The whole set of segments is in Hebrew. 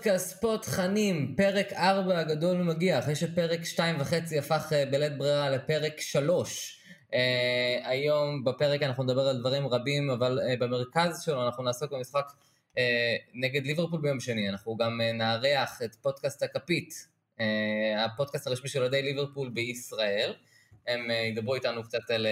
פודקאסט פותחנים, פרק 4 הגדול מגיע, אחרי שפרק 2.5 הפך בלית ברירה לפרק 3. היום בפרק אנחנו נדבר על דברים רבים, אבל במרכז שלו אנחנו נעסוק במשחק נגד ליברפול ביום שני. אנחנו גם נארח את פודקאסט הכפית, הפודקאסט הרשמי של אוהדי ליברפול בישראל. הם ידברו איתנו קצת על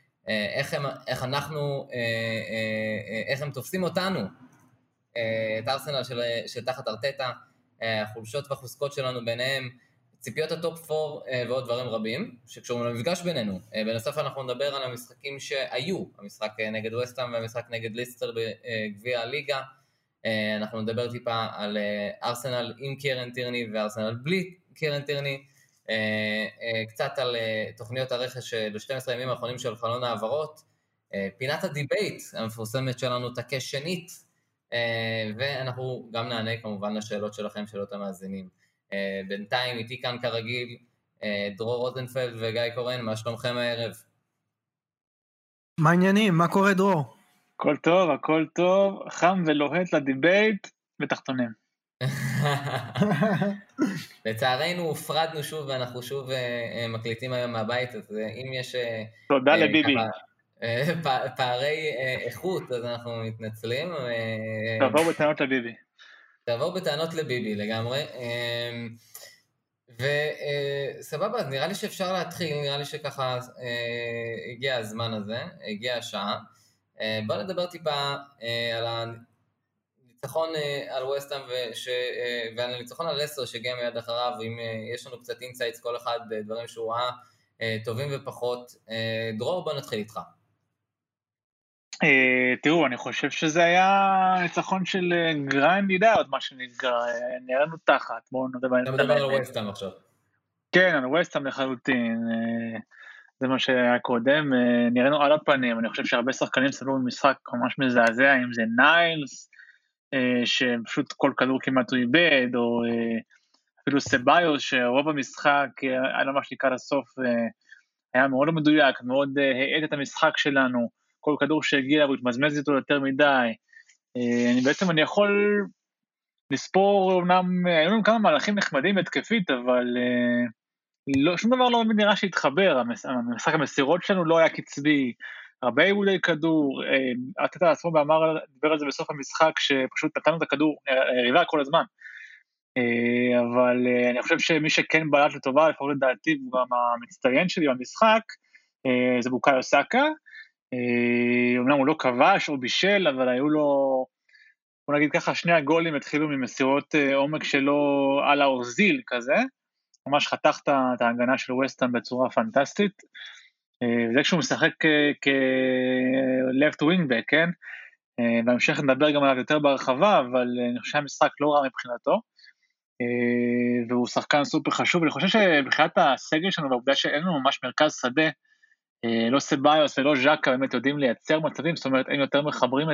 איך הם תופסים אותנו, את ארסנל של תחת ארטטה, החולשות והחוזקות שלנו ביניהם, ציפיות הטופ 4 ועוד דברים רבים שקשורים למפגש בינינו. בנוסף אנחנו נדבר על המשחקים שהיו, המשחק נגד ווסטהאם והמשחק נגד ליסטר בגביע הליגה. אנחנו נדבר טיפה על ארסנל עם קירן טירני וארסנל בלי קירן טירני, קצת על תוכניות הרכש ב-12 הימים האחרונים של חלון העברות, פינת הדיבייט המפורסמת שלנו תקה שנית, ואנחנו גם נענה כמובן לשאלות שלכם, שאלות המאזינים. בינתיים איתי כאן כרגיל דרור רוטנפלד וגיא קורן, מה שלומכם הערב? מה העניינים? מה קורה דרור? הכל טוב, חם ולוהט לדיבייט ותחתונים. לצערנו הופרדנו שוב ואנחנו שוב מקליטים היום מהבית, אז אם יש תודה לביבי פערי איכות אז אנחנו מתנצלים. תבואו בטענות לביבי לגמרי. וסבבה, אז נראה לי שאפשר להתחיל, נראה לי שככה הגיע הזמן הזה, הגיעה השעה. בואו נדבר טיפה על הניצחון על ווסטהאם ועל הניצחון על לסטר שהגיע מיד אחריו, ואם יש לנו קצת אינסייטס כל אחד בדברים שהוא ראה טובים ופחות. דרור, בוא נתחיל איתך. תראו, אני חושב שזה היה ניצחון של גרנדידה, עוד מה שנקרא, נראינו תחת. אתה מדבר על ווסטהאם עכשיו. כן, על ווסטהאם לחלוטין, זה מה שהיה קודם, נראינו על הפנים. אני חושב שהרבה שחקנים סבלו במשחק ממש מזעזע, אם זה ניילס, שפשוט כל כדור כמעט הוא איבד, או אפילו סביוס, שרוב המשחק היה ממש לקראת הסוף, היה מאוד מדויק, מאוד העט את המשחק שלנו, כל כדור שהגיע הוא התמזמז איתו יותר מדי. אני יכול לספור, אמנם היו לנו כמה מהלכים נחמדים התקפית, אבל שום דבר לא נראה שהתחבר. המשחק המסירות שלנו לא היה קצבי, הרבה עיבודי כדור, ארטטה עצמו דיבר על זה בסוף המשחק, שפשוט נתנו את הכדור, יריבה כל הזמן. אבל אני חושב שמי שכן בלט לטובה, לפחות לדעתי, הוא גם המצטיין שלי במשחק, זה בוקאיו סאקה. אומנם הוא לא כבש או בישל, אבל היו לו, בוא נגיד ככה, שני הגולים התחילו ממסירות עומק שלו על האורזיל כזה, ממש חתך את ההגנה של ווסטהאם בצורה פנטסטית, וזה כשהוא משחק כ-left wing back, כן? בהמשך נדבר גם עליו יותר בהרחבה, אבל אני חושב שהמשחק לא רע מבחינתו, והוא שחקן סופר חשוב. אני חושב שבחיית הסגל שלנו, בעובדה שאין לנו ממש מרכז שדה, לא סביוס ולא ז'קה באמת יודעים לייצר מצבים, זאת אומרת, הם יותר מחברים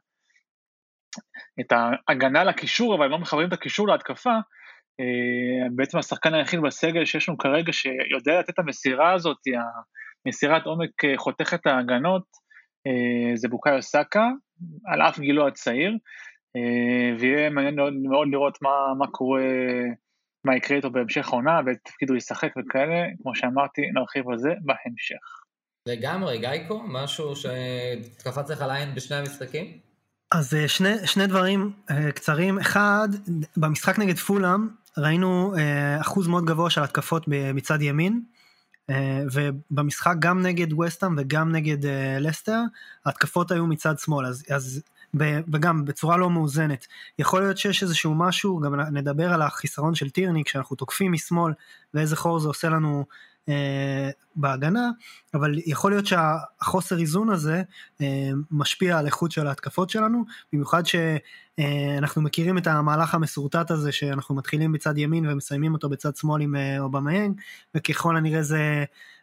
את ההגנה לקישור, אבל הם לא מחברים את הקישור להתקפה. בעצם השחקן היחיד בסגל שיש לנו כרגע, שיודע לתת את המסירה הזאת, המסירת עומק חותכת ההגנות, זה בוקאיו סאקה, על אף גילו הצעיר, ויהיה מעניין מאוד לראות מה קורה, מה יקרה איתו בהמשך העונה, ותפקיד הוא ישחק וכאלה, כמו שאמרתי, נרחיב על זה בהמשך. לגמרי, גייקו, משהו שקפץ לך לעין בשני המשחקים? אז שני דברים קצרים. אחד, במשחק נגד פולאם, ראינו אחוז מאוד גבוה של התקפות מצד ימין, ובמשחק גם נגד ווסטהאם וגם נגד לסטר, התקפות היו מצד שמאל, וגם בצורה לא מאוזנת. יכול להיות שיש איזשהו משהו, גם נדבר על החיסרון של טירני, כשאנחנו תוקפים משמאל, ואיזה חור זה עושה לנו בהגנה, אבל יכול להיות שהחוסר איזון הזה משפיע על איכות של ההתקפות שלנו, במיוחד שאנחנו מכירים את המהלך המסורטט הזה, שאנחנו מתחילים בצד ימין ומסיימים אותו בצד שמאל עם אובמייאנג, וככל הנראה זה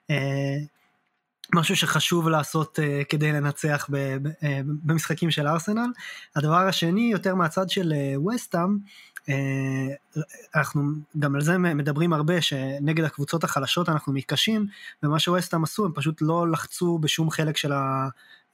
משהו שחשוב לעשות כדי לנצח במשחקים של ארסנל. הדבר השני, יותר מהצד של ווסטהאם, אנחנו גם על זה מדברים הרבה, שנגד הקבוצות החלשות אנחנו מתקשים, ומה שווסטהאם עשו, הם פשוט לא לחצו בשום חלק של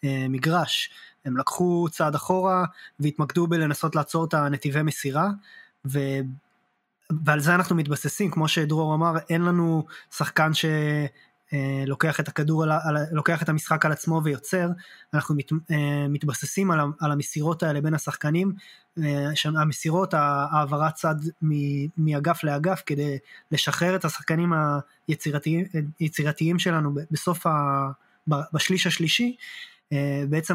המגרש, הם לקחו צעד אחורה, והתמקדו בלנסות לעצור את הנתיבי מסירה, ועל זה אנחנו מתבססים, כמו שדרור אמר, אין לנו שחקן לוקח את הכדור, לוקח את המשחק על עצמו ויוצר, אנחנו מתבססים על המסירות האלה בין השחקנים, המסירות, העברת צד מאגף לאגף, כדי לשחרר את השחקנים היצירתיים שלנו בסוף, בשליש השלישי, בעצם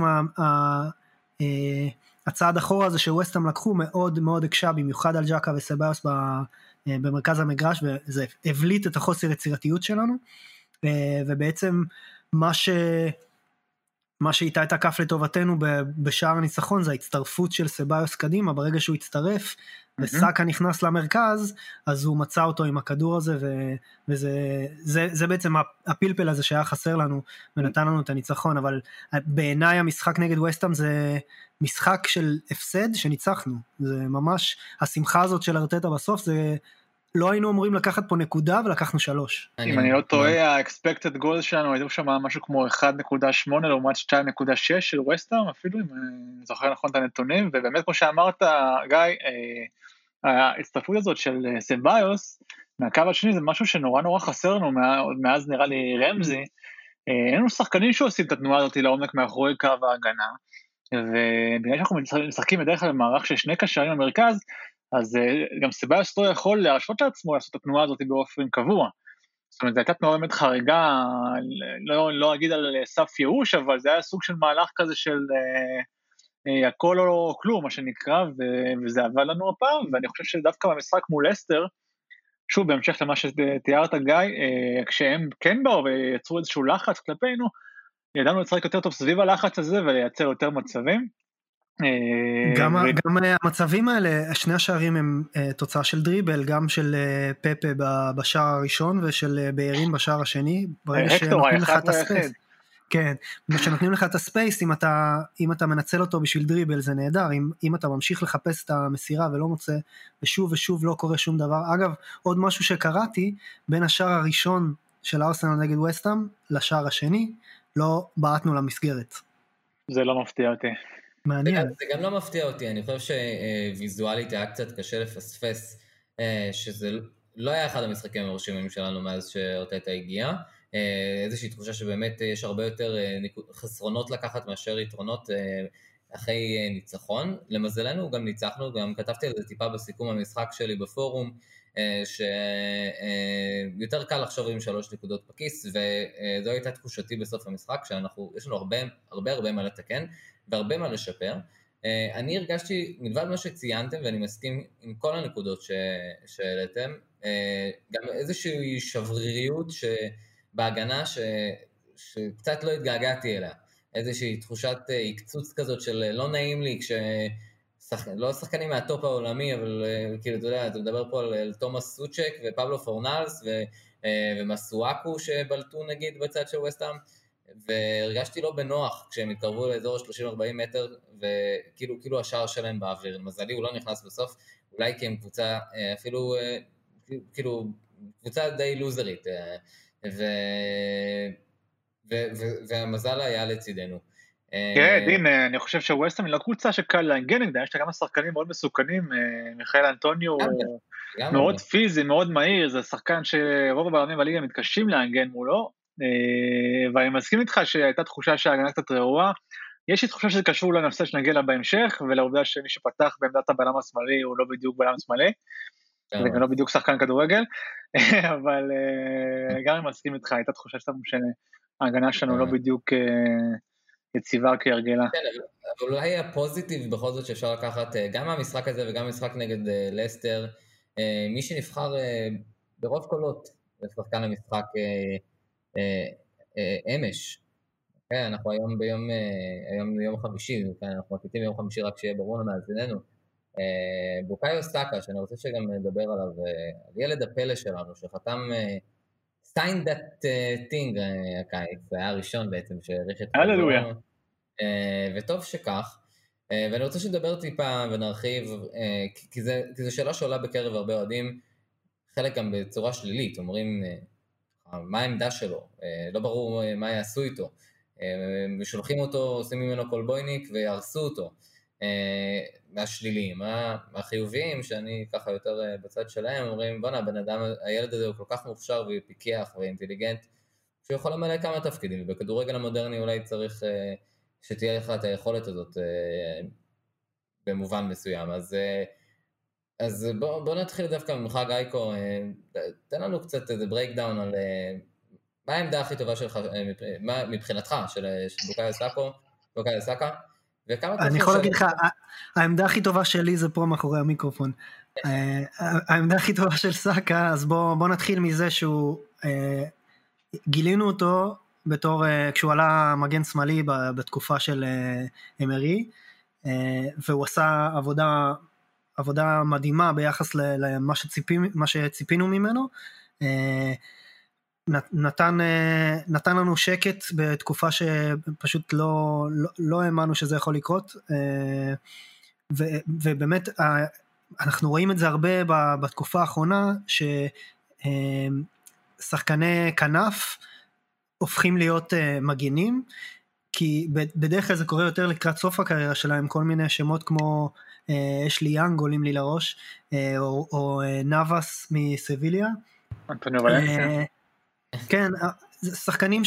הצעד אחורה הזה שווסטהאם לקחו מאוד מאוד הקשה, במיוחד על ג'קה וסבאיוס במרכז המגרש, וזה הבליט את החוסר יצירתיות שלנו, ובעצם מה שאיתה את הכף לטובתנו בשער הניצחון, זה ההצטרפות של סבאיוס קדימה, ברגע שהוא הצטרף, וסאקה נכנס למרכז, אז הוא מצא אותו עם הכדור הזה, וזה בעצם הפלפל הזה שהיה חסר לנו, ונתן לנו את הניצחון, אבל בעיניי המשחק נגד ווסטהאם זה משחק של הפסד שניצחנו, זה ממש, השמחה הזאת של ארטטה בסוף, זה לא היינו אמורים לקחת פה נקודה, ולקחנו 3. אם אני לא טועה, ה-expected goal שלנו, היינו שם משהו כמו 1.8 לעומת 2.6 של ווסטהאם, אפילו אם אני זוכר נכון את הנתונים, ובאמת כמו שאמרת, גיא, ההצטרפות הזאת של סבאיוס, מהקו השני זה משהו שנורא נורא חסר לנו, מאז נראה לי רמזי, אין לנו שחקנים שעושים את התנועה הזאת לעומק מאחורי קו ההגנה, ובגלל שאנחנו משחקים בדרך כלל במערך של 2 קשרים במרכז, אז גם סבאיוס לא יכול להרשות לעצמו לעשות את התנועה הזאת באופן קבוע. זאת אומרת, זו הייתה תנועה באמת חריגה, לא אגיד על סף ייאוש, אבל זה היה סוג של מהלך כזה של הכל או כלום, מה שנקרא, וזה עבד לנו הפעם, ואני חושב שדווקא במשחק מול אסטר, שוב, בהמשך למה שתיארת גיא, כשהם כן באו ויצרו איזשהו לחץ כלפינו, ידענו לצחק יותר טוב סביב הלחץ הזה, ולייצר יותר מצבים, גם המצבים האלה, שני השערים הם תוצאה של דריבל, גם של פפה בשער הראשון ושל בארין בשער השני, ברגע שנותנים לך את הספייס, כן, כשנותנים לך את הספייס, אם אתה מנצל אותו בשביל דריבל זה נהדר, אם אתה ממשיך לחפש את המסירה ולא מוצא, ושוב ושוב לא קורה שום דבר. אגב, עוד משהו שקראתי, בין השער הראשון של ארסנל נגד ווסטהאם לשער השני, לא בעטנו למסגרת. זה לא מפתיע אותי. מעניין. זה גם לא מפתיע אותי, אני חושב שוויזואלית היה קצת קשה לפספס, שזה לא היה אחד המשחקים המרשימים שלנו מאז שארטטה הגיע, איזושהי תחושה שבאמת יש הרבה יותר חסרונות לקחת מאשר יתרונות אחרי ניצחון. למזלנו גם ניצחנו, גם כתבתי על זה טיפה בסיכום המשחק שלי בפורום, שיותר קל לחשוב עם 3 נקודות בכיס, וזו הייתה תחושתי בסוף המשחק, שיש לנו הרבה מה לתקן, והרבה מה לשפר. אני הרגשתי, מלבד מה שציינתם, ואני מסכים עם כל הנקודות שהעליתם, גם איזושהי שבריריות בהגנה שקצת לא התגעגעתי אליה, איזושהי תחושת הקצוץ כזאת של לא נעים לי, לא שחקנים מהטופ העולמי, אבל כאילו אתה יודע, אתה מדבר פה על תומאס סוצ'ק ופבלו פורנלס ומסואקו שבלטו נגיד בצד של ווסטהאם, והרגשתי לא בנוח כשהם התקרבו לאזור 30-40 מטר, וכאילו השער שלהם באוויר. מזלי הוא לא נכנס בסוף, אולי כי הם קבוצה אפילו, כאילו קבוצה די לוזרית, והמזל היה לצידנו. כן, דין, אני חושב שווסטהאם היא לא קבוצה שקל להנגן נגדה, יש לה כמה שחקנים מאוד מסוכנים, מיכאל אנטוניו מאוד פיזי, מאוד מהיר, זה שחקן שרוב הבלמים בליגה מתקשים להנגן מולו, ואני מסכים איתך שהייתה תחושה שההגנה קצת רעועה, יש לי תחושה שזה קשור לנושא שנגיע לה בהמשך, ולעובדה שמי שפתח בעמדת הבלם השמאלי הוא לא בדיוק בלם שמאלי, וגם לא בדיוק שחקן כדורגל, אבל גם אני מסכים איתך, הייתה תחושה שההגנה שלנו לא בדיוק יציבה כהרגלה. אבל אולי הפוזיטיב בכל זאת שאפשר לקחת, גם המשחק הזה וגם המשחק נגד לסטר, מי שנבחר ברוב קולות לשחקן המשחק אמש. אנחנו היום ביום חמישי, אנחנו מקליטים ביום חמישי רק שיהיה ברור למאזיננו. בוקאיו סאקה, שאני רוצה שגם נדבר עליו, על ילד הפלא שלנו, שחתם sign that thing הקיץ, זה היה הראשון בעצם שהעריך את הללויה. וטוב שכך, ואני רוצה שנדבר טיפה ונרחיב, כי זו שאלה שעולה בקרב הרבה אוהדים, חלק גם בצורה שלילית, אומרים מה העמדה שלו, לא ברור מה יעשו איתו, ושולחים אותו, עושים ממנו קולבויניק וירסו אותו, מהשליליים, מהחיוביים, שאני ככה יותר בצד שלהם, אומרים, בונה, בן אדם, הילד הזה הוא כל כך מוכשר ופיקח ואינטליגנט, שהוא יכול למלא כמה תפקידים, ובכדורגל המודרני אולי צריך שתהיה לך את היכולת הזאת במובן מסוים. אז בוא נתחיל דווקא ממך, גייקו, תן לנו קצת איזה ברייקדאון על מה העמדה הכי טובה שלך, מבחינתך, של בוקאיו סאקה, אני יכול להגיד לך, העמדה הכי טובה שלי זה פה מאחורי המיקרופון. העמדה הכי טובה של סאקה, אז בוא נתחיל מזה שהוא, גילינו אותו בתור, כשהוא עלה מגן שמאלי בתקופה של אמרי, והוא עשה עבודה מדהימה ביחס למה שציפינו ממנו, נתן לנו שקט בתקופה שפשוט לא האמנו שזה יכול לקרות, ובאמת אנחנו רואים את זה הרבה בתקופה האחרונה, ששחקני כנף הופכים להיות מגינים, כי בדרך כלל זה קורה יותר לקראת סוף הקריירה שלהם, כל מיני שמות כמו אשלי יאנג עולים לי לראש, או נאבס מסביליה. אנטוניו ולנסיה. כן, שחקנים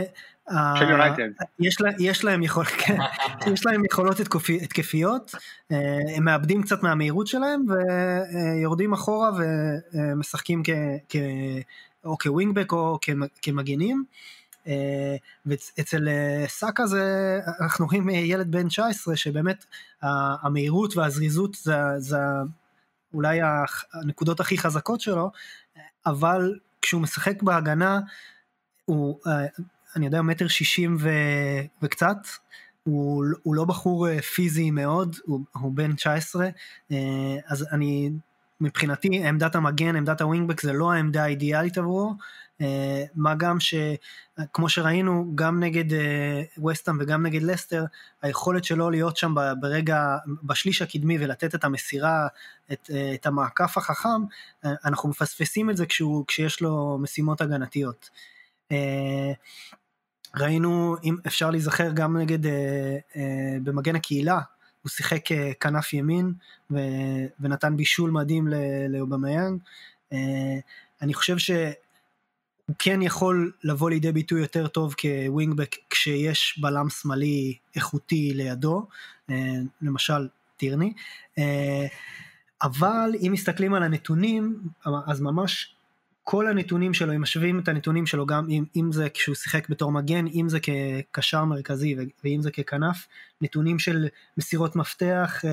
יש להם יכולות התקפיות, הם מאבדים קצת מהמהירות שלהם, ויורדים אחורה ומשחקים או כווינגבק או כמגינים, ואצל סאקה אנחנו רואים ילד בן 19, שבאמת המהירות והזריזות זה אולי הנקודות הכי חזקות שלו, אבל כשהוא משחק בהגנה, אני יודע, 1.60 וקצת, הוא לא בחור פיזי מאוד, הוא בן 19, אז מבחינתי, עמדת המגן, עמדת הווינגבק, זה לא העמדה האידיאלית עבורו, מה גם כמו שראינו, גם נגד ווסטהאם וגם נגד לסטר, היכולת שלו להיות שם בשליש הקדמי, ולתת את המסירה, את המעקף החכם, אנחנו מפספסים את זה כשיש לו משימות הגנתיות. ראינו, אם אפשר להיזכר, גם נגד במגן הקהילה, הוא שיחק כנף ימין, ונתן בישול מדהים לאובמיאנג. אני חושב הוא כן יכול לבוא לידי ביטוי יותר טוב כווינגבק, כשיש בלם שמאלי איכותי לידו, למשל טירני, אבל אם מסתכלים על הנתונים, אז ממש כל הנתונים שלו, אם משווים את הנתונים שלו, גם אם זה כשהוא שיחק בתור מגן, אם זה כקשר מרכזי, ואם זה ככנף, נתונים של מסירות מפתח,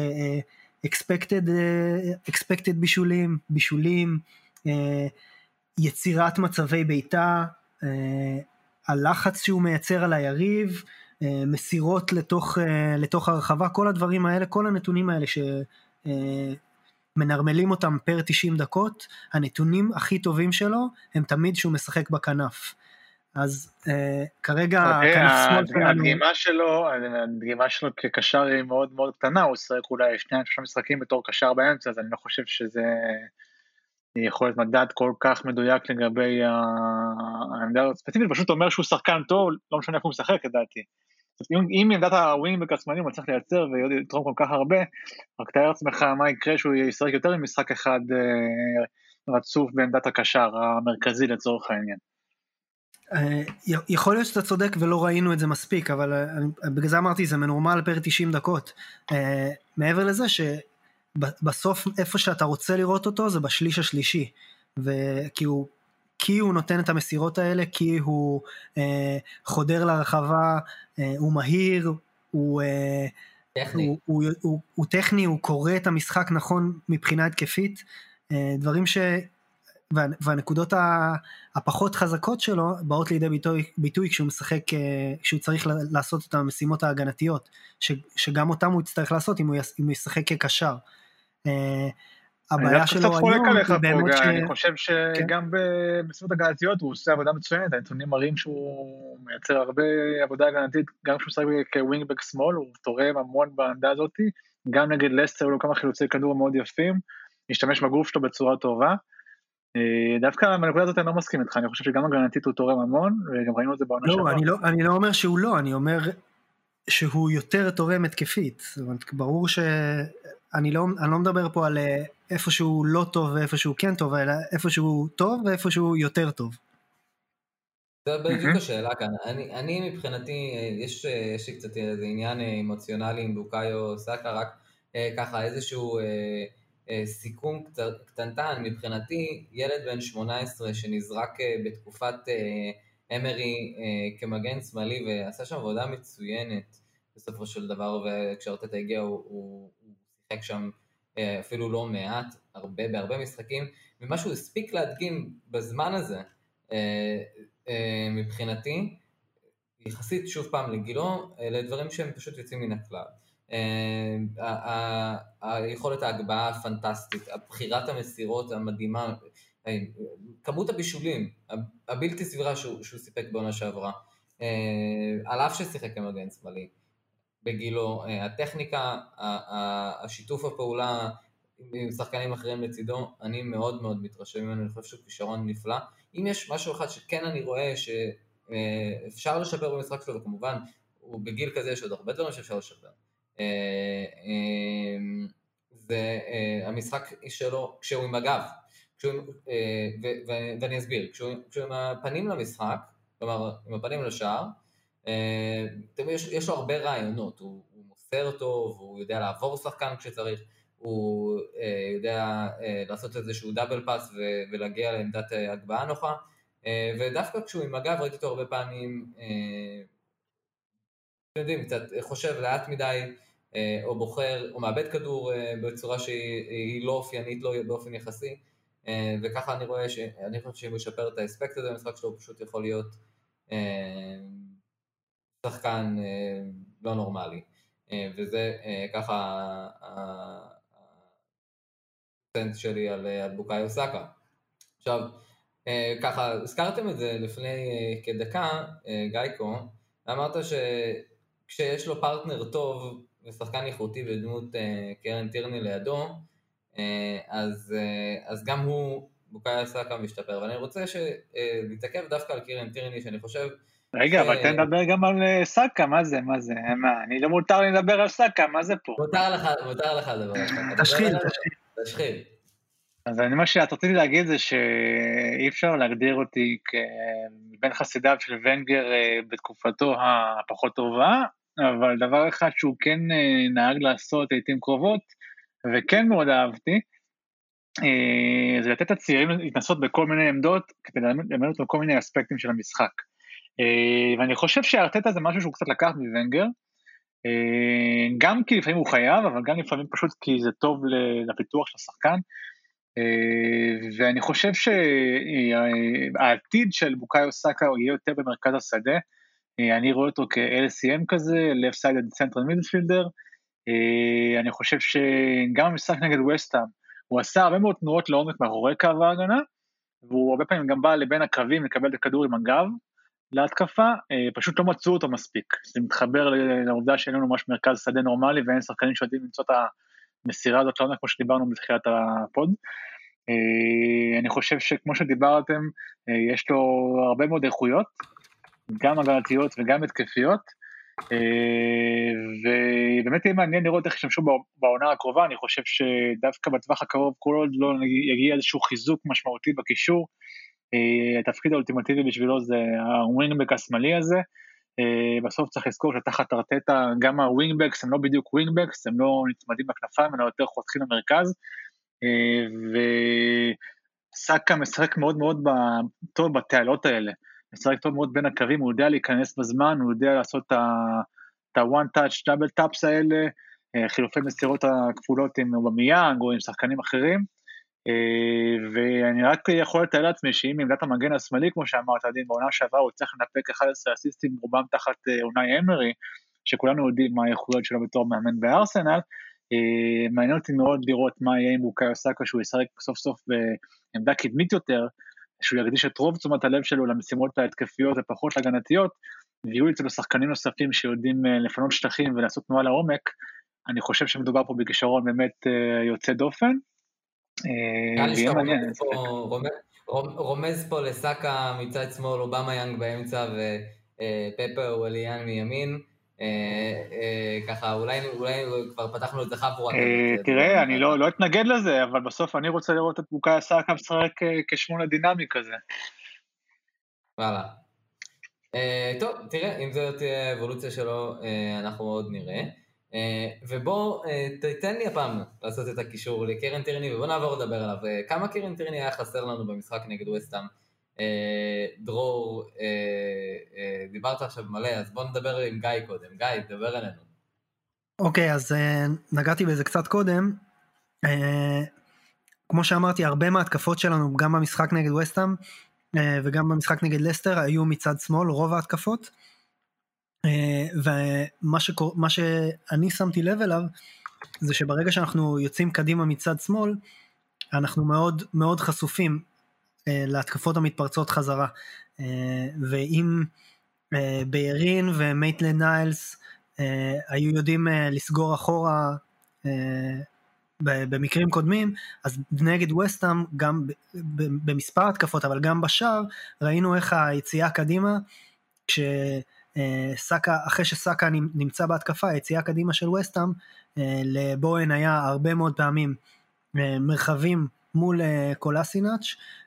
expected בישולים, יצירת מצבי ביתה, הלחץ שהוא מייצר על היריב, מסירות לתוך הרחבה, כל הדברים האלה, כל הנתונים האלה שמנרמלים אותם פר 90 דקות, הנתונים הכי טובים שלו, הם תמיד שהוא משחק בכנף. אז כרגע כנף שמאל שלנו... הדגימה שלו כקשר היא מאוד מאוד קטנה, הוא שחק אולי 2-3 משחקים בתור קשר באמצע, אז אני לא חושב שזה... יכול להיות מדד כל כך מדויק לגבי העמדה הספציפית, פשוט אומר שהוא שחקן טוב, לא משנה איפה הוא משחק, לדעתי. אם עמדת הווינגבק עצמני הוא צריך לייצר ויתרום כל כך הרבה, רק תאר עצמך מה יקרה שהוא ישחק יותר ממשחק אחד רצוף בעמדת הקשר המרכזי לצורך העניין. יכול להיות שאתה צודק ולא ראינו את זה מספיק, אבל בגלל זה אמרתי, זה מנורמל פר 90 דקות. מעבר לזה בסוף איפה שאתה רוצה לראות אותו זה בשליש השלישי, כי הוא נותן את המסירות האלה, כי הוא חודר לרחבה, הוא מהיר, הוא טכני, הוא קורא את המשחק נכון מבחינה התקפית, דברים והנקודות הפחות חזקות שלו באות לידי ביטוי כשהוא משחק, כשהוא צריך לעשות את המשימות ההגנתיות, שגם אותם הוא יצטרך לעשות אם הוא ישחק כקשר. הבעיה שלו היום היא באמת אני חושב שגם במשימות הגנתיות הוא עושה עבודה מצוינת, הנתונים מראים שהוא מייצר הרבה עבודה הגנתית, גם כשהוא משחק כווינגבק שמאל, הוא תורם המון בעמדה הזאת, גם נגד לסטר הוא לו כמה חילוצי כדור מאוד יפים, משתמש בגוף שלו בצורה טובה, דווקא בנקודה הזאת אני לא מסכים איתך, אני חושב שגם הגנתית הוא תורם המון, וגם ראינו את זה בעונה שלו. אני לא אומר שהוא לא, אני אומר שהוא יותר תורם התקפית. זאת אומרת, ברור שאני לא מדבר פה על איפה שהוא לא טוב ואיפה שהוא כן טוב, אלא איפה שהוא טוב ואיפה שהוא יותר טוב. זה בדיוק השאלה כאן. אני מבחינתי, יש לי קצת איזה עניין אמוציונלי עם בוקאיו סאקה, רק ככה איזשהו סיכום קטנטן. מבחינתי, ילד בן 18 שנזרק בתקופת אמרי כמגן שמאלי, ועשה שם עבודה מצוינת בסופו של דבר, וכשארטטה הגיע הוא שיחק שם אפילו לא מעט, בהרבה משחקים, ומה שהוא הספיק להדגים בזמן הזה, מבחינתי, יחסית שוב פעם לגילו, אלה דברים שהם פשוט יוצאים מן הכלל. היכולת ההגבהה הפנטסטית, הבחירת המסירות המדהימה, כמות הבישולים, הבלתי סבירה שהוא סיפק בעונה שעברה, על אף ששיחק כמגן שמאלי, בגילו, הטכניקה, השיתוף הפעולה עם שחקנים אחרים לצידו, אני מאוד מאוד מתרשם ממנו, אני חושב שהוא כישרון נפלא. אם יש משהו אחד שכן אני רואה שאפשר לשפר במשחק שלו, וכמובן הוא בגיל כזה יש עוד הרבה דברים שאפשר לשפר, זה המשחק שלו כשהוא עם הגב, ואני אסביר, כשהוא עם הפנים למשחק, כלומר עם הפנים לשער, יש לו הרבה רעיונות, הוא מוסר טוב, הוא יודע לעבור שחקן כשצריך, הוא יודע לעשות איזשהו דאבל פאס ולהגיע לעמדת הגבהה נוחה, ודווקא כשהוא עם הגב ראיתי אותו הרבה פעמים, אתם יודעים, קצת חושב לאט מדי, או בוחר, או מאבד כדור בצורה שהיא לא אופיינית לו באופן יחסי, וככה אני רואה שאני חושב שאם הוא ישפר את האספקט הזה, המשחק שלו פשוט יכול להיות שחקן לא נורמלי, וזה ככה הסנט שלי על בוקאיו סאקה. עכשיו, ככה, הזכרתם את זה לפני כדקה, גייקו, אמרת שכשיש לו פרטנר טוב ושחקן איכותי בדמות קירן טירני לידו, אז גם הוא, בוקאיו סאקה, משתפר, ואני רוצה להתעכב דווקא על קירן טירני, שאני חושב רגע, אבל תן לדבר גם על סאקה, מה זה? אני לא מותר לי לדבר על סאקה, מה זה פה? מותר לך לדבר על סאקה. תשחיל. אז מה שרציתי להגיד זה שאי אפשר להגדיר אותי כבין חסידיו של ונגר בתקופתו הפחות טובה, אבל דבר אחד שהוא כן נהג לעשות לעתים קרובות, וכן מאוד אהבתי, זה לתת הצעירים להתנסות בכל מיני עמדות, כדי ללמד אותם כל מיני אספקטים של המשחק. ואני חושב שארטטה זה משהו שהוא קצת לקח מוונגר, גם כי לפעמים הוא חייב, אבל גם לפעמים פשוט כי זה טוב לפיתוח של השחקן, ואני חושב שהעתיד של בוקאיו סאקה יהיה יותר במרכז השדה, אני רואה אותו כ-LCM כזה, left-sided central midfielder, אני חושב שגם המשחק נגד וסטהאם, הוא עשה הרבה מאוד תנועות לעומק מאחורי קו ההגנה, והוא הרבה פעמים גם בא לבין הקווים לקבל את הכדור עם הגב להתקפה, פשוט לא מצאו אותו מספיק, זה מתחבר לעובדה שאין לנו ממש מרכז שדה נורמלי, ואין שחקנים שיודעים למצוא את המסירה הזאת לעומק כמו שדיברנו בתחילת הפוד. אני חושב שכמו שדיברתם, יש לו הרבה מאוד איכויות, גם הגנתיות וגם התקפיות, ובאמת יהיה מעניין לראות איך ישמשו בעונה הקרובה. אני חושב שדווקא בטווח הקרוב כל עוד לא יגיע איזשהו חיזוק משמעותי בקישור, התפקיד האולטימטיבי בשבילו זה הווינגבק השמאלי הזה, בסוף צריך לזכור שתחת ארטטה גם הווינגבקס הם לא בדיוק ווינגבקס, הם לא נצמדים בכנפיים, אלא יותר חותכים למרכז, וסאקה משחק מאוד מאוד טוב בתעלות האלה, משחק טוב מאוד בין הקווים, הוא יודע להיכנס בזמן, הוא יודע לעשות את ה-one touch double taps האלה, חילופי מסירות הכפולות עם אובמיאנג או עם שחקנים אחרים, ואני רק יכול לתאר לעצמי שאם עמדת המגן השמאלי, כמו שאמרת עדין, בעונה שעברה הוא צריך לנפק 11 אסיסטים, רובם תחת אונאי אמרי, שכולנו יודעים מה היכולות שלו בתור מאמן בארסנל, מעניין אותי מאוד לראות מה יהיה עם בוקאיו סאקה, שהוא ישחק סוף סוף בעמדה קדמית יותר, שהוא יקדיש את רוב תשומת הלב שלו למשימות ההתקפיות ופחות להגנתיות, ויהיו אצלו שחקנים נוספים שיודעים לפנות שטחים ולעשות תנועה לעומק. אני חושב שמדובר פה בכישרון באמת יוצא דופן. רומז פה לסאקה מצד שמאל, אובמה יאנג באמצע ופפה ווליאן מימין, ככה, אולי כבר פתחנו את זה חבורה. תראה, אני לא אתנגד לזה, אבל בסוף אני רוצה לראות את בוקאיו סאקה משחק כשמונה דינמי כזה. וואלה. טוב, תראה, אם זו תהיה האבולוציה שלו, אנחנו עוד נראה. ובוא, תתן לי הפעם לעשות את הקישור לקרן טירני, ובוא נעבור לדבר עליו. כמה קרן טירני היה חסר לנו במשחק נגד וסטהאם? דרור, דיברת עכשיו מלא, אז בוא נדבר עם גיא קודם. גיא, דבר אלינו. אוקיי, אז נגעתי בזה קצת קודם. כמו שאמרתי, הרבה מההתקפות שלנו, גם במשחק נגד וסטהאם, וגם במשחק נגד לסטר, היו מצד שמאל, רוב ההתקפות. ומה שאני שמתי לב אליו, זה שברגע שאנחנו יוצאים קדימה מצד שמאל, אנחנו מאוד מאוד חשופים להתקפות המתפרצות חזרה. ואם ביירין ומייטלן ניילס היו יודעים לסגור אחורה במקרים קודמים, אז נגד וסטהאם גם במספר התקפות, אבל גם בשער, ראינו איך היציאה קדימה, אחרי שסאקה נמצא בהתקפה, היציאה קדימה של וסטהאם, לבוהן היה הרבה מאוד פעמים מרחבים מול קולאסינאץ',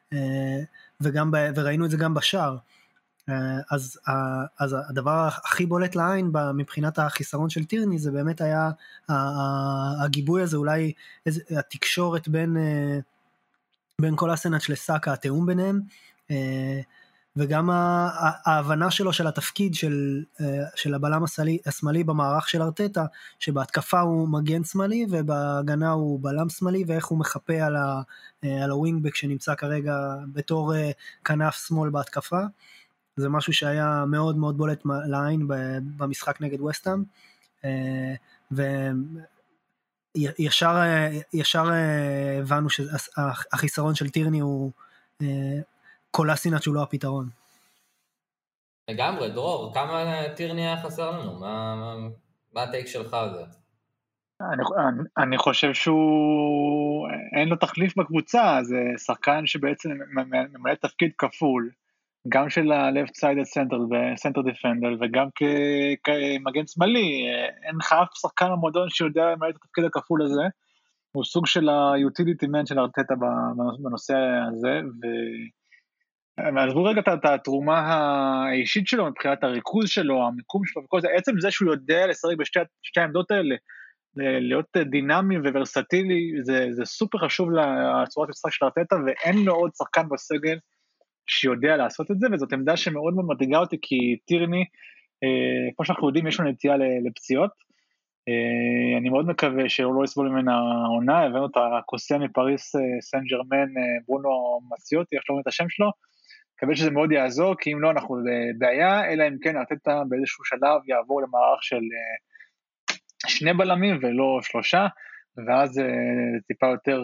וראינו את זה גם בשער. אז הדבר הכי בולט לעין מבחינת החיסרון של טירני, זה באמת היה הגיבוי הזה, אולי התקשורת בין קולאסינאץ' לסאקה, התאום ביניהם, וגם ההבנה שלו של התפקיד של הבלם השמאלי במערך של ארטטה, שבהתקפה הוא מגן שמאלי ובהגנה הוא בלם שמאלי, ואיך הוא מחפה על הווינגבק שנמצא כרגע בתור כנף שמאל בהתקפה. זה משהו שהיה מאוד מאוד בולט לעין במשחק נגד וסטהאם, וישר הבנו שהחיסרון של טירני הוא קולאסינאץ' שהוא לא הפתרון. לגמרי, דרור, כמה טירני היה חסר לנו? מה הטייק שלך על זה? אני חושב שהוא אין לו תחליף בקבוצה, זה שחקן שבעצם ממלא תפקיד כפול, גם של ה-left sided center defender, וגם כמגן שמאלי. אין לך אף שחקן במועדון שיודע למלא את התפקיד הכפול הזה, הוא סוג של ה-utility man של ארטטה בנושא הזה, ועזבו רגע את התרומה האישית שלו, מבחינת הריכוז שלו, המיקום שלו, וכל זה, עצם זה שהוא יודע לשחק בשתי העמדות האלה, להיות דינמי וורסטילי, זה סופר חשוב לצורת המשחק של ארטטה, ואין לו עוד שחקן בסגל שיודע לעשות את זה, וזאת עמדה שמאוד מאוד מדאיגה אותי, כי טירני, כמו שאנחנו יודעים, יש לו נטייה לפציעות, אני מאוד מקווה שהוא לא יסבול ממנה העונה, הבאנו את הקוסם מפריס סן ג'רמן, ברונו מסיוטי, איך שאומרים את השם שלו, מקווה שזה מאוד יעזור, כי אם לא אנחנו בבעיה, אלא אם כן ארטטה באיזשהו שלב יעבור למערך של שני בלמים ולא שלושה, ואז טיפה יותר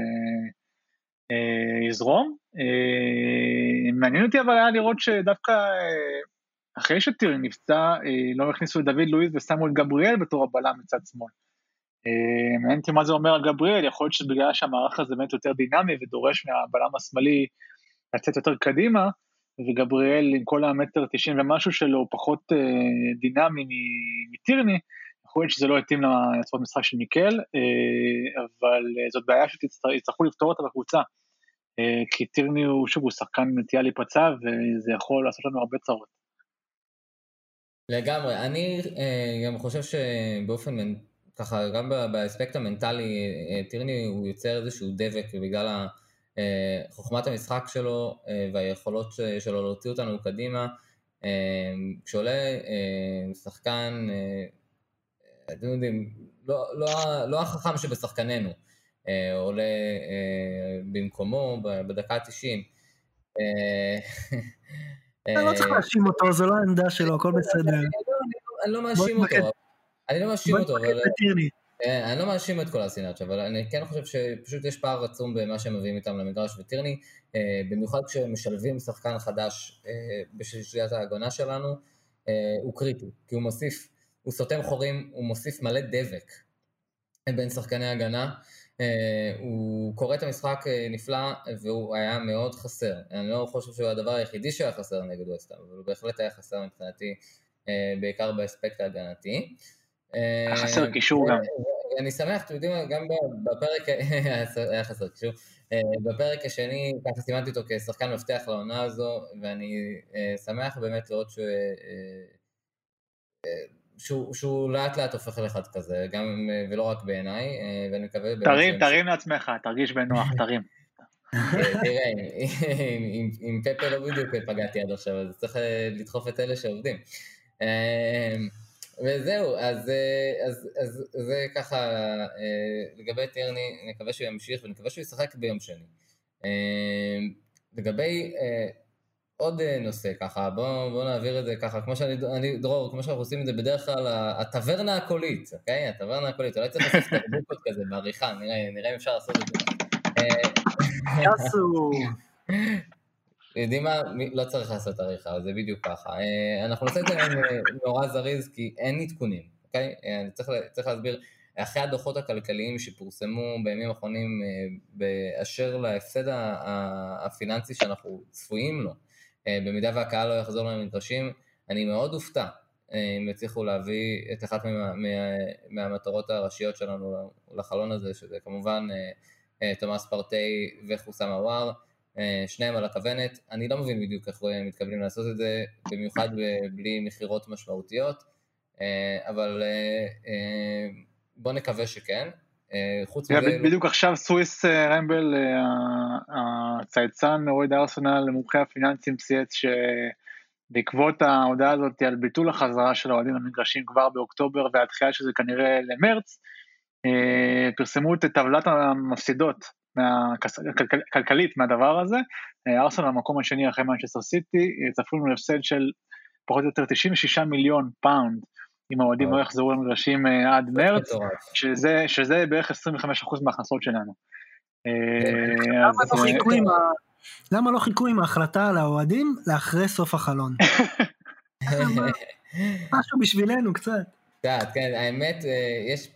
יזרום. מעניין אותי אבל היה לראות שדווקא אחרי שטירני נפצע, לא הכניסו את דוד לואיז ושמו את גבריאל בתור הבלם מצד שמאל. מעניין אותי מה זה אומר על גבריאל, יכול להיות שבגלל שהמערך הזה באמת יותר דינמי ודורש מהבלם השמאלי לצאת יותר קדימה, וגבריאל עם כל המטר 90 ומשהו שלו הוא פחות דינמי מטירני, יכול להיות שזה לא התאים לצורת משחק של מיקל, אבל זאת בעיה שתצטרכו לפתור אותה בקבוצה, כי טירני הוא שוב, הוא שחקן נטייה להיפצע, וזה יכול לעשות לנו הרבה צרות. לגמרי, אני גם חושב שבאופן, ככה, גם באספקט המנטלי, טירני הוא יוצר איזשהו דבק, בגלל חוכמת המשחק שלו, והיכולות שלו להוציא אותנו קדימה, כשעולה שחקן, אתם יודעים, לא החכם שבשחקננו, עולה במקומו בדקה 90. לא צריך להאשים אותו, זו לא העמדה שלו, הכל בסדר. אני לא מאשים אותו. אני לא מאשים את קולאסינאץ', אבל אני כן חושב שפשוט יש פער עצום במה שהם מביאים איתם למגרש, וטירני, במיוחד כשמשלבים שחקן חדש בשלישיית ההגנה שלנו, הוא קריטי, כי הוא מוסיף, הוא סותם חורים, הוא מוסיף מלא דבק בין שחקני הגנה, הוא קורא את המשחק נפלא, והוא היה מאוד חסר. אני לא חושב שהוא הדבר היחידי שהיה חסר נגד וסטהאם, אבל הוא בהחלט היה חסר מבחינתי בעיקר באספקט ההגנתי. חסר קישור גם. אני שמח, אתם יודעים, גם בפרק, היה חסר קישור, בפרק השני, ככה סימנתי אותו כשחקן מפתח לעונה הזו, ואני שמח באמת לראות שהוא לאט לאט הופך לאחד כזה, גם ולא רק בעיניי, ואני מקווה... תרים לעצמך, תרגיש בנוח, תרים. תראה, עם פפה לא בדיוק פגעתי עד עכשיו, אז צריך לדחוף את אלה שעובדים. וזהו, אז זה ככה, לגבי טירני, אני מקווה שהוא ימשיך, ואני מקווה שהוא ישחק ביום שני. לגבי עוד נושא ככה, בואו נעביר את זה ככה, כמו דרור, כמו שאנחנו עושים את זה בדרך כלל, הטברנה הקולית, אוקיי? הטברנה הקולית, אולי צריך לעשות תרבוקות כזה בעריכה, נראה אם אפשר לעשות את זה. יסו. יודעים מה? לא צריך לעשות עריכה, זה בדיוק ככה. אנחנו נעשה את זה נורא זריז, כי אין עדכונים, אוקיי? צריך להסביר, אחרי הדוחות הכלכליים שפורסמו בימים האחרונים, באשר להפסד הפיננסי שאנחנו צפויים לו, במידה והקהל לא יחזור למגרשים, אני מאוד אופתע אם יצליחו להביא את אחת מהמטרות הראשיות שלנו לחלון הזה, שזה כמובן תומאס פרטי וחוסם אוואר, שניהם על הכוונת. אני לא מבין בדיוק איך הם מתכוונים לעשות את זה, במיוחד בלי מחירות משמעותיות, אבל בוא נקווה שכן. חוץ מזה... בדיוק עכשיו סוויס רמבל, הצייצן אוהד ארסנל למומחי הפיננסים, צייץ שבעקבות ההודעה הזאת על ביטול החזרה של האוהדים למגרשים כבר באוקטובר, והדחייה שזה כנראה למרץ, פרסמו את טבלת המפסידות כלכלית מהדבר הזה. ארסנל במקום השני אחרי מנצ'סטר סיטי, צפו לנו הפסד של פחות או יותר 96 מיליון פאונד, אם האוהדים לא יחזרו למגרשים עד מרץ, שזה בערך 25% מההכנסות שלנו. למה לא חיכו עם ההחלטה על האוהדים לאחרי סוף החלון? משהו בשבילנו קצת. כן, האמת, יש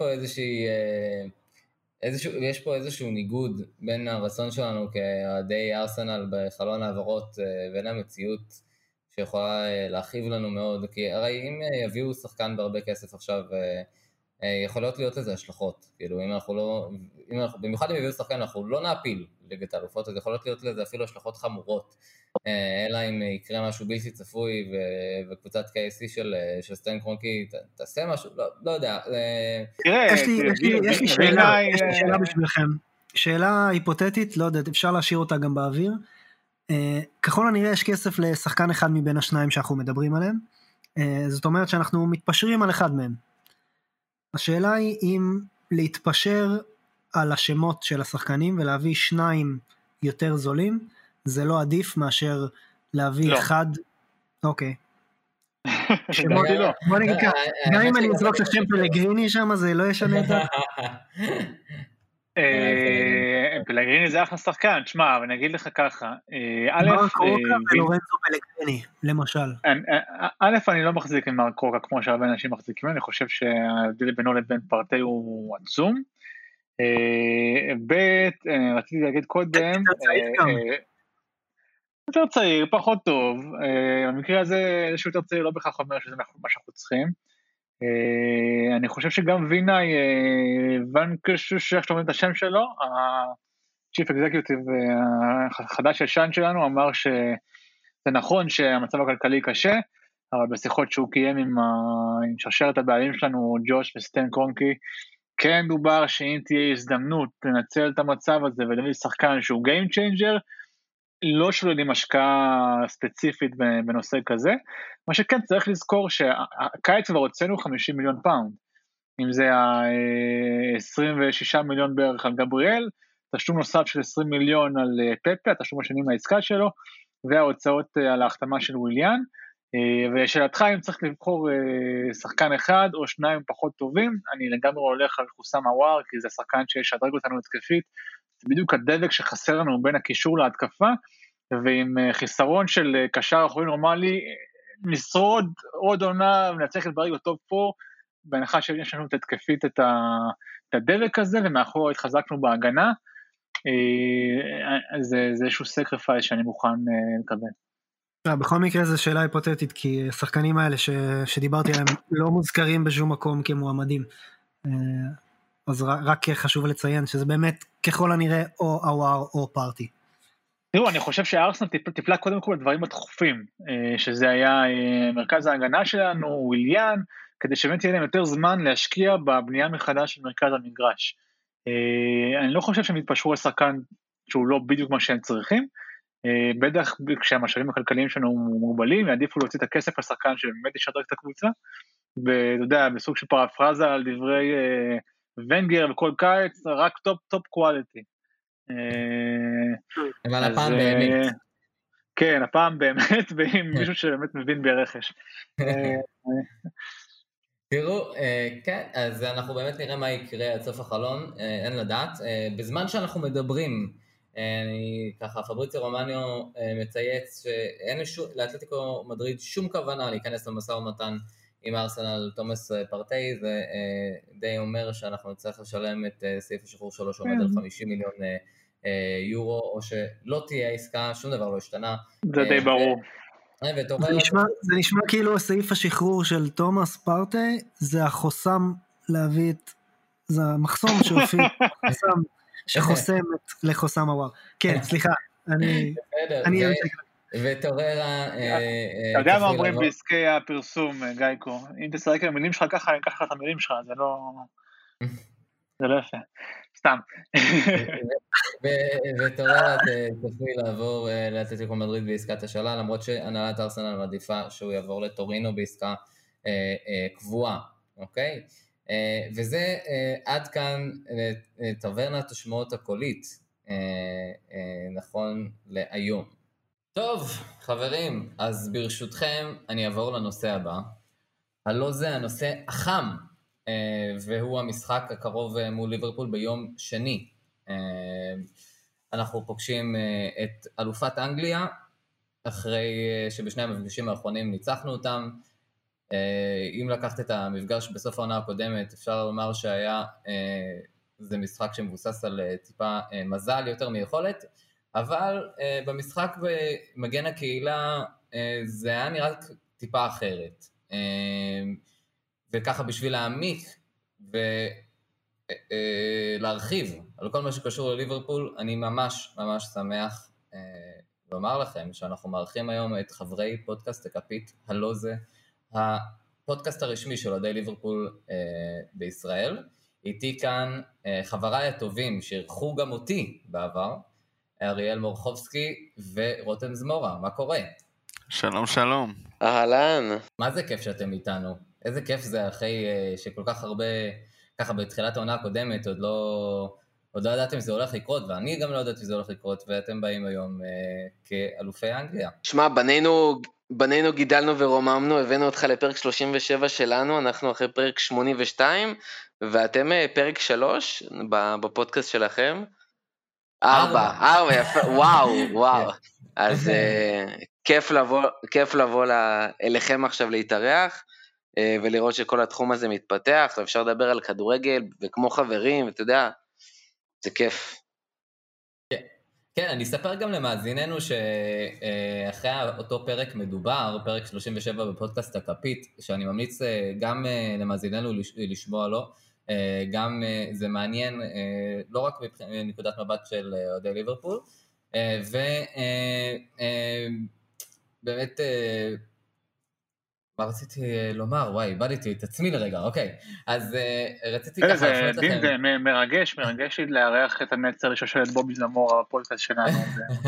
פה איזשהו ניגוד בין הרצון שלנו כעדי ארסנל בחלון העברות בין המציאות שיכולה להרחיב לנו מאוד, כי הרי אם יביאו שחקן בהרבה כסף עכשיו, יכולות להיות לזה השלכות, כאילו אם אנחנו לא, במיוחד אם יביאו שחקן אנחנו לא נעפיל ליגת האלופות, אז יכולות להיות לזה אפילו השלכות חמורות, אלא אם יקרה משהו בלתי צפוי, וקבוצת KSC של סטן קרונקי תעשה משהו, לא יודע. יש לי שאלה בשבילכם, שאלה היפותטית, לא יודעת, אפשר להשאיר אותה גם באוויר, ככל הנראה יש כסף לשחקן אחד מבין השניים שאנחנו מדברים עליהם, זאת אומרת שאנחנו מתפשרים על אחד מהם. השאלה היא אם להתפשר על השמות של השחקנים ולהביא שניים יותר זולים, זה לא עדיף מאשר להביא אחד, אוקיי. בוא נגיד ככה, גם אם אני אזרוק את השם פלגריני שם, זה לא ישנה את זה. פלגריני זה אחלה שחקן, תשמע, אבל אני אגיד לך ככה, מרק רוקה ולורנזו פלגריני, למשל. אני לא מחזיק עם מרק רוקה כמו שהרבה אנשים מחזיקים, אני חושב שההבדל בינו לבין פרטי הוא עצום. רציתי להגיד קודם, יותר צעיר, פחות טוב, במקרה הזה איזשהו יותר צעיר לא בכך אומר שזה מה שאנחנו צריכים. אני חושב שגם וינאי, ונקשוש, איך שאומרים את השם שלו, ה-Chief Executive החדש ישן שלנו, אמר שזה נכון שהמצב הכלכלי קשה, אבל בשיחות שהוא קיים עם שרשרת הבעלים שלנו, ג'וש וסטן קרונקי, כן דובר שאם תהיה הזדמנות לנצל את המצב הזה ולהביא שחקן שהוא Game Changer, לא שוללים השקעה ספציפית בנושא כזה, מה שכן צריך לזכור שהקיץ כבר הוצאנו 50 מיליון פאונד, אם זה ה-26 מיליון בערך על גבריאל, תשלום נוסף של 20 מיליון על פפה, התשלום השני מהעסקה שלו, וההוצאות על ההחתמה של וויליאן, ושאלתך אם צריך לבחור שחקן אחד או שניים פחות טובים, אני לגמרי הולך על חוסם אוואר, כי זה שחקן שישדרג אותנו התקפית, זה בדיוק הדבק שחסר לנו בין הקישור להתקפה, ועם חיסרון של קשר אחורי נורמלי, נשרוד עוד עונה ונצליח להתברג בטופ 4, בהנחה שיש לנו את התקפית את הדבק הזה, ומאחור התחזקנו בהגנה, זה איזשהו סקריפייס שאני מוכן לקבל. בכל מקרה זו שאלה היפותטית, כי השחקנים האלה שדיברתי עליהם לא מוזכרים בשום מקום כמועמדים. אז רק חשוב לציין שזה באמת ככל הנראה או אוואר או פארטי. תראו, אני חושב שהארסנל טיפלה קודם כל בדברים הדחופים, שזה היה מרכז ההגנה שלנו, וויליאן, כדי שבאמת יהיה להם יותר זמן להשקיע בבנייה מחדש של מרכז המגרש. אני לא חושב שהם יתפשרו על שחקן שהוא לא בדיוק מה שהם צריכים, בטח כשהמשאבים הכלכליים שלנו מוגבלים, יעדיפו להוציא את הכסף לשחקן שבאמת ישדרג את הקבוצה, ואתה יודע, בסוג של פרפרזה על דברי ונגר וכל קיץ, רק טופ קואליטי. אבל הפעם באמת. כן, הפעם באמת, ועם מישהו שבאמת מבין ברכש. תראו, כן, אז אנחנו באמת נראה מה יקרה עד סוף החלון, אין לדעת. בזמן שאנחנו מדברים, ככה, פבריציו רומניו מצייץ שאין לאתלטיקו מדריד שום כוונה להיכנס למשא ומתן עם ארסנל תומאס פרטי, זה די אומר שאנחנו נצטרך לשלם את סעיף השחרור שלו שעומד על 50 מיליון יורו, או שלא תהיה עסקה, שום דבר לא השתנה. זה די ברור. זה נשמע כאילו הסעיף השחרור של תומאס פרטי, זה החוסם להביא את, זה המחסום שהופיע, שחוסם לחוסם הוואר. כן, סליחה, אני... וטוררה... אתה יודע מה אומרים בעסקי הפרסום, גייקו? אם תסרק על המילים שלך ככה, אני אקח לך את המילים שלך, זה לא יפה. סתם. וטוררה תוכלי לעבור לאתלטיקו מדריד בעסקת השאלה, למרות שהנהלת ארסנל מעדיפה שהוא יעבור לטורינו בעסקה קבועה, אוקיי? וזה עד כאן טברנת השמועות הקולית, נכון להיום. טוב, חברים, אז ברשותכם אני אעבור לנושא הבא. הלא זה הנושא החם, והוא המשחק הקרוב מול ליברפול ביום שני. אנחנו פוגשים את אלופת אנגליה, אחרי שבשני המפגשים האחרונים ניצחנו אותם. אם לקחת את המפגש בסוף העונה הקודמת, אפשר לומר שהיה, זה משחק שמבוסס על טיפה מזל יותר מיכולת, אבל במשחק במגן הקהילה זה היה נראה טיפה אחרת. וככה בשביל להעמיק ולהרחיב על כל מה שקשור לליברפול, אני ממש ממש שמח לומר לכם שאנחנו מארחים היום את חברי פודקאסט הכפית, הלא זה, הפודקאסט הרשמי של אוהדי ליברפול בישראל. איתי כאן חבריי הטובים שאירחו גם אותי בעבר, אריאל מורחובסקי ורותם זמורה. מה קורה? שלום שלום. אהלן. מה זה כיף שאתם איתנו? איזה כיף זה אחרי שכל כך הרבה, ככה בתחילת העונה הקודמת, עוד לא ידעתם שזה הולך לקרות, ואני גם לא ידעתי שזה הולך לקרות, ואתם באים היום כאלופי אנגליה. שמע, בנינו גידלנו ורוממנו, הבאנו אותך לפרק 37 שלנו, אנחנו אחרי פרק 82, ואתם פרק 3 בפודקאסט שלכם. 4, יפה, וואו. אז כיף לבוא אליכם עכשיו להתארח, ולראות שכל התחום הזה מתפתח, ואפשר לדבר על כדורגל, וכמו חברים, ואתה יודע, זה כיף. כן, אני אספר גם למאזיננו שאחרי אותו פרק מדובר, פרק 37 בפודקאסט הכפית, שאני ממליץ גם למאזיננו לשמוע לו, גם זה מעניין, לא רק מנקודת מבט של אוהדי ליברפול, ובאמת, מה רציתי לומר? וואי, איבדתי את עצמי לרגע, אוקיי. אז רציתי ככה לפנות לכם. זה מרגש לי לארח את הנצר לשושלת בובי זמורה בפודקאסט שלנו.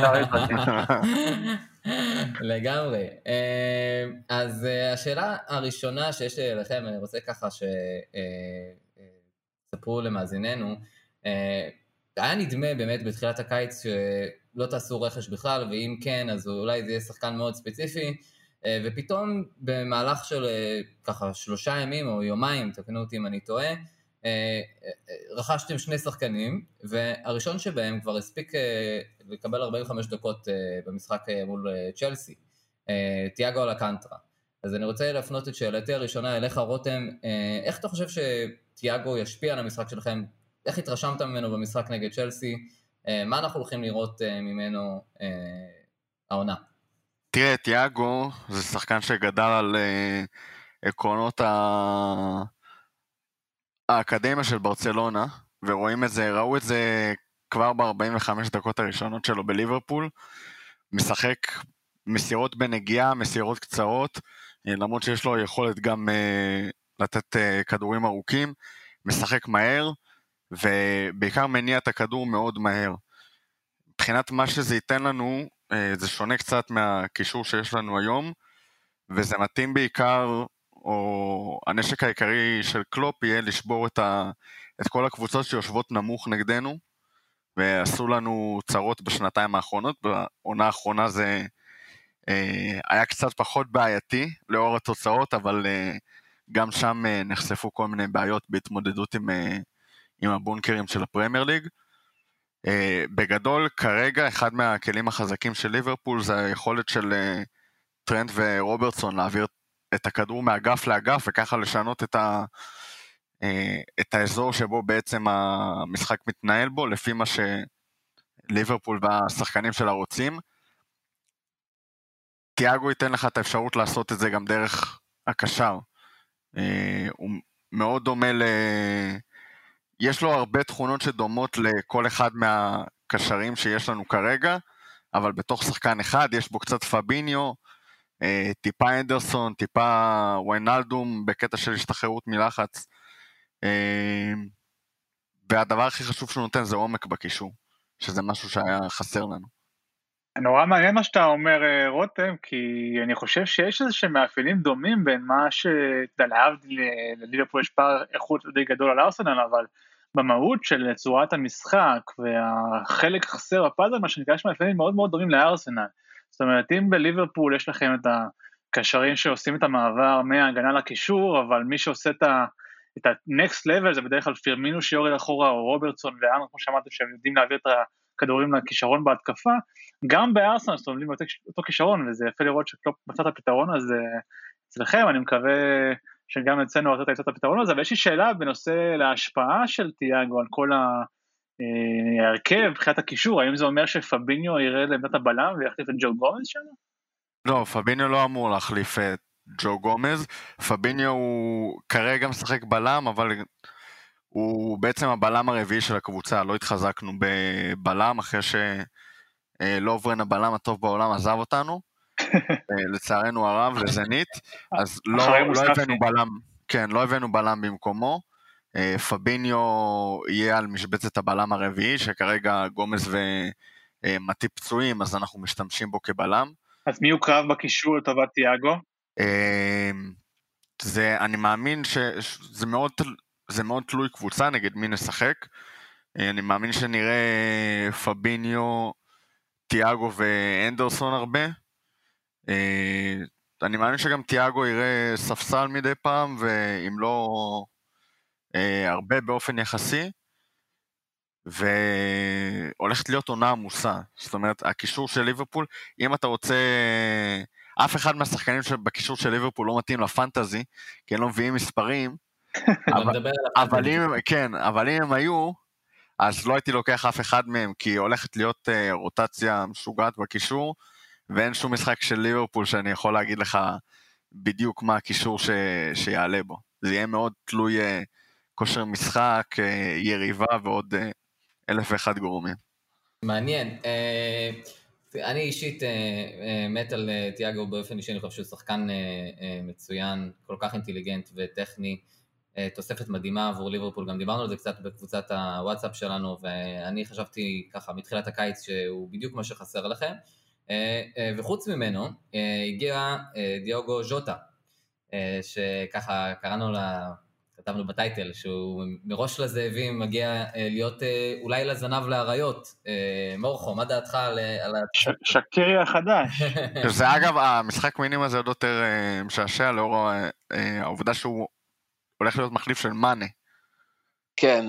לגמרי. אז השאלה הראשונה שיש לי לכם, אני רוצה ככה שספרו למאזיננו, היה נדמה באמת בתחילת הקיץ שלא תעשו רכש בכלל, ואם כן, אז אולי זה יהיה שחקן מאוד ספציפי, ופתאום במהלך של ככה 3 ימים או יומיים, תקנו אותי אם אני טועה, רכשתם 2 שחקנים, והראשון שבהם כבר הספיק לקבל 45 דקות במשחק מול צ'לסי, תיאגו אלקנטרה. אז אני רוצה להפנות את שאלתי הראשונה אליך, רותם, איך אתה חושב שתיאגו ישפיע על המשחק שלכם? איך התרשמת ממנו במשחק נגד צ'לסי? מה אנחנו הולכים לראות ממנו העונה? תראה, תיאגו זה שחקן שגדל על עקרונות האקדמיה של ברצלונה, ורואים את זה, ראו את זה כבר ב-45 דקות הראשונות שלו בליברפול, משחק מסירות בנגיעה, מסירות קצרות, למרות שיש לו יכולת גם לתת כדורים ארוכים, משחק מהר, ובעיקר מניע את הכדור מאוד מהר. מבחינת מה שזה ייתן לנו, זה שונה קצת מהקישור שיש לנו היום, וזה מתאים בעיקר, או הנשק העיקרי של קלופ יהיה לשבור את כל הקבוצות שיושבות נמוך נגדנו, ועשו לנו צרות בשנתיים האחרונות. בעונה האחרונה זה היה קצת פחות בעייתי לאור התוצאות, אבל גם שם נחשפו כל מיני בעיות בהתמודדות עם הבונקרים של הפרמייר ליג. בגדול, כרגע אחד מהכלים החזקים של ליברפול זה היכולת של טרנט ורוברטסון להעביר את הכדור מאגף לאגף, וככה לשנות את האזור שבו בעצם המשחק מתנהל בו, לפי מה שליברפול והשחקנים שלה רוצים. תיאגו ייתן לך את האפשרות לעשות את זה גם דרך הקשר. הוא מאוד דומה יש לו הרבה תכונות שדומות לכל אחד מהקשרים שיש לנו כרגע, אבל בתוך שחקן אחד יש בו קצת פאביניו, טיפה אנדרסון, טיפה וויינלדום, בקטע של השתחררות מלחץ, והדבר הכי חשוב שהוא נותן זה עומק בקישור, שזה משהו שהיה חסר לנו. נורא מעניין מה שאתה אומר, רותם, כי אני חושב שיש איזה שהם מאפיינים דומים בין מה להבדיל לליברפול יש פער איכות די גדול על ארסנל, אבל במהות של צורת המשחק והחלק חסר בפאזל, מה שנקרא, יש מאפיינים מאוד מאוד דומים לארסנל. זאת אומרת, אם בליברפול יש לכם את הקשרים שעושים את המעבר מההגנה לקישור, אבל מי שעושה את ה-next level זה בדרך כלל פירמינו שיורד אחורה, או רוברטסון ואן, כמו שאמרתם, שהם יודעים להעביר את הכדורים לכישרון בהתקפה, גם בארסנל סובלים אותו כישרון, וזה יפה לראות שקלופ מצא את הפתרון הזה אצלכם. אני מקווה שגם אצלנו רצית למצוא את הפתרון הזה, אבל יש לי שאלה בנושא להשפעה של תיאגו על כל ההרכב, בחיית הקישור, האם זה אומר שפאביניו יראה לעמדת הבלם ויחליף את ג'ו גומז שם? לא, פאביניו לא אמור להחליף את ג'ו גומז, פאביניו הוא כרגע משחק בלם, אבל הוא בעצם הבלם הרביעי של הקבוצה, לא התחזקנו בבלם, אחרי שלא עוברן הבלם הטוב בעולם עזב אותנו, לצערנו הרב, לזנית, אז לא הבאנו בלם במקומו, פאביניו יהיה על משבצת הבלם הרביעי, שכרגע גומז ומטיפ פצועים, אז אנחנו משתמשים בו כבלם. אז מי הוא קרב בקישור לטובת תיאגו? אני מאמין שזה מאוד תלוי קבוצה, נגד מי נשחק. אני מאמין שנראה פאביניו, תיאגו ואנדרסון הרבה. אני מאמין שגם תיאגו יראה ספסל מדי פעם, ואם לא הרבה באופן יחסי, והולכת להיות עונה עמוסה. זאת אומרת, הקישור של ליברפול, אם אתה רוצה, אף אחד מהשחקנים בקישור של ליברפול לא מתאים לפנטזי, כי הם לא מביאים מספרים, אבל אם הם היו, אז לא הייתי לוקח אף אחד מהם, כי הולכת להיות רוטציה משוגעת בקישור, ואין שום משחק של ליברפול שאני יכול להגיד לך בדיוק מה הקישור שיעלה בו. זה יהיה מאוד תלוי כושר משחק, יריבה ועוד 1,001 גורמים. מעניין. אני אישית מת על תיאגו באופן אישי, אני חושב שהוא שחקן מצוין, כל כך אינטליגנט וטכני, תוספת מדהימה עבור ליברפול, גם דיברנו על זה קצת בקבוצת הוואטסאפ שלנו, ואני חשבתי ככה מתחילת הקיץ שהוא בדיוק מה שחסר לכם, וחוץ ממנו הגיע דיוגו ז'וטה, שככה כתבנו בטייטל, שהוא מראש לזאבים מגיע להיות אולי לזנב לאריות. מורחו, מה דעתך על שקירי החדש? זה אגב, המשחק מינים הזה עוד יותר משעשע לאור העובדה שהוא הולך להיות מחליף של מאנה. כן.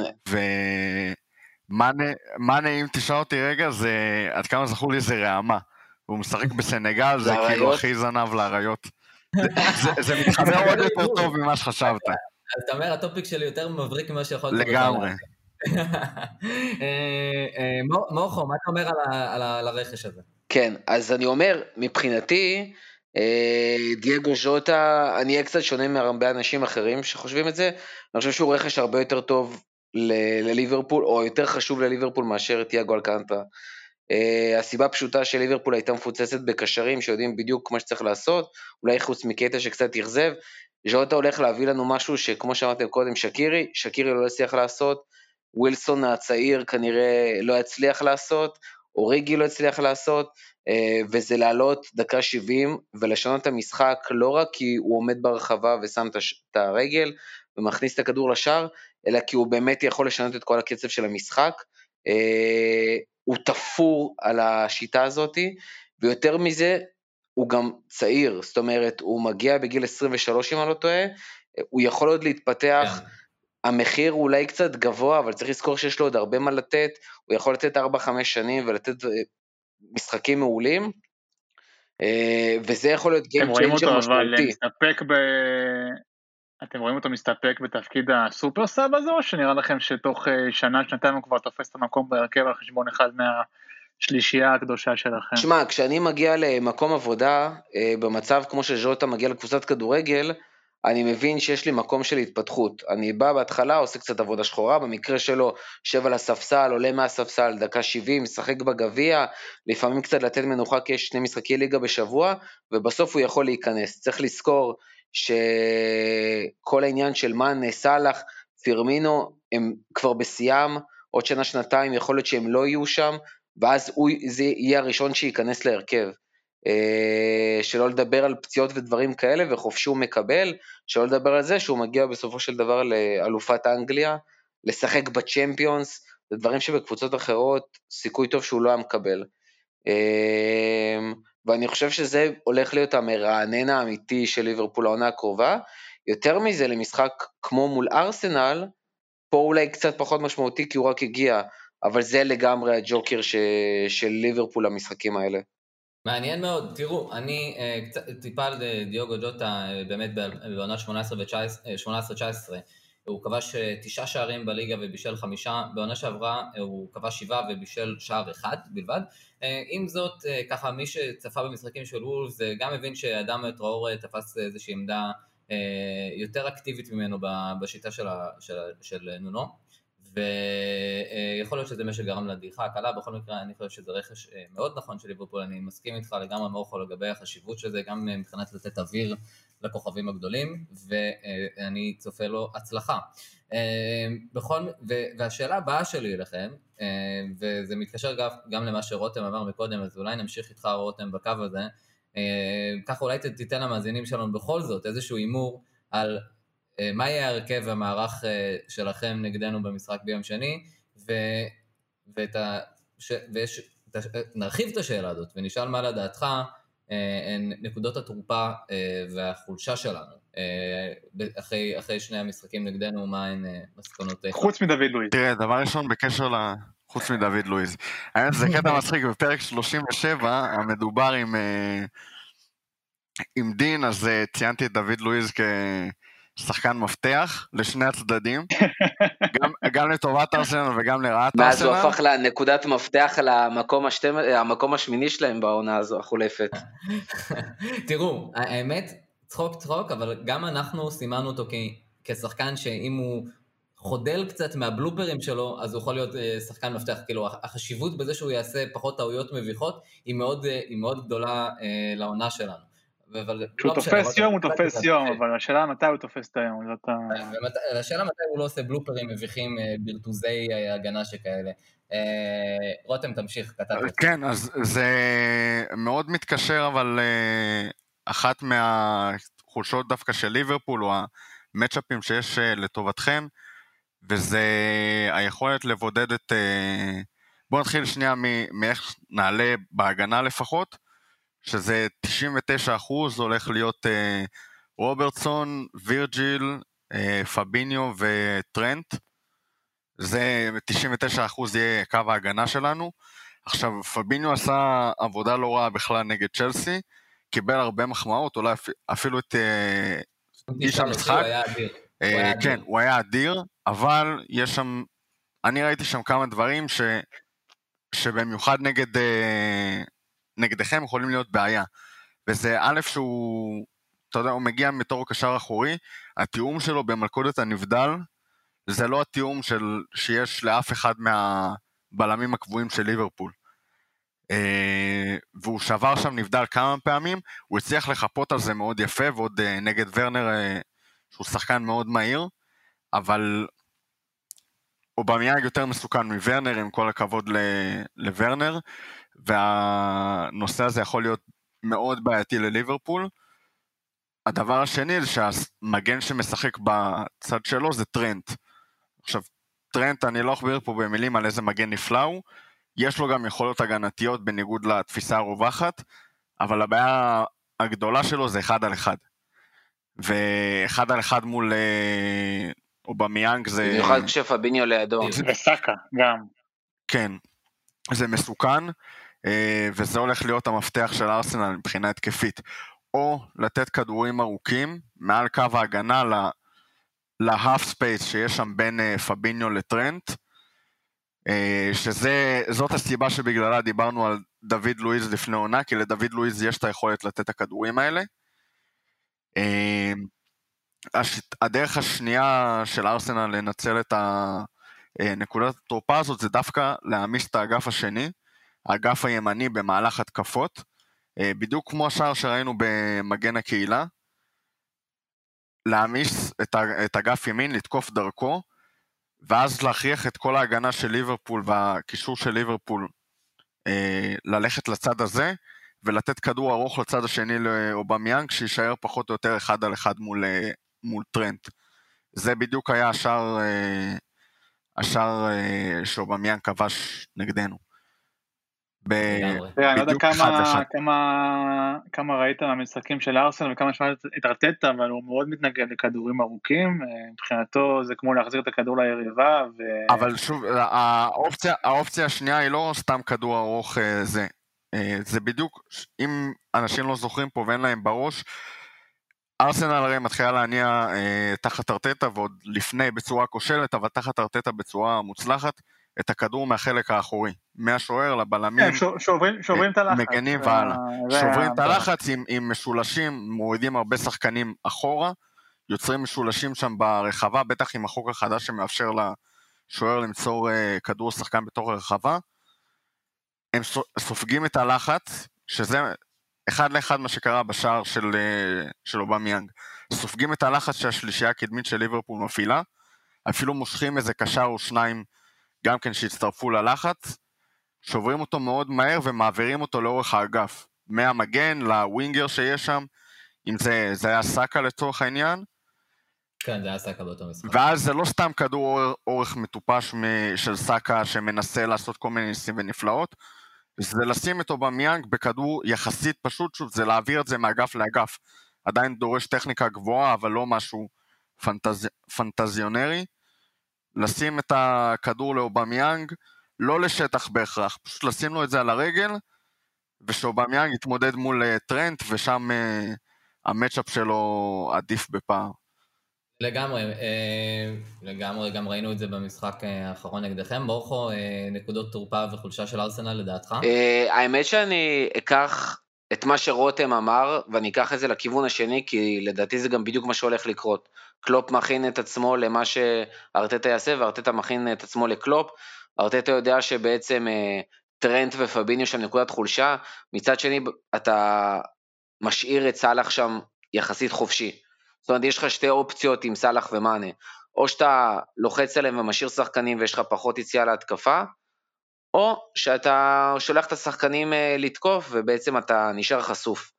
ומאנה, אם תשאל אותי רגע, עד כמה זכור לי זה רעמה. הוא משחק בסנגל, זה כאילו הכי זנב לאריות. זה מתחבר עוד יותר טוב ממה שחשבת. אז אתה אומר, הטופיק שלי יותר מבריק ממה שיכול להיות. לגמרי. מורחו, מה אתה אומר על הרכש הזה? כן, אז אני אומר, מבחינתי, דייגו ז'וטה, אני אהיה קצת שונה מהרבה אנשים אחרים שחושבים את זה, אני חושב שהוא רכש הרבה יותר טוב לליברפול, או יותר חשוב לליברפול מאשר תיאגו אלקנטרה. הסיבה פשוטה של ליברפול הייתה מפוצצת בקשרים שיודעים בדיוק מה שצריך לעשות, אולי חוץ מקטע שקצת יחזב, ז'וטה הולך להביא לנו משהו שכמו שאמרתם קודם, שקירי לא הצליח לעשות, ווילסון הצעיר כנראה לא יצליח לעשות, אוריגי לא הצליח לעשות, וזה לעלות דקה 70 ולשנות את המשחק, לא רק כי הוא עומד ברחבה ושם את הרגל ומכניס את הכדור לשער, אלא כי הוא באמת יכול לשנות את כל הקצב של המשחק, הוא תפור על השיטה הזאת, ויותר מזה, הוא גם צעיר, זאת אומרת, הוא מגיע בגיל 23 אם אני לא טועה, הוא יכול עוד להתפתח, המחיר הוא אולי קצת גבוה, אבל צריך לזכור שיש לו עוד הרבה מה לתת, הוא יכול לתת 4-5 שנים ולתת משחקים מעולים, וזה יכול להיות game changer משמעותי. אתם רואים אותו מסתפק בתפקיד הסופר סאב הזה, או שנראה לכם שתוך שנה, שנתיים הוא כבר תופס את המקום בהרכב על חשבון אחד מהשלישייה הקדושה שלכם? תשמע, כשאני מגיע למקום עבודה, במצב כמו שז'וטה מגיע לקבוצת כדורגל, אני מבין שיש לי מקום של התפתחות. אני בא בהתחלה, עושה קצת עבודה שחורה, במקרה שלו, שב על הספסל, עולה מהספסל, דקה 70, משחק בגביע, לפעמים קצת לתת מנוחה, כי יש 2 משחקי ליגה בשבוע, ובסוף הוא יכול להיכנס. צריך לזכור שכל העניין של מאנה, סלאח, פירמינו, הם כבר בסיים, עוד שנה, שנתיים, יכול להיות שהם לא יהיו שם, ואז זה יהיה הראשון שייכנס להרכב. שלא לדבר על פציעות ודברים כאלה, וחופשי הוא מקבל, שלא לדבר על זה שהוא מגיע בסופו של דבר לאלופת אנגליה, לשחק בצ'מפיונס, זה דברים שבקבוצות אחרות סיכוי טוב שהוא לא היה מקבל. ואני חושב שזה הולך להיות המרענן האמיתי של ליברפול העונה הקרובה, יותר מזה למשחק כמו מול ארסנל, פה אולי קצת פחות משמעותי כי הוא רק הגיע, אבל זה לגמרי הג'וקר של ליברפול למשחקים האלה. מעניין מאוד, תראו, אני טיפה על דיוגו ג'וטה באמת בעונת 18-19, הוא כבש 9 שערים בליגה ובישל 5, בעונה שעברה הוא כבש 7 ובישל שער 1 בלבד, עם זאת ככה מי שצפה במשחקים של וולפס גם מבין שאדם טראור תפס איזושהי עמדה יותר אקטיבית ממנו בשיטה של נונו, ויכול להיות שזה מה שגרם לדעיכה הקלה, בכל מקרה אני חושב שזה רכש מאוד נכון של ליברפול, אני מסכים איתך לגמרי מורחו לגבי החשיבות של זה, גם מבחינת לתת אוויר לכוכבים הגדולים, ואני צופה לו הצלחה. והשאלה הבאה שלי לכם, וזה מתקשר גם למה שרותם אמר מקודם, אז אולי נמשיך איתך רותם בקו הזה, ככה אולי תיתן למאזינים שלנו בכל זאת איזשהו אימור על מה יהיה ההרכב והמערך שלכם נגדנו במשחק ביום שני, נרחיב את השאלה הזאת ונשאל מה לדעתך נקודות התורפה והחולשה שלנו אחרי שני המשחקים נגדנו, מה הן מסקנותיך? חוץ מדוד לואיז. תראה, דבר ראשון בקשר חוץ מדוד לואיז, זה קטע מצחיק, בפרק 37 המדובר עם דין, אז ציינתי את דוד לואיז שחקן מפתח לשני הצדדים, גם לטובת ארסנל וגם לרעת ארסנל. ואז הוא הפך לנקודת מפתח על המקום השמיני שלהם בעונה הזו, החולפת. תראו, האמת, צחוק, אבל גם אנחנו סימנו אותו כשחקן שאם הוא חודל קצת מהבלופרים שלו, אז הוא יכול להיות שחקן מפתח, כאילו החשיבות בזה שהוא יעשה פחות טעויות מביכות, היא מאוד גדולה לעונה שלנו. כשהוא תופס יום, הוא תופס יום, אבל השאלה מתי הוא תופס את היום. השאלה מתי הוא לא עושה בלופרים מביכים ברטוזי הגנה שכאלה. רותם, תמשיך, כתבת. כן, אז זה מאוד מתקשר, אבל אחת מהחולשות דווקא של ליברפול, הוא המצ'אפים שיש לטובתכם, וזה היכולת לבודד את... בואו נתחיל שנייה מאיך נעלה בהגנה לפחות, שזה 99% הולך להיות רוברטסון, וירג'יל, פביניו וטרנט, זה 99% יהיה קו ההגנה שלנו. עכשיו, פביניו עשה עבודה לא רעה בכלל נגד צ'לסי, קיבל הרבה מחמאות, אולי אפילו את איש המשחק. כן, הוא היה אדיר, אבל יש שם, נגדכם יכולים להיות בעיה. וזה א' שהוא, אתה יודע, הוא מגיע מתור קשר אחורי, התיאום שלו במלכודת הנבדל, זה לא התיאום שיש לאף אחד מהבלמים הקבועים של ליברפול. והוא שבר שם נבדל כמה פעמים, הוא הצליח לחפות על זה מאוד יפה, ועוד נגד ורנר, שהוא שחקן מאוד מהיר, אבל אובמיאנג יותר מסוכן מוורנר, עם כל הכבוד לוורנר, והנושא הזה יכול להיות מאוד בעייתי לליברפול. הדבר השני זה שהמגן שמשחק בצד שלו זה טרנט. עכשיו, טרנט, אני לא אכביר פה במילים על איזה מגן נפלא הוא, יש לו גם יכולות הגנתיות בניגוד לתפיסה הרווחת, אבל הבעיה הגדולה שלו זה 1 על 1. ו1 על 1 מול אובמיאנג זה... במיוחד כשפביניו לידו. וסאקה גם. כן, זה מסוכן, וזה הולך להיות המפתח של ארסנל מבחינה התקפית. או לתת כדורים ארוכים מעל קו ההגנה להאף ספייס שיש שם בין פביניו לטרנט, שזאת הסיבה שבגללה דיברנו על דוד לואיז לפני עונה, כי לדוד לואיז יש את היכולת לתת את הכדורים האלה. הדרך השנייה של ארסנל לנצל את נקודת התורפה הזאת, זה דווקא להעמיס את האגף השני, האגף הימני במהלך התקפות, בדיוק כמו השאר שראינו במגן הקהילה, להעמיס את אגף ימין, לתקוף דרכו, ואז להכריח את כל ההגנה של ליברפול והקישור של ליברפול ללכת לצד הזה, ולתת כדור ארוך לצד השני לאובמיאנג, שישאר פחות או יותר 1 על 1 מול טרנט. זה בדיוק היה השאר שאובמיאנג כבש נגדנו. אני לא יודע כמה ראית מהמשחקים של ארסנל וכמה שמעת את ארטטה, אבל הוא מאוד מתנגד לכדורים ארוכים, מבחינתו זה כמו להחזיר את הכדור ליריבה. אבל שוב, האופציה השנייה היא לא סתם כדור ארוך, זה בדיוק, אם אנשים לא זוכרים פה ואין להם בראש, ארסנל הרי מתחילה להניע תחת ארטטה, ועוד לפני בצורה כושלת, אבל תחת ארטטה בצורה מוצלחת, את הכדור מהחלק האחורי, מהשוער לבלמים, שוברים את הלחץ, מגנים והלאה, שוברים את הלחץ עם משולשים, מורידים הרבה שחקנים אחורה, יוצרים משולשים שם ברחבה, בטח עם החוק החדש שמאפשר לשוער למצוא כדור שחקן בתוך הרחבה, הם סופגים את הלחץ, שזה 1 ל-1 מה שקרה בשער של אובמיאנג, סופגים את הלחץ שהשלישייה הקדמית של ליברפול מפעילה, אפילו מושכים איזה קשר או שניים, גם כן שהצטרפו ללחץ, שוברים אותו מאוד מהר ומעבירים אותו לאורך האגף, מהמגן לווינגר שיש שם, אם זה היה סאקה לצורך העניין. כן, זה היה סאקה באותו משחק. ואז זה לא סתם כדור אורך מטופש של סאקה שמנסה לעשות כל מיני ניסים ונפלאות, זה לשים את אובמיאנג בכדור יחסית פשוט, שוב, זה להעביר את זה מאגף לאגף, עדיין דורש טכניקה גבוהה, אבל לא משהו פנטזיונרי, לשים את הכדור לאובמיאנג, לא לשטח בהכרח, פשוט לשים לו את זה על הרגל, ושאובמיאנג יתמודד מול טרנט, ושם המצ'אפ שלו עדיף בפער. לגמרי, גם ראינו את זה במשחק האחרון נגדכם. בורכו, נקודות תורפה וחולשה של ארסנל לדעתך? האמת שאני אקח את מה שרותם אמר, ואני אקח את זה לכיוון השני, כי לדעתי זה גם בדיוק מה שהולך לקרות. קלופ מכין את עצמו למה שארטטה יעשה, וארטטה מכין את עצמו לקלופ. ארטטה יודע שבעצם טרנט ופביניו שם נקודת חולשה, מצד שני אתה משאיר את סלאח שם יחסית חופשי. זאת אומרת, יש לך שתי אופציות עם סלאח ומאנה, או שאתה לוחץ עליהם ומשאיר שחקנים ויש לך פחות יציאה להתקפה, או שאתה שולח את השחקנים לתקוף ובעצם אתה נשאר חשוף.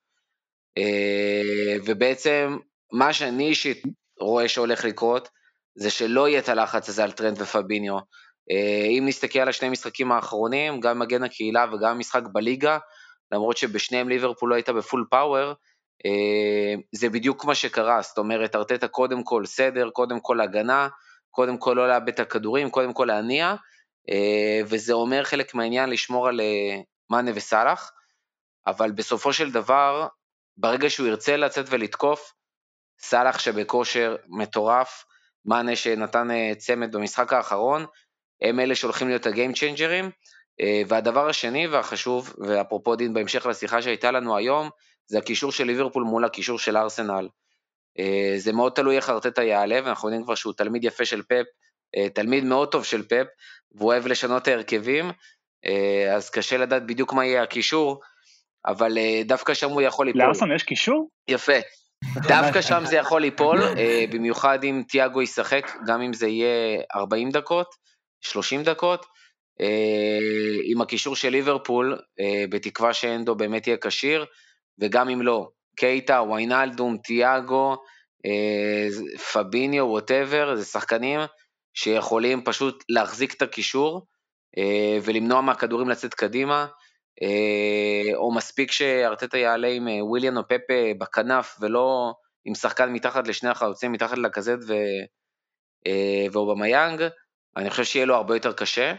ובעצם מה שאני אישית רואה שהולך לקרות, זה שלא יהיה את הלחץ הזה על טרנט ופביניו. אם נסתכל על השני משחקים האחרונים, גם מגן הקהילה וגם משחק בליגה, למרות שבשניהם ליברפול לא הייתה בפול פאוור, זה בדיוק מה שקרה, זאת אומרת, ארטטה קודם כל סדר, קודם כל הגנה, קודם כל לא לאבד את הכדורים, קודם כל להניע, וזה אומר חלק מהעניין לשמור על מאנה וסלאח, אבל בסופו של דבר, ברגע שהוא ירצה לצאת ולתקוף, סלאח שבכושר מטורף, מאנה שנתן צמד במשחק האחרון, הם אלה שהולכים להיות הגיים צ'יינג'רים, והדבר השני והחשוב, ואפרופו דין בהמשך לשיחה שהייתה לנו היום, זה הקישור של ליברפול מול הקישור של ארסנל. זה מאוד תלוי איך ארטטה יעלה, ואנחנו יודעים כבר שהוא תלמיד יפה של פפ, תלמיד מאוד טוב של פפ, והוא אוהב לשנות ההרכבים, אז קשה לדעת בדיוק מה יהיה הקישור, אבל דווקא שם הוא יכול ליפול. לארסנל יש קישור? יפה. דווקא שם זה יכול ליפול, במיוחד אם תיאגו ישחק, גם אם זה יהיה 40 דקות, 30 דקות, עם הקישור של ליברפול, בתקווה שאנדו באמת יהיה קשיר, וגם אם לא, קייטה, ויינלדום, תיאגו, פביניו, whatever, זה שחקנים שיכולים פשוט להחזיק את הקישור, ולמנוע מהכדורים לצאת קדימה, או מספיק שארטטה יעלה עם וויליאן או פפה בכנף, ולא עם שחקן מתחת לשני החלוצים, מתחת לקזט ואובמיאנג, אני חושב שיהיה לו הרבה יותר קשה.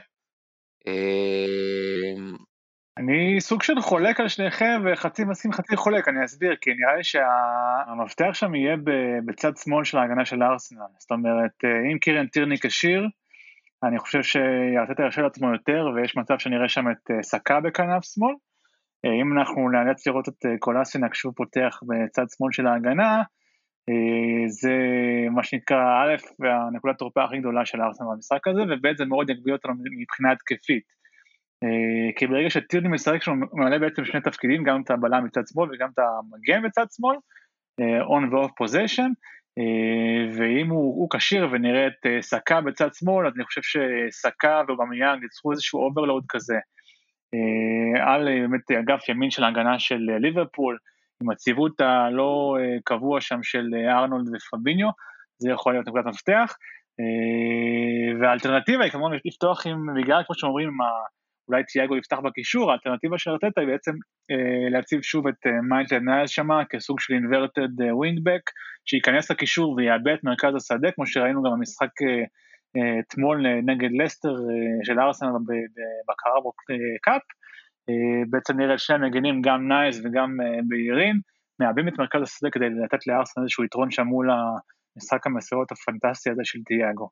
אני סוג של חולק על שניכם, וחצי מסכים חצי חולק, אני אסביר, כי נראה לי שהמפתח שם יהיה בצד שמאל של ההגנה של ארסנל, זאת אומרת, אם קירן טירני כשיר, אני חושב שארטטה ירשה לעצמו יותר, ויש מצב שנראה שם את סקה בכנף שמאל, אם אנחנו נאלץ לראות את קולאסין כשהוא פותח בצד שמאל של ההגנה, זה מה שנקרא א', והנקודת תורפה הכי גדולה של ארסנל במשחק הזה, וב' זה מאוד יגביר אותנו מבחינה התקפית, כי ברגע שטירני משחק שהוא מעלה בעצם שני תפקידים, גם את הבלם מצד שמאל וגם את המגן מצד שמאל, on ו-off possession, ואם הוא קשיר ונראה את סקה בצד שמאל, אז אני חושב שסקה ואובמיאנג יצרו איזשהו אוברלואוד כזה, על באמת אגף ימין של ההגנה של ליברפול, עם הציוות הלא קבוע שם של ארנולד ופביניו, זה יכול להיות נקודת מפתח, והאלטרנטיבה היא כמובן לפתוח עם בגלל, כמו שאומרים, אולי תיאגו יפתח בקישור, האלטרנטיבה של ארטטה היא בעצם להציב שוב את מיילטד ניילס שמה, כסוג של inverted wingback, שייכנס לקישור ויעבה את מרכז השדה, כמו שראינו גם במשחק אתמול נגד לסטר של ארסנל בקראבו קאפ, בעצם נראה את שני המגנים, גם ניילס וגם בהירים, מעבים את מרכז השדה כדי לתת לארסנל איזשהו יתרון שם מול המשחק המסירות הפנטסטי הזה של תיאגו.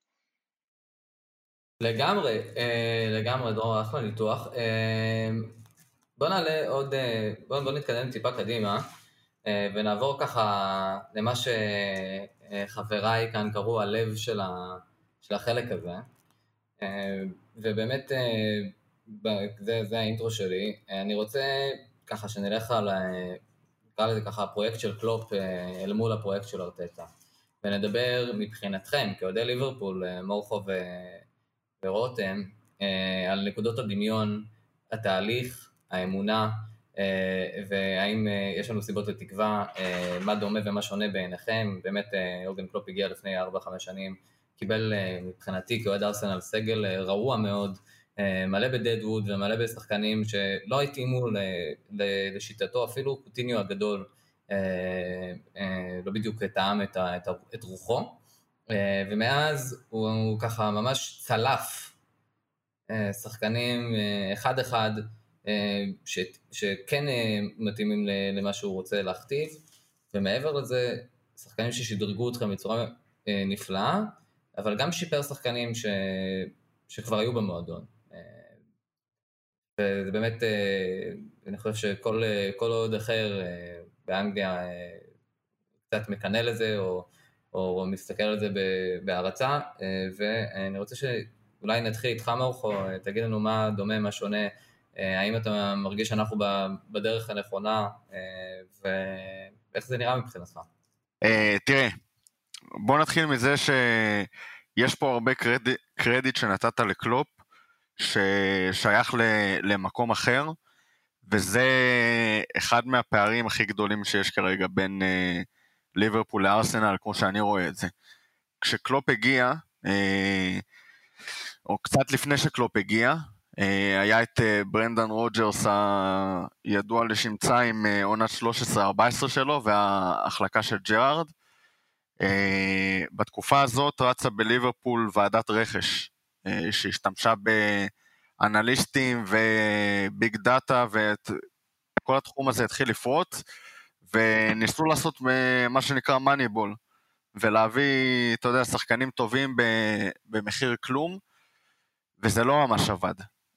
לגמרי, דרור, אחלה ניתוח. בוא נעלה עוד, בוא נתקדם טיפה קדימה, ונעבור ככה למה שחבריי כאן קראו הלב של החלק הזה, ובאמת זה האינטרו שלי. אני רוצה ככה שנלך על, נקרא לזה ככה, הפרויקט של קלופ אל מול הפרויקט של ארטטה, ונדבר מבחינתכם, כאוהדי ליברפול, מורחו ורותם, על נקודות הדמיון, התהליך, האמונה, והאם יש לנו סיבות לתקווה, מה דומה ומה שונה בעיניכם. באמת יורגן קלופ הגיע לפני 4-5 שנים, קיבל מבחינתי כאוהד ארסנל סגל רעוע מאוד, מלא בדדווד ומלא בשחקנים שלא התאימו לשיטתו, אפילו קוטיניו הגדול לא בדיוק טעם את רוחו, ומאז הוא ככה ממש צלף שחקנים אחד-אחד שכן מתאימים למה שהוא רוצה להכתיב, ומעבר לזה שחקנים ששדרגו אתכם בצורה נפלאה, אבל גם שיפר שחקנים שכבר היו במועדון. וזה באמת, אני חושב שכל עוד אחר באנגליה קצת מקנה לזה, או מסתכל על זה בהרצה, ואני רוצה שאולי נתחיל איתך מורחו, תגיד לנו מה דומה, מה שונה, האם אתה מרגיש שאנחנו בדרך הנכונה, ואיך זה נראה מבחינתך? תראה, בוא נתחיל מזה שיש פה הרבה קרדיט שנתת לקלופ, ששייך למקום אחר, וזה אחד מהפערים הכי גדולים שיש כרגע בין ליברפול לארסנל, כמו שאני רואה את זה. כשקלופ הגיע, או קצת לפני שקלופ הגיע, היה את ברנדן רוג'רס הידוע לשמצה עם עונת 13-14 שלו, וההחלקה של ג'רארד. בתקופה הזאת רצה בליברפול ועדת רכש, שהשתמשה באנליסטים וביג דאטה, וכל התחום הזה התחיל לפרוץ, וניסו לעשות מה שנקרא מאניבול, ולהביא, אתה יודע, שחקנים טובים במחיר כלום, וזה לא ממש עבד.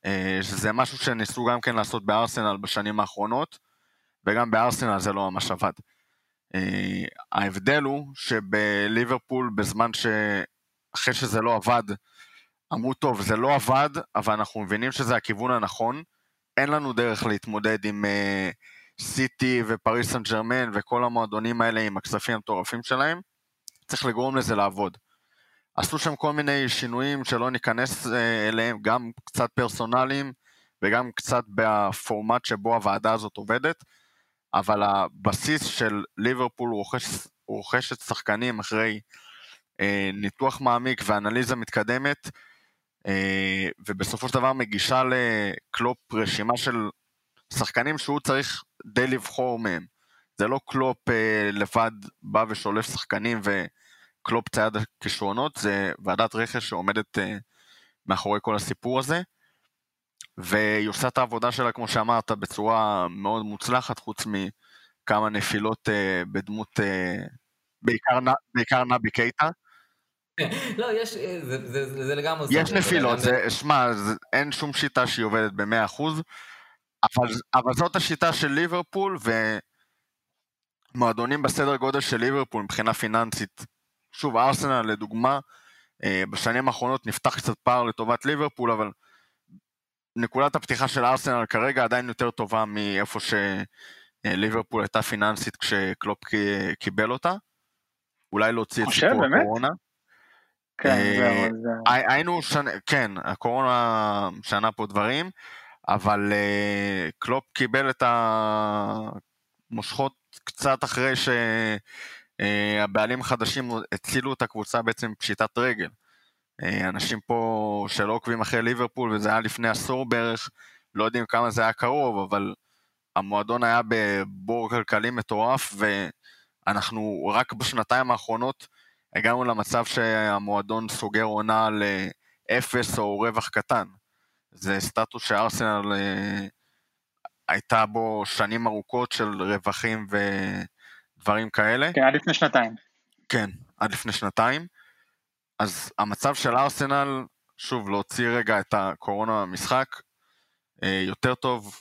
שזה משהו שניסו גם כן לעשות בארסנל בשנים האחרונות, וגם בארסנל זה לא ממש עבד. ההבדל הוא שבליברפול בזמן שאחרי שזה לא עבד, אמרו טוב זה לא עבד, אבל אנחנו מבינים שזה הכיוון הנכון, אין לנו דרך להתמודד עם סיטי ופריס סן ג'רמן וכל המועדונים האלה עם הכספים המטורפים שלהם, צריך לגרום לזה לעבוד. עשו שם כל מיני שינויים שלא ניכנס אליהם, גם קצת פרסונליים וגם קצת בפורמט שבו הוועדה הזאת עובדת, אבל הבסיס של ליברפול הוא רוכשת שחקנים אחרי ניתוח מעמיק ואנליזה מתקדמת, ובסופו של דבר מגישה לקלופ רשימה של שחקנים שהוא צריך די לבחור מהם. זה לא קלופ לבד בא ושולף שחקנים וקלופ צייד הכישרונות, זה ועדת רכש שעומדת מאחורי כל הסיפור הזה, והיא עושה את העבודה שלה כמו שאמרת בצורה מאוד מוצלחת, חוץ מכמה נפילות בדמות בעיקר נבי קייטה. לא, יש, זה לגמרי... יש נפילות, שמע, אין שום שיטה שהיא עובדת ב-100%, אבל זאת השיטה של ליברפול, ומועדונים בסדר גודל של ליברפול מבחינה פיננסית. שוב, ארסנל לדוגמה, בשנים האחרונות נפתח קצת פער לטובת ליברפול, אבל נקודת הפתיחה של ארסנל כרגע עדיין יותר טובה מאיפה שליברפול הייתה פיננסית כשקלופ קיבל אותה. אולי להוציא את סיפור הקורונה. כן, הקורונה שנה פה דברים, אבל קלופ קיבל את המושכות קצת אחרי שהבעלים החדשים הצילו את הקבוצה בעצם פשיטת רגל. אנשים פה שלא עוקבים אחרי ליברפול, וזה היה לפני עשור בערך, לא יודעים כמה זה היה קרוב, אבל המועדון היה בבור כלכלי מטורף, ואנחנו רק בשנתיים האחרונות הגענו למצב שהמועדון סוגר עונה ל-0 או רווח קטן. זה סטטוס שארסנל הייתה בו שנים ארוכות של רווחים ודברים כאלה. כן, עד לפני שנתיים. כן, עד לפני שנתיים. אז המצב של ארסנל, שוב, להוציא רגע את הקורונה מהמשחק, יותר טוב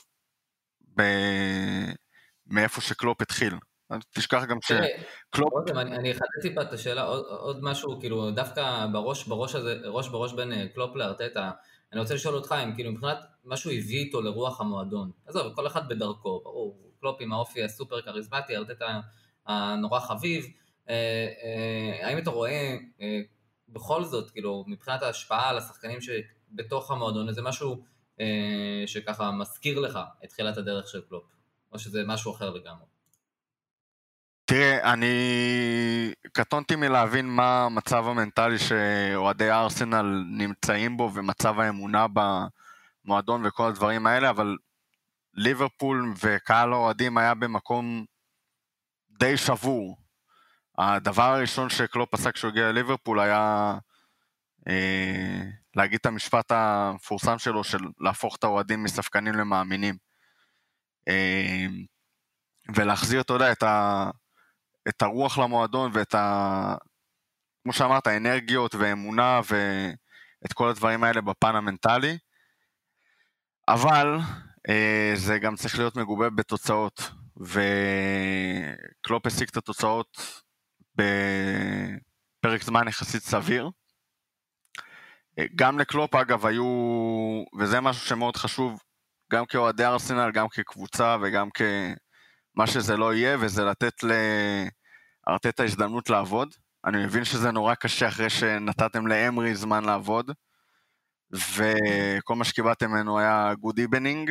מאיפה שקלופ התחיל. תשכח גם שקלופ... אני אחדד טיפה את השאלה, עוד משהו, כאילו, דווקא ראש בין קלופ לארטטה, אני רוצה לשאול אותך, אם כאילו מבחינת משהו הביא איתו לרוח המועדון, עזוב, כל אחד בדרכו, ברור, קלופ עם האופי הסופר קריזמטי, ארטטה הנורא חביב, האם אתה רואה בכל זאת, כאילו, מבחינת ההשפעה על השחקנים שבתוך המועדון, זה משהו שככה מזכיר לך את תחילת הדרך של קלופ, או שזה משהו אחר לגמרי? תראה, אני קטונתי מלהבין מה המצב המנטלי שאוהדי ארסנל נמצאים בו, ומצב האמונה במועדון וכל הדברים האלה, אבל ליברפול וקהל האוהדים היה במקום די שבור. הדבר הראשון שקלופ עשה כשהוא הגיע לליברפול היה להגיד את המשפט המפורסם שלו, של להפוך את האוהדים מספקנים למאמינים. ולהחזיר, אתה יודע, את הרוח למועדון ואת כמו שאמרת, האנרגיות והאמונה ואת כל הדברים האלה בפן המנטלי. אבל זה גם צריך להיות מגובה בתוצאות, וקלופ השיג את התוצאות בפרק זמן יחסית סביר. גם לקלופ אגב היו, וזה משהו שמאוד חשוב, גם כאוהדי ארסנל, גם כקבוצה וגם מה שזה לא יהיה, וזה לתת לארטטה הזדמנות לעבוד. אני מבין שזה נורא קשה אחרי שנתתם לאמרי זמן לעבוד, וכל מה שקיבלתם ממנו היה good evening.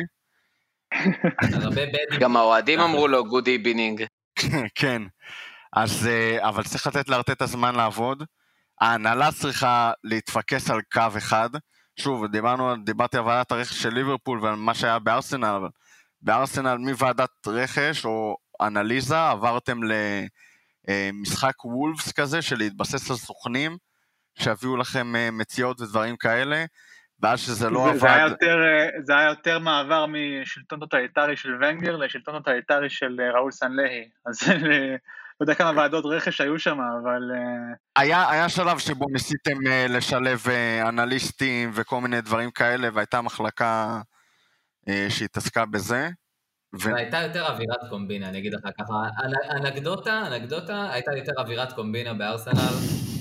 גם האוהדים אמרו לו good evening. כן, אז, אבל צריך לתת לארטטה זמן לעבוד. ההנהלה צריכה להתפקס על קו אחד. שוב, דיברתי על ועדת הרכש של ליברפול ועל מה שהיה בארסנל, אבל בארסנל מוועדת רכש או אנליזה עברתם למשחק וולפס כזה של להתבסס על סוכנים שהביאו לכם מציאות ודברים כאלה, ואז שזה לא עבד. זה היה יותר מעבר משלטון טוטליטרי של ונגר לשלטון טוטליטרי של ראול סנלהי, אז יודע כמה ועדות רכש היו שם, אבל... היה שלב שבו ניסיתם לשלב אנליסטים וכל מיני דברים כאלה, והייתה מחלקה שהתעסקה בזה. והייתה יותר אווירת קומבינה, אני אגיד לך ככה. אנקדוטה, הייתה יותר אווירת קומבינה בארסנל,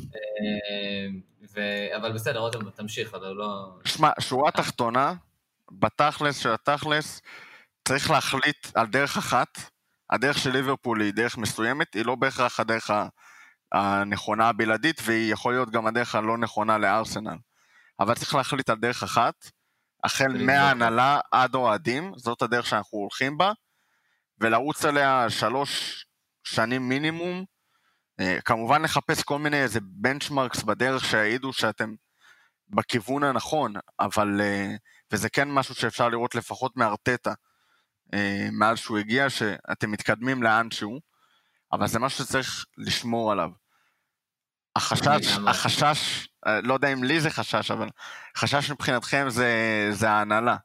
אבל בסדר, עוד תמשיך, אבל לא... שמע, שורה תחתונה, בתכלס של התכלס, צריך להחליט על דרך אחת, הדרך של ליברפול היא דרך מסוימת, היא לא בהכרח הדרך הנכונה הבלעדית, והיא יכול להיות גם הדרך הלא נכונה לארסנל. אבל צריך להחליט על דרך אחת, החל מההנהלה עד אוהדים, זאת הדרך שאנחנו הולכים בה, ולרוץ עליה 3 שנים מינימום, כמובן לחפש כל מיני איזה בנצ'מרקס בדרך שהעידו שאתם בכיוון הנכון, אבל, וזה כן משהו שאפשר לראות לפחות מארטטה, מאז שהוא הגיע, שאתם מתקדמים לאנשהו, אבל זה משהו שצריך לשמור עליו. החשש, לא יודע אם לי זה חשש, אבל חשש מבחינתכם זה ההנהלה,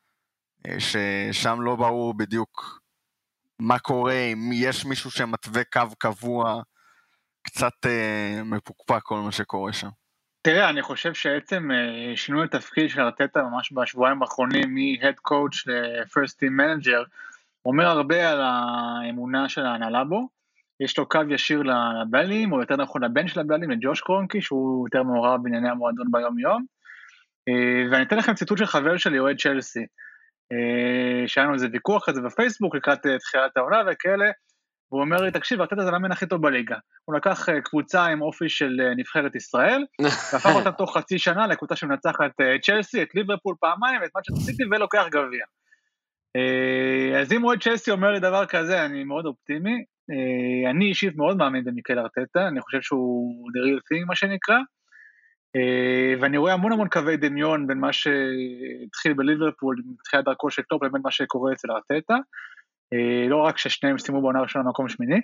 ששם לא ברור בדיוק מה קורה, אם יש מישהו שמתווה קו קבוע, קצת מפוקפק כל מה שקורה שם. תראה, אני חושב שעצם שינוי התפקיד של ארטטה ממש בשבועיים האחרונים מ-Head Coach ל-First Team Manager, אומר הרבה על האמונה של ההנהלה בו, יש לו קו ישיר לבעלים, או יותר נכון לבן של הבעלים, לג'וש קרונקי, שהוא יותר מעורב בענייני המועדון ביום יום, ואני אתן לכם ציטוט של חבר שלי, אוהד צ'לסי, שהיה לנו איזה ויכוח כזה בפייסבוק, לקראת תחילת העונה וכאלה, והוא אומר לי, תקשיב, ארטטה זה המאמן הכי טוב בליגה, הוא לקח קבוצה עם אופי של נבחרת ישראל, והפך אותה תוך חצי שנה לקבוצה שמנצחת צ'לסי, את ליברפול פעמיים, את מנצ'סטר סיטי ולוקח גביע. אז אם אוהד צ'לסי אומר לי דבר כזה, אני מאוד אופטימי, אני אישית מאוד מאמין במיקל ארטטה, אני חושב שהוא the real thing מה שנקרא, ואני רואה המון קווי דמיון בין מה שהתחיל בליברפול, מתחילת דרכו של קלופ, לבין מה שקורה אצל ארטטה, לא רק ששניהם סיימו בעונה הראשונה מקום שמיני,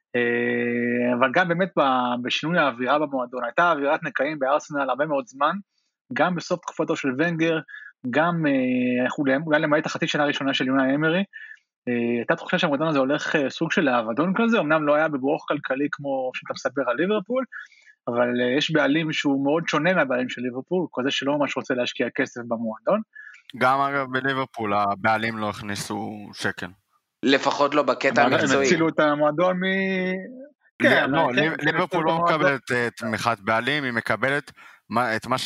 אבל גם באמת בשינוי האווירה במועדון, הייתה אווירת נקעים בארסנל הרבה מאוד זמן, גם בסוף תקופתו של ונגר, גם אולי למעט החצי שנה הראשונה של יונאי אמרי, הייתה תחושה שהמועדון הזה הולך סוג של האבדון כזה, אמנם לא היה בברוך כלכלי כמו שאתה מספר על ליברפול, אבל יש בעלים שהוא מאוד שונה מהבעלים של ליברפול, כזה שלא ממש רוצה להשקיע כסף במועדון. גם אגב בליברפול הבעלים לא הכניסו שקל. לפחות לא בקטע המקצועי. הם הצילו את המועדון לא, ליברפול לא מקבלת תמיכת בעלים, היא מקבלת את מה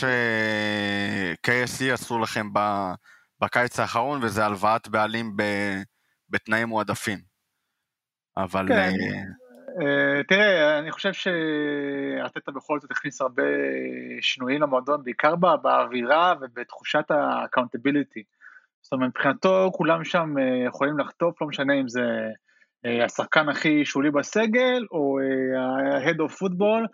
ש-KSC עשו לכם בקיץ האחרון, וזה הלוואת בעלים בתנאים מועדפים. אבל... תראה, אני חושב שארטטה בכל זאת הכניס הרבה שינויים למועדון, בעיקר באווירה ובתחושת ה-accountability. זאת אומרת, מבחינתו כולם שם יכולים לחטוף, לא משנה אם זה השחקן הכי שולי בסגל, או ה-head of football,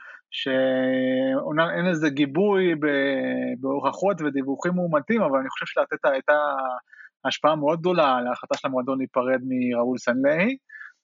שאין איזה גיבוי בהוכחות ודיווחים מאומתים, אבל אני חושב שלארטטה הייתה השפעה מאוד גדולה על ההחלטה של המועדון להיפרד מראול סנלהי,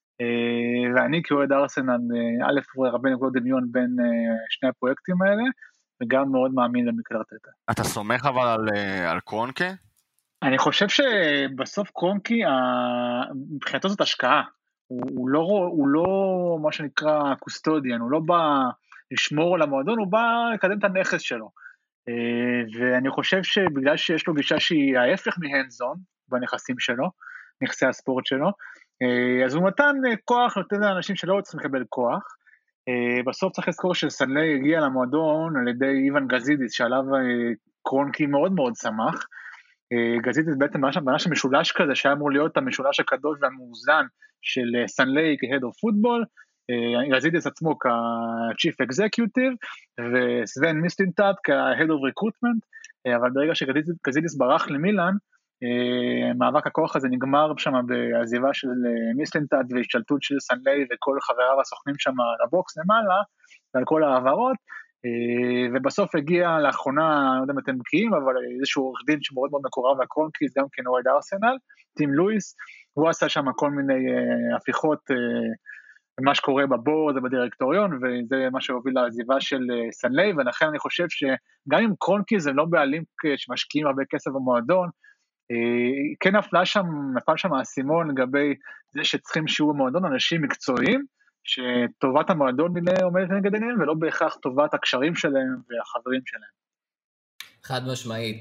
ואני כאוהד ארסנל, א' הרבה נקודות דמיון בין שני הפרויקטים האלה, וגם מאוד מאמין למיקל ארטטה. אתה סומך אבל על קרונקה? אני חושב שבסוף קרונקי, מבחינתו זאת השקעה, הוא לא מה שנקרא קוסטודיאן, הוא לא בא לשמור על המועדון, הוא בא לקדם את הנכס שלו, ואני חושב שבגלל שיש לו גישה שהיא ההפך מהנדזון, בנכסים שלו, נכסי הספורט שלו, אז הוא נתן כוח, נותן לאנשים שלא צריכים לקבל כוח, בסוף צריך לזכור שסנלי הגיע למועדון על ידי איוון גזידיס, שעליו קרונקי מאוד מאוד שמח, גזידיס בעצם בנה שמשולש כזה, שהיה אמור להיות המשולש הקדוש והמאוזן של סנלי כ-Head of Football, גזידיס עצמו כ-Chief Executive, וסוון מיסטינטאט כ-Head of Recruitment, אבל ברגע שגזידיס ברח למילאן, מאבק הכוח הזה נגמר שם בעזיבה של מיסטינטאט והשתלטות של סנלי וכל חבריו הסוכנים שם לבוקס למעלה, ועל כל העברות, ובסוף הגיע לאחרונה, לא יודע אם אתם בקיאים, אבל איזשהו עורך דין שמאוד מאוד מקורב לקרונקיס, גם כן אוהד ארסנל, טים לואיס, הוא עשה שם כל מיני הפיכות, מה שקורה בבורד ובדירקטוריון, וזה מה שהוביל לעזיבה של סנלי, ולכן אני חושב שגם אם קרונקיס הם לא בעלים שמשקיעים הרבה כסף במועדון, כן נפל שם האסימון לגבי זה שצריכים שיהיו במועדון אנשים מקצועיים, שטובת המועדון עומדת נגד עיניהם, ולא בהכרח טובת הקשרים שלהם והחברים שלהם. חד משמעית.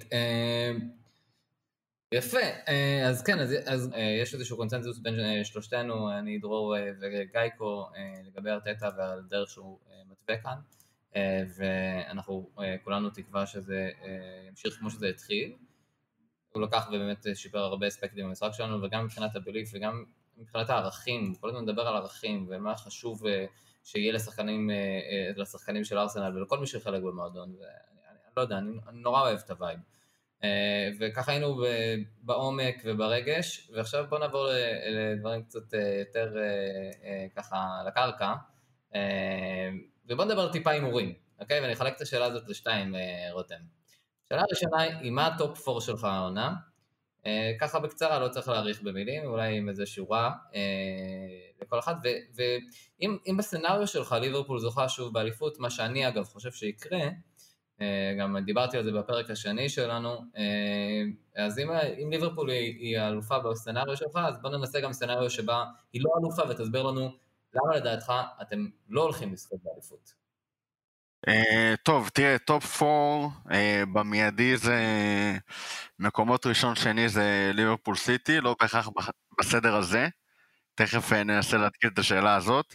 יפה, אז כן, אז יש איזשהו קונצנזוס בין שלושתנו, אני, דרור וגייקו, לגבי ארטטה והדרך שהוא מתווה כאן, ואנחנו כולנו תקווה שזה ימשיך כמו שזה התחיל. הוא לקח ובאמת שיפר הרבה אספקטים במשחק שלנו, וגם מבחינת הבליף וגם מבחינת הערכים, כל הזמן מדבר על ערכים ומה חשוב שיהיה לשחקנים של ארסנל ולכל מי שחלק במועדון, ואני לא יודע, אני נורא אוהב את הווייב. וככה היינו בעומק וברגש, ועכשיו בוא נעבור לדברים קצת יותר ככה לקרקע, ובוא נדבר טיפה הימורים, אוקיי? ואני אחלק את השאלה הזאת לשתיים, רותם. השאלה הראשונה היא, מה הטופ 4 שלך העונה? ככה בקצרה, לא צריך להאריך במילים, אולי עם איזה שורה לכל אחד, ואם בסצנריו שלך ליברפול זוכה שוב באליפות, מה שאני אגב חושב שיקרה, גם דיברתי על זה בפרק השני שלנו, אז אם ליברפול היא האלופה בסצנריו שלך, אז בוא ננסה גם סצנריו שבה היא לא אלופה, ותסביר לנו למה לדעתך אתם לא הולכים לזכות באליפות. טוב, תראה, טופ 4 במיידי זה מקומות ראשון שני זה ליברפול סיטי, לא בהכרח בסדר הזה, תכף ננסה להתקיל את השאלה הזאת.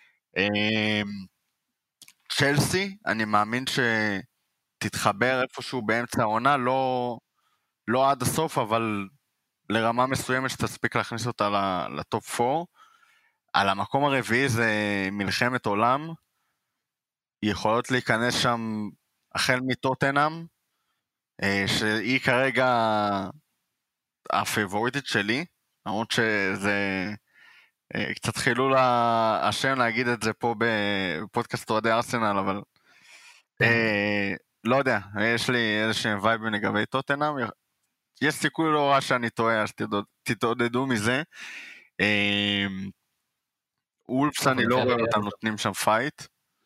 צ'לסי, אני מאמין שתתחבר איפשהו באמצע העונה, לא עד הסוף, אבל לרמה מסוימת שתספיק להכניס אותה לטופ 4. על המקום הרביעי זה מלחמת עולם, יכולות להיכנס שם החל מטוטנהאם, שהיא כרגע הפייבוריטית שלי, למרות שזה קצת חילול השם להגיד את זה פה בפודקאסט אוהדי ארסנל, אבל לא יודע, יש לי איזשהם וייבים לגבי טוטנהאם, יש סיכוי לא רע שאני טועה, אז תתעודדו מזה. וולפס אני לא רואה אותם נותנים שם פייט,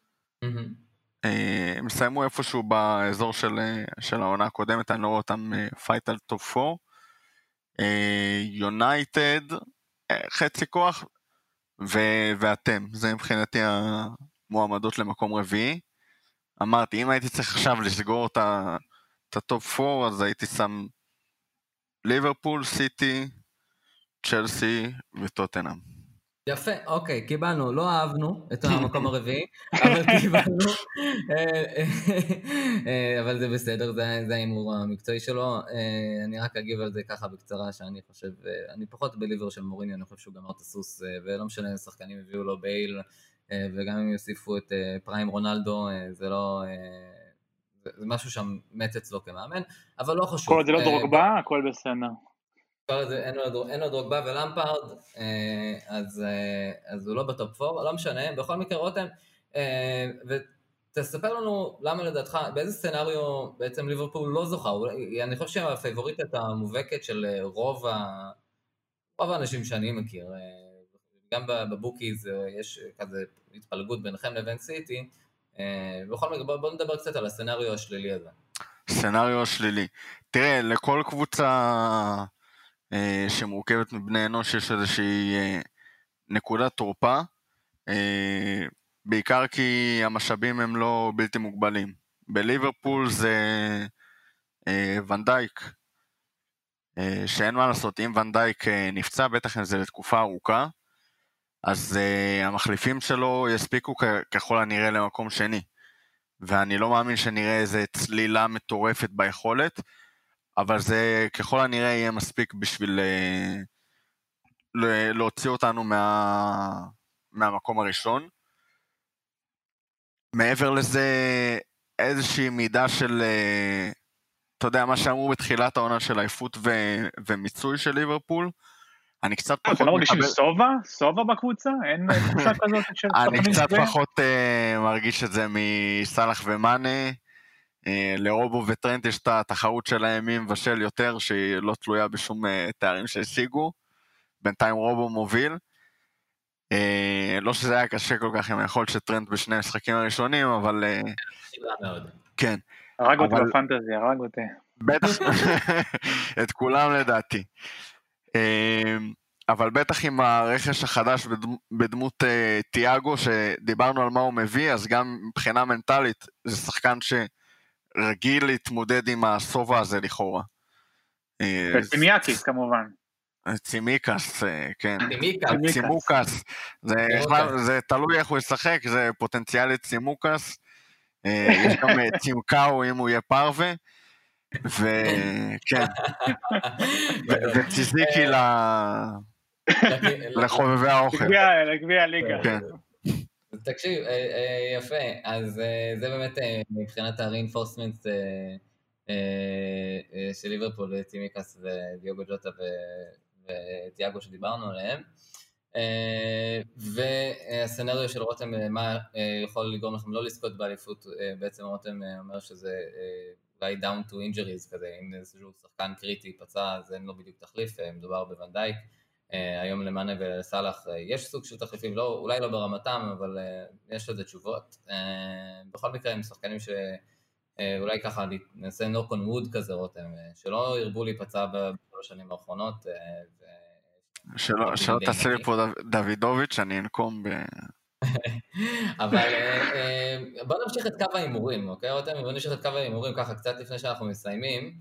הם סיימו איפשהו באזור של העונה הקודמת, אני לא רואה אותם פייט על טופ 4. יונייטד, חצי כוח, ואתם, זה מבחינתי המועמדות למקום רביעי. אמרתי, אם הייתי צריך עכשיו לסגור את הטופ 4, אז הייתי שם ליברפול, סיטי, צ'לסי וטוטנהאם. יפה, אוקיי, קיבלנו, לא אהבנו את המקום הרביעי, אבל קיבלנו, אבל זה בסדר, זה האימור המקצועי שלו. אני רק אגיב על זה ככה בקצרה, שאני חושב, אני פחות בליבר של מוריניו, אני חושב שהוא גמר את הסוס, ולא משנה, שחקנים הביאו לו בייל, וגם אם יוסיפו את פריים רונלדו, זה לא, זה משהו שם מת אצלו כמאמן, אבל לא חשוב. כל זה לא דרוגבה, הכל בסדר. אין לו דרוגבה ולמפארד, אז הוא לא בטופ 4, לא משנה, בכל מקרה רותם, ותספר לנו למה לדעתך, באיזה סצנריו בעצם ליברפול לא זוכה, אני חושב שהפייבוריטית המובהקת של רוב האנשים שאני מכיר, גם בבוקיז יש כזה התפלגות ביניכם לבין סיטי, בכל מקרה בואו נדבר קצת על הסצנריו השלילי הזה. סצנריו השלילי, תראה, לכל קבוצה שמורכבת מבני אנוש יש איזושהי נקודת תורפה, בעיקר כי המשאבים הם לא בלתי מוגבלים. בליברפול זה ונדייק, שאין מה לעשות, אם ונדייק נפצע, בטח אם זה לתקופה ארוכה, אז המחליפים שלו יספיקו ככל הנראה למקום שני, ואני לא מאמין שנראה איזה צלילה מטורפת ביכולת, אבל זה ככל הנראה יהיה מספיק בשביל להוציא אותנו מהמקום הראשון. מעבר לזה, איזושהי מידה של, אתה יודע, מה שאמרו בתחילת העונה של עייפות ומיצוי של ליברפול, אני קצת פחות... אתה לא מרגישים סובה בקבוצה? אין תחושה כזאת של... אני קצת פחות מרגיש את זה מסלח ומאנה, לרובו וטרנט יש את התחרות שלהם עם ושל יותר, שהיא לא תלויה בשום תארים שהשיגו, בינתיים רובו מוביל, לא שזה היה קשה כל כך עם היכולת של טרנט בשני המשחקים הראשונים, אבל... כן. הרג אותי בפנטזיה, הרג אותי. בטח, את כולם לדעתי. אבל בטח עם הרכש החדש בדמות תיאגו, שדיברנו על מה הוא מביא, אז גם מבחינה מנטלית, זה שחקן שרגיל להתמודד עם הסובה הזה לכאורה. וצימיאקיס כמובן. צימיקס, כן. צימיקס. צימוקס. זה תלוי איך הוא ישחק, זה פוטנציאלית צימוקס. יש גם צימקאו אם הוא יהיה פרווה. וכן. וציזיקי לחובבי האוכל. לגביע הליגה. כן. תקשיב, יפה, אז זה באמת מבחינת ה-reinforcements של ליברפול, צימיקס ודיוגו ג'וטה וטיאגו שדיברנו עליהם, והסצנריו של רותם, מה יכול לגרום לכם לא לזכות באליפות, בעצם רותם אומר שזה אולי down to injuries כזה, אם איזשהו שחקן קריטי פצע, אז אין לו בדיוק תחליף, מדובר בוונדייק, היום למאנה ולסלאח יש סוג של תחליפים, אולי לא ברמתם, אבל יש לזה תשובות. בכל מקרה הם שחקנים שאולי ככה נעשה knock on wood כזה רותם, שלא ירבו להיפצע בשנים האחרונות. שלא תעשה לי פה דוידוביץ', אני אנקום ב... אבל בוא נמשיך את קו האימורים, אוקיי רותם? בוא נמשיך את קו האימורים ככה קצת לפני שאנחנו מסיימים,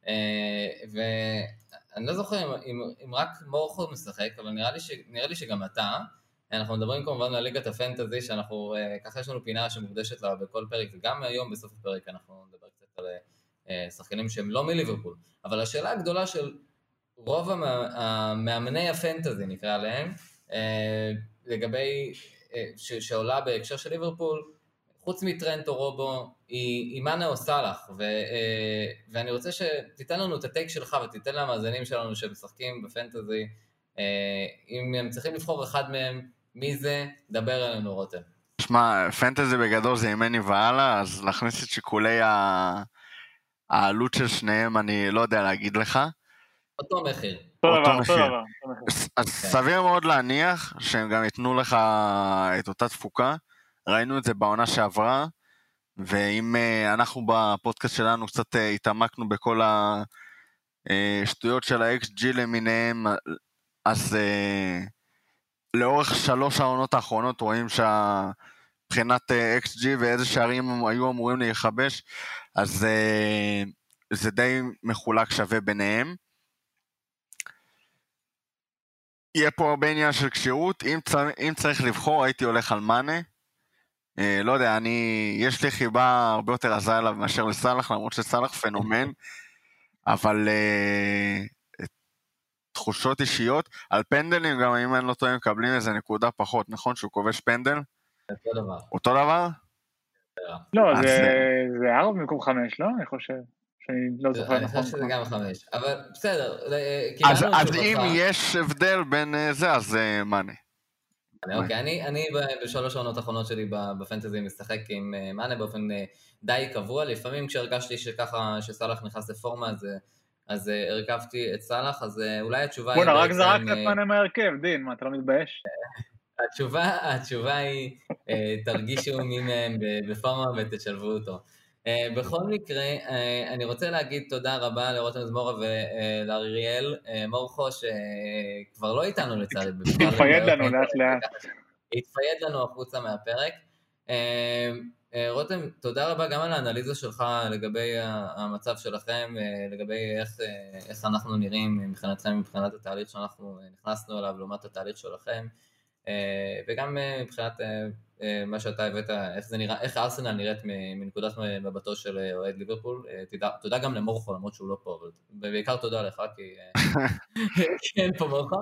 אני לא זוכר אם רק מורכו משחק, אבל נראה לי שגם אתה, אנחנו מדברים כמובן על ליגת הפנטזי, שאנחנו, ככה יש לנו פינה שמוקדשת לה בכל פרק, וגם היום בסוף הפרק אנחנו נדבר קצת על שחקנים שהם לא מליברפול, אבל השאלה הגדולה של רוב המאמני הפנטזי נקרא להם, לגבי, שעולה בהקשר של ליברפול, חוץ מטרנט או רובו, היא מאנה או סלאח, ואני רוצה שתיתן לנו את הטייק שלך, ותיתן למאזינים שלנו שמשחקים בפנטזי, אם הם צריכים לבחור אחד מהם, מי זה, דבר עלינו רותם. תשמע, פנטזי בגדול זה ימני והלאה, אז להכניס את שיקולי העלות של שניהם, אני לא יודע להגיד לך. אותו מחיר. אותו מחיר. אז סביר מאוד להניח שהם גם ייתנו לך את אותה תפוקה, ראינו את זה בעונה שעברה, ואם אנחנו בפודקאסט שלנו קצת התעמקנו בכל השטויות של ה-XG למיניהם, אז לאורך 3 העונות האחרונות רואים מבחינת XG ואיזה שערים היו אמורים להיחבש, אז זה די מחולק שווה ביניהם. יהיה פה הרבה עניין של קשירות, אם צריך לבחור הייתי הולך על מאנה, לא יודע, יש לי חיבה הרבה יותר עזה אליו מאשר לסלאח, למרות שסלאח פנומן, אבל תחושות אישיות, על פנדלים גם אם אני לא טועה מקבלים איזה נקודה פחות, נכון שהוא כובש פנדל? אותו דבר. אותו דבר? לא, זה 4 במקום 5, לא? אני חושב שאני לא זוכר נכון. אני חושב שזה גם 5, אבל בסדר. אז אם יש הבדל בין זה, אז מאנה. אוקיי, אני ב3 העונות האחרונות שלי בפנטזי משחק עם מאנה באופן די קבוע, לפעמים כשהרגשתי שככה שסלאח נכנס לפורמה, אז הרכבתי את סלאח, אז אולי התשובה היא... בוא'נה, רק זרקת את מאנה מהרכב, דין, מה, אתה לא מתבייש? התשובה היא, תרגישו מי מהם בפורמה ותשלבו אותו. בכל מקרה, אני רוצה להגיד תודה רבה לרותם זמורה ולאריאל מורכו, שכבר לא איתנו לצערי. התפייד לנו לאט לאט. התפייד לנו החוצה מהפרק. רותם, תודה רבה גם על האנליזה שלך לגבי המצב שלכם, לגבי איך אנחנו נראים מבחינתכם, מבחינת התהליך שאנחנו נכנסנו אליו, לעומת התהליך שלכם, וגם מבחינת מה שאתה הבאת, איך זה נראה, איך ארסנל נראית מנקודת מבטו של אוהד ליברפול. תודה גם למורכו, למרות שהוא לא פה, אבל בעיקר תודה לך, כי אין פה מורכו.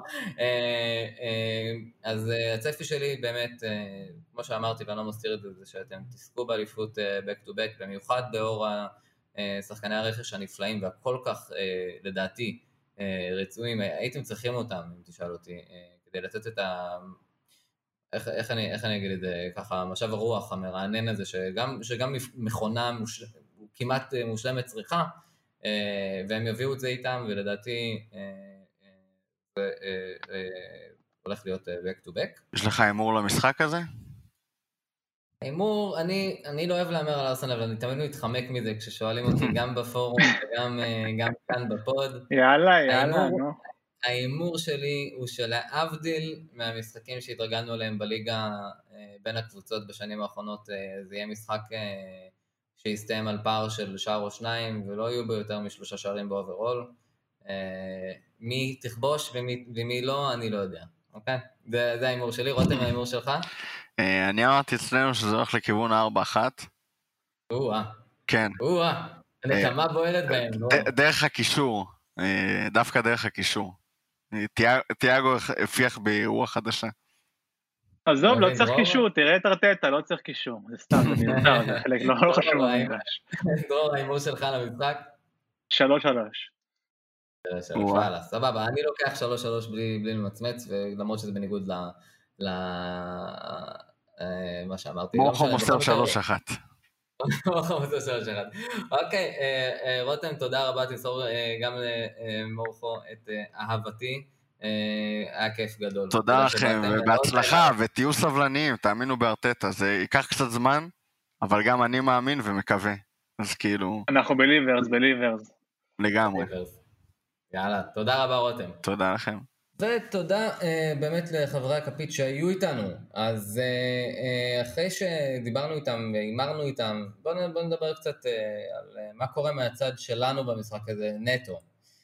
אז הצפי שלי באמת, כמו שאמרתי, ואני לא מסתיר את זה, זה שאתם תזכו באליפות back to back, במיוחד לאור שחקני הרכש הנפלאים, והכל כך, לדעתי, רצויים, הייתם צריכים אותם, אם תשאל אותי, כדי לתת את איך אני אגיד את זה, ככה, משאב הרוח המרענן הזה, שגם מכונה כמעט מושלמת צריכה, והם יביאו את זה איתם, ולדעתי זה הולך להיות back to back. יש לך אימור למשחק הזה? אימור, אני לא אוהב לאמר על ארסנל, אבל אני תמיד מתחמק מזה, כששואלים אותי גם בפורום, וגם כאן בפוד. יאללה, נו. ההימור שלי הוא שלהבדיל מהמשחקים שהתרגלנו עליהם בליגה בין הקבוצות בשנים האחרונות, זה יהיה משחק שיסתיים על פער של שער או שניים, ולא יהיו בו יותר מ3 שערים באוברול. מי תכבוש ומי לא, אני לא יודע. אוקיי? זה ההימור שלי. רותם, ההימור שלך? אני אמרתי אצלנו שזה הולך לכיוון 4-1. כן. הנקמה בועלת בהם. דרך הקישור. דווקא דרך הקישור. תיאגו הפיח ברוח חדשה. עזוב, לא צריך קישור, תראה את ארטטה, לא צריך קישור. זה סתם, זה מיותר, זה חלק לא חשוב במגרש. דרור, ההימור שלך למשחק? 3-3. וואלה, סבבה, אני לוקח 3-3 בלי למצמץ, ולמרות שזה בניגוד מה שאמרתי. מורכו מוסר 3-1. אוקיי, רותם, תודה רבה, תמסור גם למורכו את אהבתי, היה כיף גדול. תודה לכם, ובהצלחה, ותהיו סבלניים, תאמינו בארטטה, זה ייקח קצת זמן, אבל גם אני מאמין ומקווה, אז כאילו... אנחנו בליברס. לגמרי. יאללה, תודה רבה רותם. תודה לכם. ותודה באמת לחברי הכפית שהיו איתנו. אז אחרי שדיברנו איתם והימרנו איתם, בואו נדבר קצת על מה קורה מהצד שלנו במשחק הזה, נטו.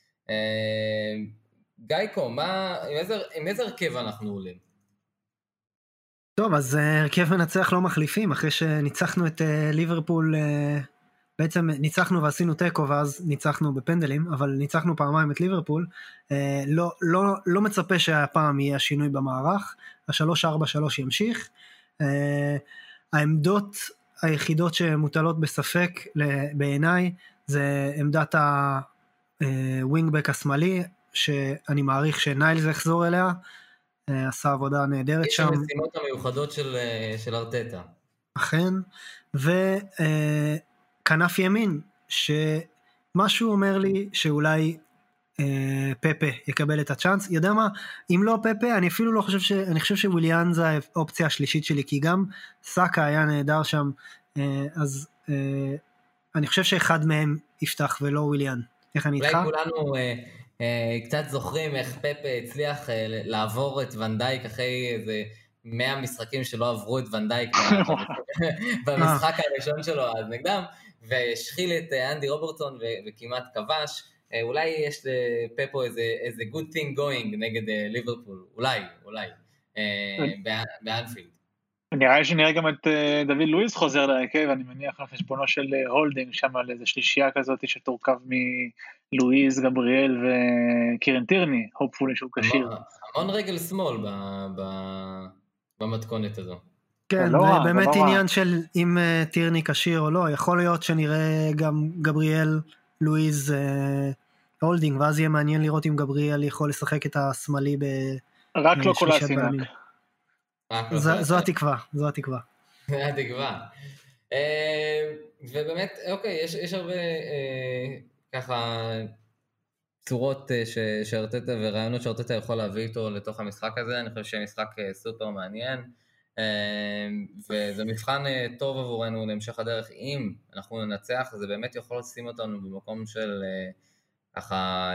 גייקו, עם איזה הרכב אנחנו עולים? טוב, אז הרכב מנצח לא מחליפים, אחרי שניצחנו את ליברפול, בעצם ניצחנו ועשינו טקו, ואז ניצחנו בפנדלים, אבל ניצחנו פעמיים את ליברפול, לא מצפה שהפעם יהיה השינוי במערך, ה-3-4-3 ימשיך, העמדות היחידות שמוטלות בספק בעיניי, זה עמדת הווינגבק השמאלי, שאני מעריך שניילס יחזור אליה, עשה עבודה נהדרת שם. יש המשימות המיוחדות של ארטטה. אכן, כנף ימין, שמשהו אומר לי שאולי פפה יקבל את הצ'אנס, יודע מה, אם לא פפה, אני אפילו לא חושב אני חושב שוויליאן זה האופציה השלישית שלי, כי גם סאקה היה נהדר שם, אז אני חושב שאחד מהם יפתח ולא וויליאן. איך אני איתך? אולי כולנו קצת זוכרים איך פפה הצליח לעבור את ונדייק אחרי איזה 100 משחקים שלא עברו את ונדייק במשחק הראשון שלו אז נגדם, והשחיל את אנדי רוברטסון וכמעט כבש. אולי יש לפפו איזה good thing going נגד ליברפול, אולי, באנפילד. נראה לי שנראה גם את דוד לואיס חוזר להרכב, אני מניח על חשבונו של הולדינג, שם על איזו שלישייה כזאת שתורכב מלואיס, גבריאל וקירן טירני, הופפולי שהוא קשיר. המון רגל שמאל במתכונת הזו. כן, באמת עניין של אם טירני קשיר או לא, יכול להיות שנראה גם גבריאל, לואיס, הולדינג, ואז יהיה מעניין לראות אם גבריאל יכול לשחק את השמאלי רק לא כל הסינק. זו התקווה. ובאמת, אוקיי, יש הרבה ככה צורות שארטטה ורעיונות שארטטה יכול להביא איתו לתוך המשחק הזה, אני חושב שמשחק סופר מעניין, וזה מבחן טוב עבורנו להמשך הדרך. אם אנחנו ננצח, זה באמת יכול לשים אותנו במקום של ככה,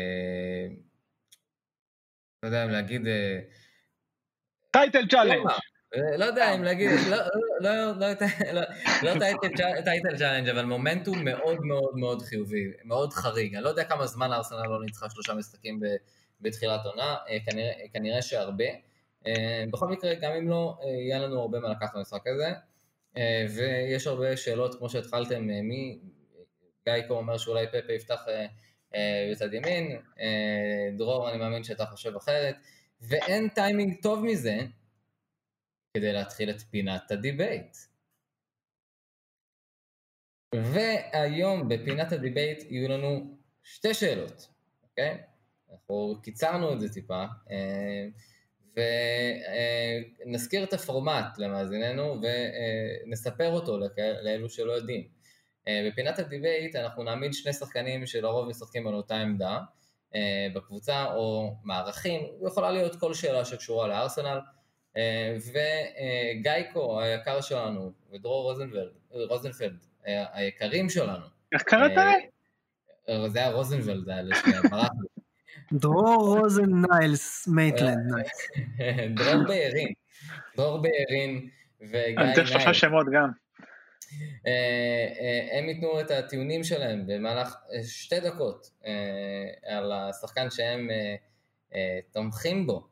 לא יודע אם להגיד טייטל צ'אלנג'. לא יודע אם להגיד, לא טייטל צ'אלנג', אבל מומנטום מאוד מאוד מאוד חיובי, מאוד חריג. אני לא יודע כמה זמן ארסנל לא ניצחה 3 משחקים בתחילת עונה, כנראה שהרבה. בכל מקרה, גם אם לא, יהיה לנו הרבה מה לקחת במשחק הזה, ויש הרבה שאלות, כמו שהתחלתם, גייקו אומר שאולי פפה יפתח בצד ימין, דרור, אני מאמין שאתה חושב אחרת, ואין טיימינג טוב מזה, כדי להתחיל את פינת הדיבייט. והיום בפינת הדיבייט יהיו לנו 2 שאלות, אוקיי? אנחנו קיצרנו את זה טיפה, ונזכיר את הפורמט למאזיננו, ונספר אותו לאלו שלא יודעים. בפינת הדיבייט אנחנו נעמיד 2 שחקנים שלרוב משחקים על אותה עמדה, בקבוצה או מערכים, יכולה להיות כל שאלה שקשורה לארסנל, וגייקו היקר שלנו, ודרור רוזנפלד היקרים שלנו. איך קראת לי? זה היה רוזנפלד, ברח לי. דרור רוזן ניילס מייטלנד. דרור בארין וגיא אני צריך 3 שמות גם. הם ייתנו את הטיעונים שלהם במהלך 2 דקות על השחקן שהם תומכים בו,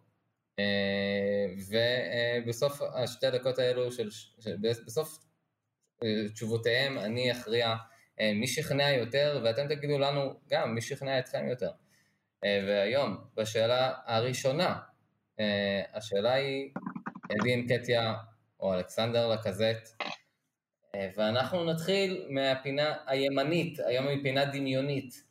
ובסוף 2 דקות האלו, בסוף תשובותיהם אני אכריע מי שכנע יותר, ואתם תגידו לנו גם מי שכנע אתכם יותר. והיום בשאלה הראשונה, השאלה היא אדי אנקטיה או אלכסנדר לקזט, ואנחנו נתחיל מהפינה הימנית, היום היא פינה דמיונית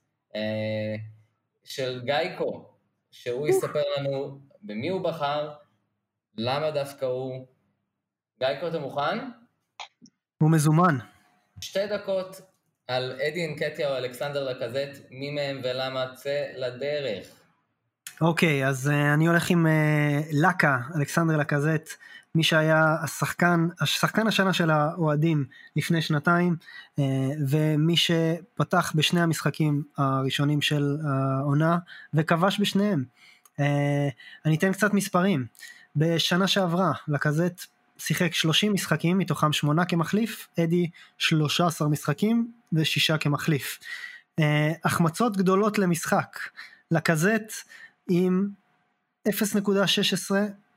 של גייקו, שהוא יספר לנו במי הוא בחר, למה דווקא הוא. גייקו, אתה מוכן? הוא מזומן. 2 דקות על אדי אנקטיה או אלכסנדר לקזט, מי מהם ולמה, צא לדרך. אוקיי, אז אני הולך עם לקה, אלכסנדר לקזט, מי שהיה השחקן השנה של האוהדים לפני 2 ומי שפתח בשני המשחקים הראשונים של העונה, וכבש בשניהם. אני אתן קצת מספרים. בשנה שעברה, לקזט שיחק 30 משחקים, מתוכם 8 כמחליף, אדי 13 משחקים ו6 כמחליף. החמצות גדולות למשחק, לקזט עם 0.16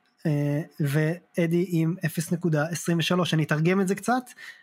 ואדי עם 0.23, אני אתרגם את זה קצת,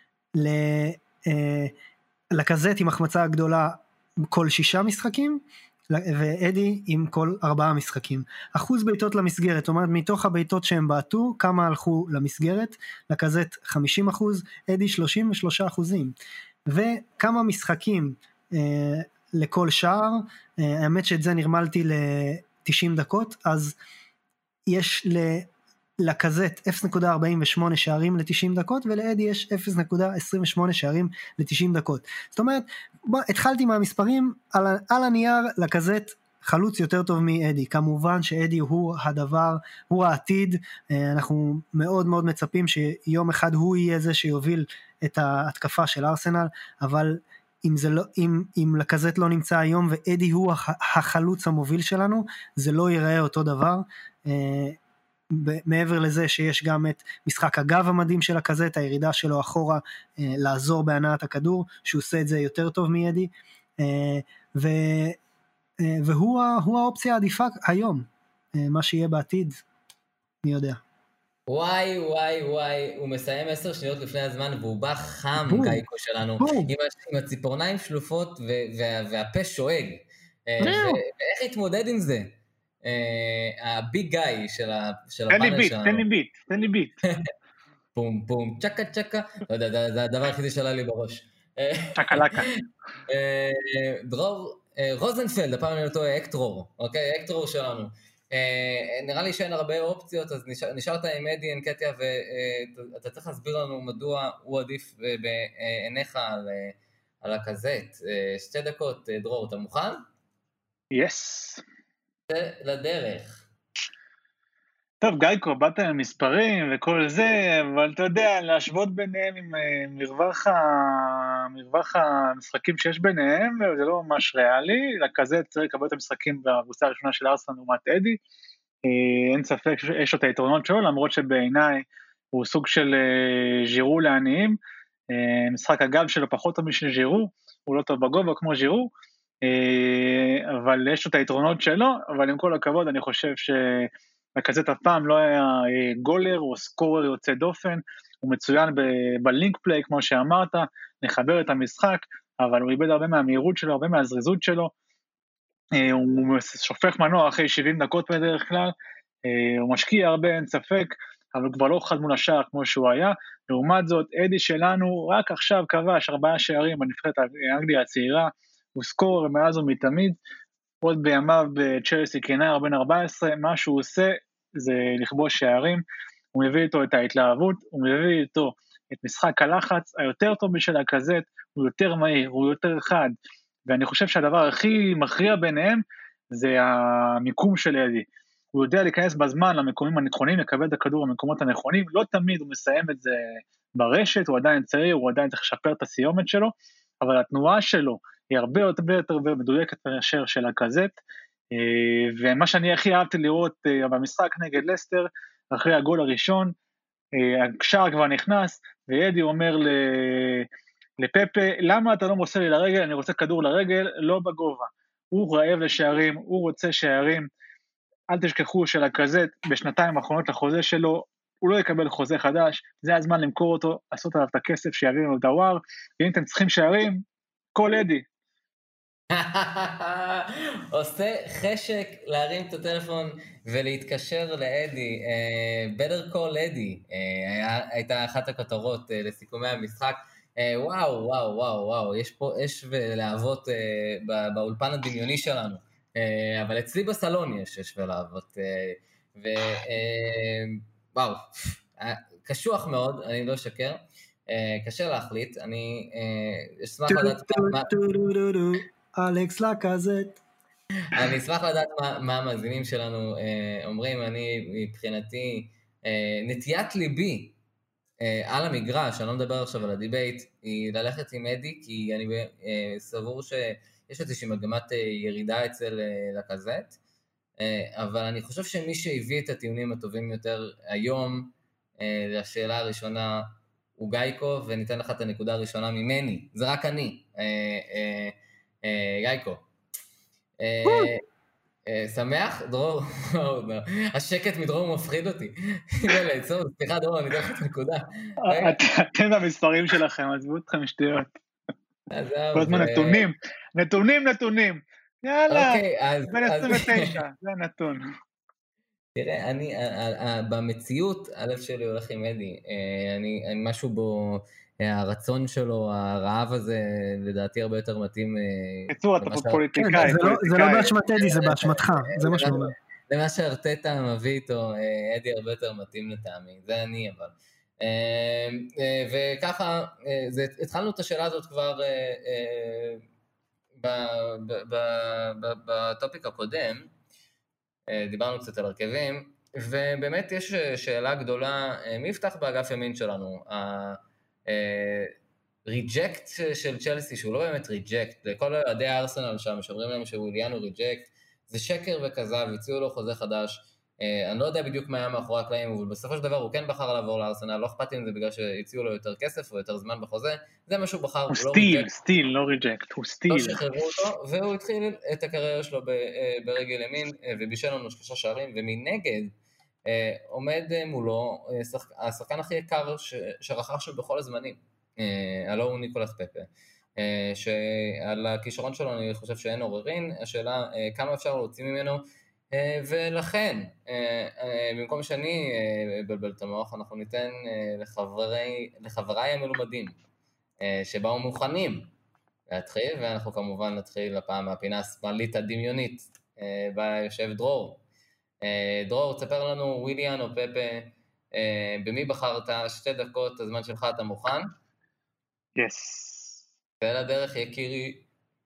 לקזט עם החמצה גדולה כל 6 משחקים, ואדי עם כל 4 משחקים. אחוז ביתות למסגרת, זאת אומרת מתוך הביתות שהם בעטו, כמה הלכו למסגרת, לקזט 50%, אדי 33%, וכמה משחקים לכל שער, האמת שאת זה נרמלתי ל-90 דקות, אז יש לקזט 0.48 שערים ל-90 דקות, ולאדי יש 0.28 שערים ל-90 דקות. זאת אומרת, התחלתי מהמספרים, על הנייר לקזט חלוץ יותר טוב מאדי, כמובן שאדי הוא הדבר, הוא העתיד, אנחנו מאוד מאוד מצפים שיום אחד הוא יהיה זה שיוביל את ההתקפה של ארסנל, אבל אם לקזט לא נמצא היום ואדי הוא החלוץ המוביל שלנו, זה לא ייראה אותו דבר. מעבר לזה שיש גם את משחק הגב המדהים של לקזט, הירידה שלו אחורה לעזור בהנעת הכדור, שהוא עושה את זה יותר טוב מאדי, והוא האופציה העדיפה היום, מה שיהיה בעתיד, מי יודע. וואי, הוא מסיים 10 שניות לפני הזמן, והוא בא חם, גייקו שלנו, עם הציפורניים שלופות והפה שואג, ואיך התמודד עם זה? הביג גאי של הפאנל שלנו. תן לי ביט. פום פום, צ'קה צ'קה, לא יודע, זה הדבר היחידי שעלה לי בראש. צ'קה לקה. דרור רוזנפלד, הפעם אני אותו אקטרור, אוקיי? אקטרור שלנו. נראה לי שאין הרבה אופציות, אז נשארת עם אדי אנקטיה, ואתה צריך להסביר לנו מדוע הוא עדיף בעיניך על הקזט. 2 דקות, דרור, אתה מוכן? יס. לדרך. טוב, גייקו, באת עם מספרים וכל זה, אבל אתה יודע, להשוות ביניהם עם מרווח המשחקים שיש ביניהם, זה לא ממש ריאלי. לקזט צריך לקבל את המשחקים בקבוצה הראשונה של ארסנל לעומת אדי, אין ספק שיש לו את היתרונות שלו, למרות שבעיניי הוא סוג של ז'ירו לעניים, משחק הגב שלו פחות טוב משל ז'ירו, הוא לא טוב בגובה כמו ז'ירו, אבל יש לו את היתרונות שלו, אבל עם כל הכבוד אני חושב שלקזט אף פעם לא היה גולר או סקורר יוצא דופן, הוא מצוין בלינק פליי כמו שאמרת, לחבר את המשחק, אבל הוא איבד הרבה מהמהירות שלו, הרבה מהזריזות שלו, הוא שופך מנוע אחרי 70 דקות בדרך כלל, הוא משקיע הרבה אין ספק, אבל הוא כבר לא חד מול השער כמו שהוא היה, לעומת זאת אדי שלנו רק עכשיו כבש 4 שערים בנבחרת האנגליה הצעירה, הוא סקורר מאז ומתמיד, עוד בימיו בצ'לסי כנער בן 14, מה שהוא עושה זה לכבוש שערים, הוא מביא איתו את ההתלהבות, הוא מביא איתו את משחק הלחץ היותר טוב בשביל הקזט, הוא יותר מהיר, הוא יותר חד, ואני חושב שהדבר הכי מכריע ביניהם זה המיקום של אדי, הוא יודע להיכנס בזמן למקומים הנכונים, לקבל את הכדור במקומות הנכונים, לא תמיד הוא מסיים את זה ברשת, הוא עדיין צעיר, הוא עדיין צריך לשפר את הסיומת שלו, אבל התנועה שלו היא הרבה יותר מדויקת מאשר של הקזט, ומה שאני הכי אהבתי לראות במשחק נגד לסטר, אחרי הגול הראשון, הקשר כבר נכנס, ואדי אומר לפפה, למה אתה לא מוסר לי לרגל, אני רוצה כדור לרגל, לא בגובה. הוא רעב לשערים, הוא רוצה שערים, אל תשכחו שלקזט בשנתיים האחרונות לחוזה שלו, הוא לא יקבל חוזה חדש, זה הזמן למכור אותו, לעשות עליו את הכסף שיביא לנו דוואר, ואם אתם צריכים שערים, כל אדי. עושה חשק להרים את הטלפון ולהתקשר לאדי, better call אדי, הייתה אחת הכותרות לסיכומי המשחק, וואו, וואו, וואו, וואו, יש פה אש ולהבות באולפן הדמיוני שלנו, אבל אצלי בסלון יש אש ולהבות, וואו, קשוח מאוד, אני לא אשקר, קשה להחליט, אני אשמח לדעת אלכס לקזט. אני אשמח לדעת מה המאזינים שלנו אומרים, אני מבחינתי, נטיית ליבי על המגרש, אני לא מדבר עכשיו על הדיבייט, היא ללכת עם אדי, כי אני סבור שיש איזושהי מגמת ירידה אצל לקזט, אבל אני חושב שמי שהביא את הטיעונים הטובים יותר היום, לשאלה הראשונה הוא גייקו, וניתן לך את הנקודה הראשונה ממני, זה רק אני, גייקו. שמח? דרור? השקט מדרור מפחיד אותי. סליחה דרור, אני אתן לך את הנקודה. אתם במספרים שלכם, עזבו אתכם שטויות. כל הזמן נתונים. יאללה, בין 29, זה הנתון. תראה, אני, במציאות, הלב שלי הולך עם אדי. אני משהו בו, הרצון שלו, הרעב הזה, לדעתי הרבה יותר מתאים. קיצור, אתה פוליטיקאי. זה לא באשמת אדי, זה באשמתך, זה מה שאומר. למה שארטטה מביא איתו, אדי הרבה יותר מתאים לטעמי, זה אני אבל. וככה, התחלנו את השאלה הזאת כבר בטופיק הקודם, דיברנו קצת על הרכבים, ובאמת יש שאלה גדולה, מי יפתח באגף ימין שלנו? ריג'קט של צ'לסי, שהוא לא באמת ריג'קט, לכל אוהדי הארסנל שם, שאומרים להם שוויליאן הוא ריג'קט, זה שקר וכזב, הציעו לו חוזה חדש, אני לא יודע בדיוק מה היה מאחורי הקלעים, אבל בסופו של דבר הוא כן בחר לעבור לארסנל, לא אכפת אם זה בגלל שהציעו לו יותר כסף או יותר זמן בחוזה, זה מה שהוא בחר, הוא סטיל, לא ריג'קט, הוא סטיל. לא שחררו אותו, והוא התחיל את הקריירה שלו ברגל ימין, ובישל לנו 3 שערים, ומנגד עומד מולו השחקן הכי יקר שרכש בכל הזמנים, הלא הוא ניקולס פפה, שעל הכישרון שלו אני חושב שאין עוררין, השאלה כמה אפשר להוציא ממנו, ולכן, במקום שאני בלבל את המוח, אנחנו ניתן לחבריי המלומדים, שבאו מוכנים להתחיל, ואנחנו כמובן נתחיל הפעם מהפינה השמאלית הדמיונית, בה יושב דרור. דרור, תספר לנו וויליאן או פפה, במי בחרת? 2 דקות, הזמן שלך, אתה מוכן? יס. ועל הדרך יקירי.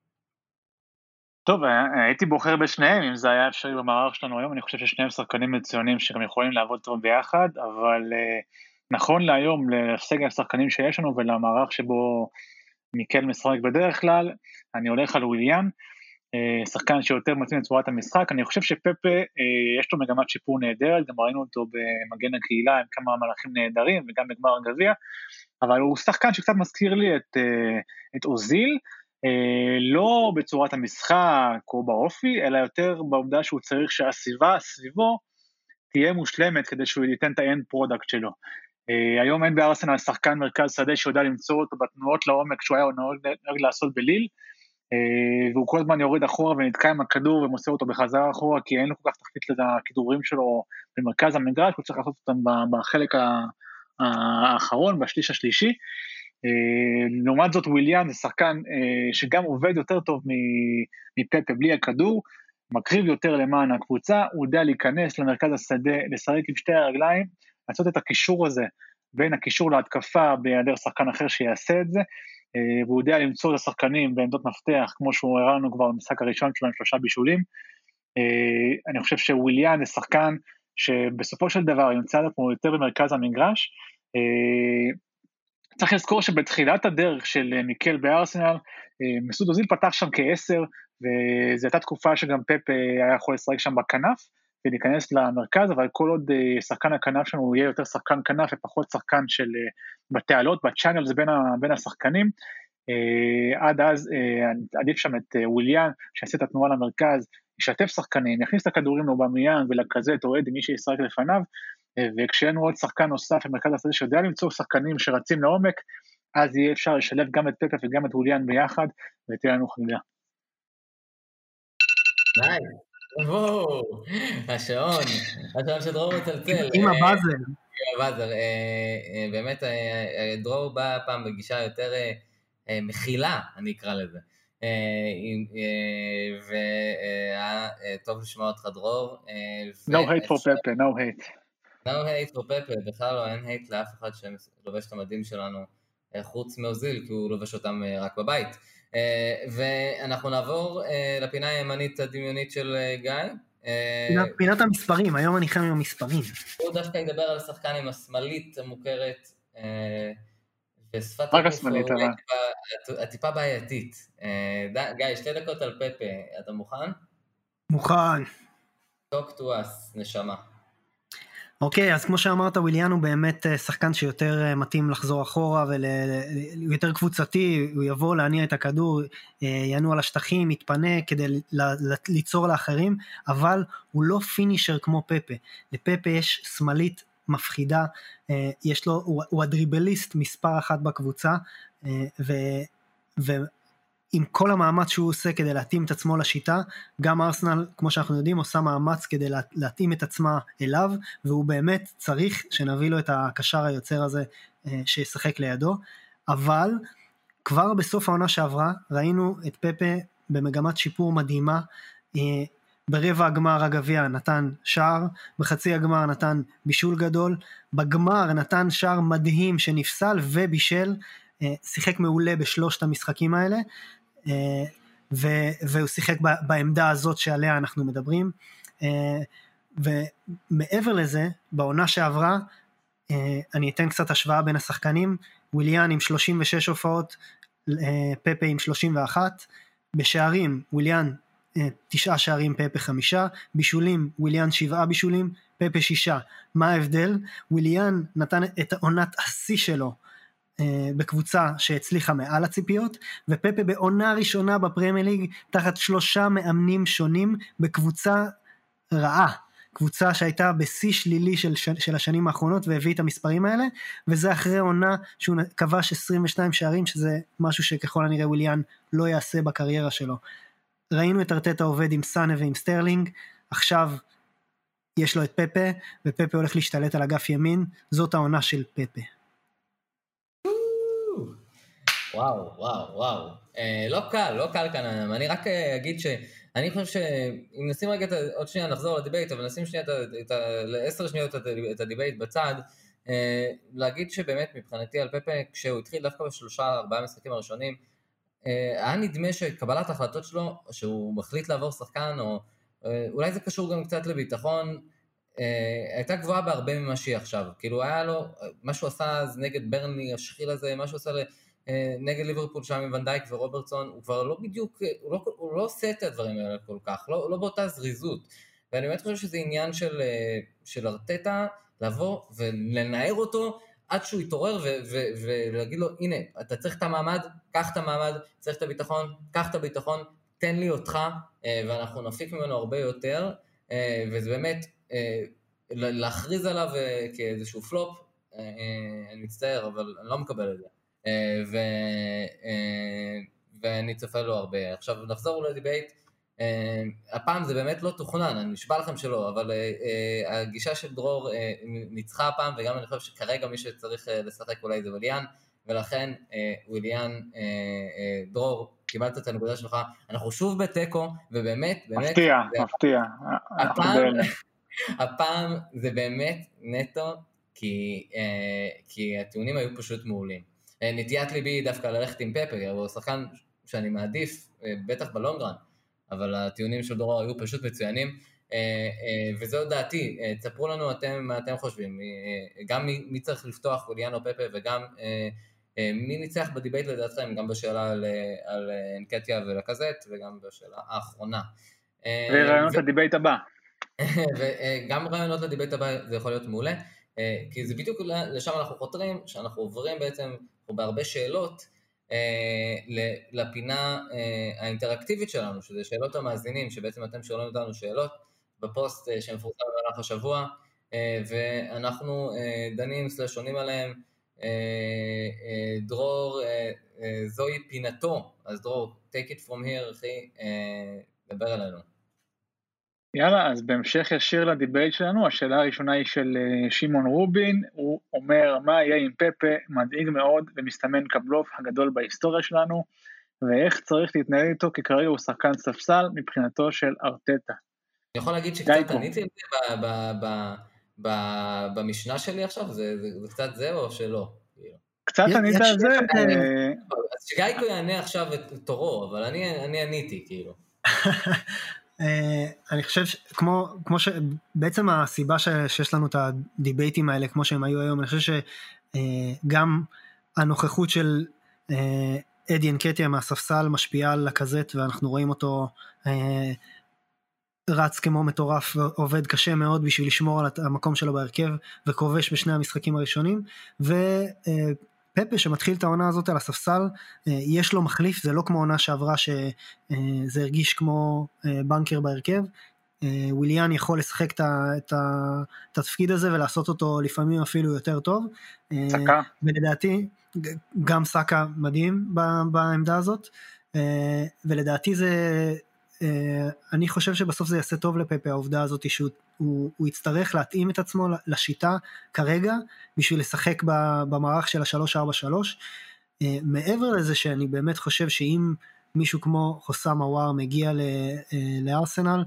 טוב, הייתי בוחר בשניהם, אם זה היה אפשרי במערך שלנו היום, אני חושב ששניהם שחקנים מצוינים שגם יכולים לעבוד טוב ביחד, אבל נכון להיום, לסגל השחקנים שיש לנו ולמערך שבו מיקל משחק בדרך כלל, אני הולך על וויליאן, שחקן שיותר מתאים לצורת המשחק, אני חושב שפפה יש לו מגמת שיפור נהדרת, גם ראינו אותו במגן הקהילה עם כמה מלאכים נהדרים וגם בגמר הגביע, אבל הוא שחקן שקצת מזכיר לי את אוזיל, לא בצורת המשחק או באופי, אלא יותר בעובדה שהוא צריך שהסביבה סביבו תהיה מושלמת כדי שהוא ייתן את האנד פרודקט שלו. היום אין בארסנל שחקן מרכז שדה שיודע למצוא אותו בתנועות לעומק שהוא היה נוהג לעשות בליל, והוא כל הזמן יורד אחורה ונתקע עם הכדור ומוסר אותו בחזרה אחורה, כי אין לו כל כך תחתית לכדורים שלו במרכז המגרש, הוא צריך לעשות אותם בחלק האחרון, בשליש השלישי. לעומת זאת וויליאן זה שחקן שגם עובד יותר טוב מפפה בלי הכדור, מקריב יותר למען הקבוצה, הוא יודע להיכנס למרכז השדה, לשחק עם 2 הרגליים, לעשות את הקישור הזה בין הקישור להתקפה בהיעדר שחקן אחר שיעשה את זה, והוא יודע למצוא את השחקנים בעמדות מפתח, כמו שהוא הראה לנו כבר במשחק הראשון שלו עם 3 בישולים. אני חושב שוויליאן זה שחקן שבסופו של דבר ימצא לנו יותר במרכז המגרש, צריך לזכור שבתחילת הדרך של מיקל בארסנל, מסות אוזיל פתח שם כ10, וזו הייתה תקופה שגם פפ היה יכול לשחק שם בכנף, ולהיכנס למרכז, אבל כל עוד שחקן הכנף שלנו יהיה יותר שחקן כנף, ופחות שחקן של בתעלות, בצ'אנל זה בין השחקנים, עד אז עדיף שם את וויליאן, שיעשה את התנועה למרכז, ישתף שחקנים, יכניס את הכדורים לאובמיאנג ולקזט או עד מי שישחק לפניו, וכשאין עוד שחקן נוסף במרכז השדה שיודע למצוא שחקנים שרצים לעומק, אז יהיה אפשר לשלב גם את פפ וגם את וויליאן ביחד, ותהיה לנו חגיגה. וואו, השעון שדרור מצלצל. עם הבאזר. עם הבאזר, באמת דרור בא פעם בגישה יותר מכילה, אני אקרא לזה. והיה טוב לשמוע אותך דרור. No hate for Pepe, no hate. No hate for Pepe, בכלל לא, אין hate לאף אחד שלובש את המדים שלנו, חוץ מאוזיל, כי הוא לובש אותם רק בבית. ואנחנו נעבור לפינה הימנית הדמיונית של גיא. פינת המספרים, היום אני חם עם המספרים. הוא דווקא ידבר על השחקן עם השמאלית המוכרת, ושפת רק השמאלית, הטיפה בעייתית. גיא, 2 דקות על פפה, אתה מוכן? מוכן. Talk to us, נשמה. אוקיי, אז כמו שאמרת, וויליאן הוא באמת שחקן שיותר מתאים לחזור אחורה, הוא יותר קבוצתי, הוא יבוא להניע את הכדור, ינוע על השטחים, יתפנה כדי ליצור לאחרים, אבל הוא לא פינישר כמו פפה. לפפה יש שמאלית מפחידה, יש לו, הוא הדריבליסט מספר 1 בקבוצה, עם כל המאמץ שהוא עושה כדי להתאים את עצמו לשיטה, גם ארסנל, כמו שאנחנו יודעים, עושה מאמץ כדי להתאים את עצמה אליו, והוא באמת צריך שנביא לו את הקשר היוצר הזה שישחק לידו, אבל כבר בסוף העונה שעברה, ראינו את פפה במגמת שיפור מדהימה, ברבע הגמר הגביע נתן שער, בחצי הגמר נתן בישול גדול, בגמר נתן שער מדהים שנפסל ובישל, שיחק מעולה בשלושת המשחקים האלה, והוא שיחק בעמדה הזאת שעליה אנחנו מדברים, ומעבר לזה, בעונה שעברה, אני אתן קצת השוואה בין השחקנים, וויליאן עם 36 הופעות, פפה עם 31, בשערים, וויליאן 9 שערים, פפה 5, בישולים, וויליאן 7 בישולים, פפה 6, מה ההבדל? וויליאן נתן את עונת השיא שלו, בקבוצה שהצליחה מעל הציפיות, ופפה בעונה ראשונה בפרמייר ליג, תחת 3 מאמנים שונים, בקבוצה רעה, קבוצה שהייתה בשיא שלילי של השנים האחרונות, והביא את המספרים האלה, וזה אחרי עונה שהוא כבש 22 שערים, שזה משהו שככל הנראה וויליאן לא יעשה בקריירה שלו. ראינו את ארטטה עובד עם סאנה ועם סטרלינג, עכשיו יש לו את פפה, ופפה הולך להשתלט על אגף ימין, זאת העונה של פפה. וואו. לא קל כאן, אני רק אגיד שאני חושב שאם נשים רגע עוד שנייה נחזור לדיבייט, אבל נשים שנייה ל10 שניות את הדיבייט בצד, להגיד שבאמת מבחינתי על פפה, כשהוא התחיל דווקא ב3-4 משחקים הראשונים, היה נדמה שקבלת ההחלטות שלו, שהוא מחליט לעבור שחקן, או אולי זה קשור גם קצת לביטחון, הייתה גבוהה בהרבה ממה שהיא עכשיו, כאילו היה לו, מה שהוא עשה אז נגד ברני, השחיל הזה, מה שהוא עשה נגד ליברפול שם עם ונדייק ורוברטסון, הוא כבר לא בדיוק, הוא לא עושה את הדברים האלה כל כך, לא באותה זריזות, ואני באמת חושב שזה עניין של ארטטה, לבוא ולנער אותו, עד שהוא יתעורר ולהגיד לו, הנה, אתה צריך את המעמד, קח את המעמד, צריך את הביטחון, קח את הביטחון, תן לי אותך, ואנחנו נפיק ממנו הרבה יותר, וזה באמת, להכריז עליו כאיזשהו פלופ, אני מצטער, אבל אני לא מקבל את זה. ואני צופה לו הרבה. עכשיו נחזור לדיבייט, הפעם זה באמת לא תוכנן, אני נשבע לכם שלא, אבל הגישה של דרור ניצחה הפעם, וגם אני חושב שכרגע מי שצריך לשחק אולי זה וויליאן, ולכן וויליאן, דרור, קיבלת את הנקודה שלך, אנחנו שוב בטקו, ובאמת, מפתיע. הפעם זה באמת נטו, כי הטיעונים היו פשוט מעולים. נטיית ליבי דווקא ללכת עם פפה, הוא שחקן שאני מעדיף, בטח בלונגרן, אבל הטיעונים של דרור היו פשוט מצוינים, וזו דעתי, תספרו לנו מה אתם חושבים, גם מי צריך לפתוח וויליאן או פפה, וגם מי ניצח בדיבייט לדעתכם, גם בשאלה על אנקטיה ולקזט, וגם בשאלה האחרונה. ורעיונות הדיבייט הבא. וגם רעיונות לדיבייט הבא זה יכול להיות מעולה, כי זה בדיוק לשם אנחנו חותרים, שאנחנו עוברים בעצם בהרבה שאלות לפינה האינטראקטיבית שלנו, שזה שאלות המאזינים, שבעצם אתם שואלים אותנו שאלות בפוסט שמפורסם במהלך השבוע, ואנחנו דנים עונים עליהם. דרור, זוהי פינתו, אז דרור, take it from here, אחי, דבר עלינו. יאללה, אז בהמשך ישיר לדיבייט שלנו, השאלה הראשונה היא של שמעון רובין, הוא אומר, מה יהיה עם פפה, מדאיג מאוד ומסתמן כבלוף הגדול בהיסטוריה שלנו, ואיך צריך להתנהל איתו, כי כרגע הוא שחקן ספסל מבחינתו של ארטטה. אני יכול להגיד שקצת עניתי על זה במשנה שלי עכשיו, זה קצת זה או שלא? קצת ענית על זה? אז שגייקו יענה עכשיו את תורו, אבל אני עניתי, כאילו. אני חושב כמו שבעצם הסיבה שיש לנו את הדיבייטים האלה כמו שהם היו היום, אני חושב שגם הנוכחות של אדי אנקטיה מהספסל משפיעה על לקזט, ואנחנו רואים אותו רץ כמו מטורף ועובד קשה מאוד בשביל לשמור על המקום שלו בהרכב, וכובש בשני המשחקים הראשונים, פפה שמתחיל את העונה הזאת על הספסל, יש לו מחליף, זה לא כמו עונה שעברה שזה הרגיש כמו בנקר בהרכב, וויליאן יכול לשחק את התפקיד הזה ולעשות אותו לפעמים אפילו יותר טוב, סקה. ולדעתי גם סקה מדהים בעמדה הזאת, ולדעתי זה, אני חושב שבסוף זה יעשה טוב לפפה העובדה הזאת שהוא יצטרך להתאים את עצמו לשיטה כרגע בשביל לשחק במערך של ה-3-4-3, מעבר לזה שאני באמת חושב שאם מישהו כמו חוסם אוואר מגיע לארסנל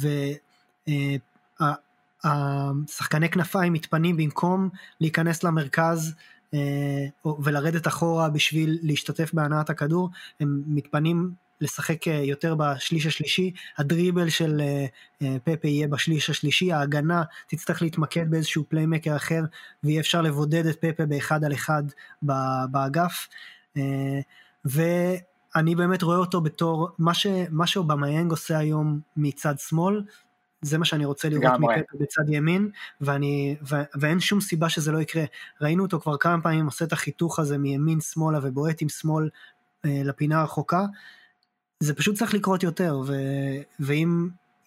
והשחקני כנפיים מתפנים במקום להיכנס למרכז ולרדת אחורה בשביל להשתתף בהנעת הכדור, הם מתפנים לשחק יותר בשליש השלישי, הדריבל של פפה יהיה בשליש השלישי, ההגנה תצטרך להתמקד באיזשהו פליימקר אחר, ויהיה אפשר לבודד את פפה באחד על אחד באגף, ואני באמת רואה אותו בתור, מה שאובמיאנג עושה היום מצד שמאל, זה מה שאני רוצה לראות מפפה בצד ימין, ואין שום סיבה שזה לא יקרה, ראינו אותו כבר כמה פעמים עושה את החיתוך הזה מימין שמאלה, ובועט עם שמאל לפינה הרחוקה, זה פשוט צריך לקרות יותר, ואם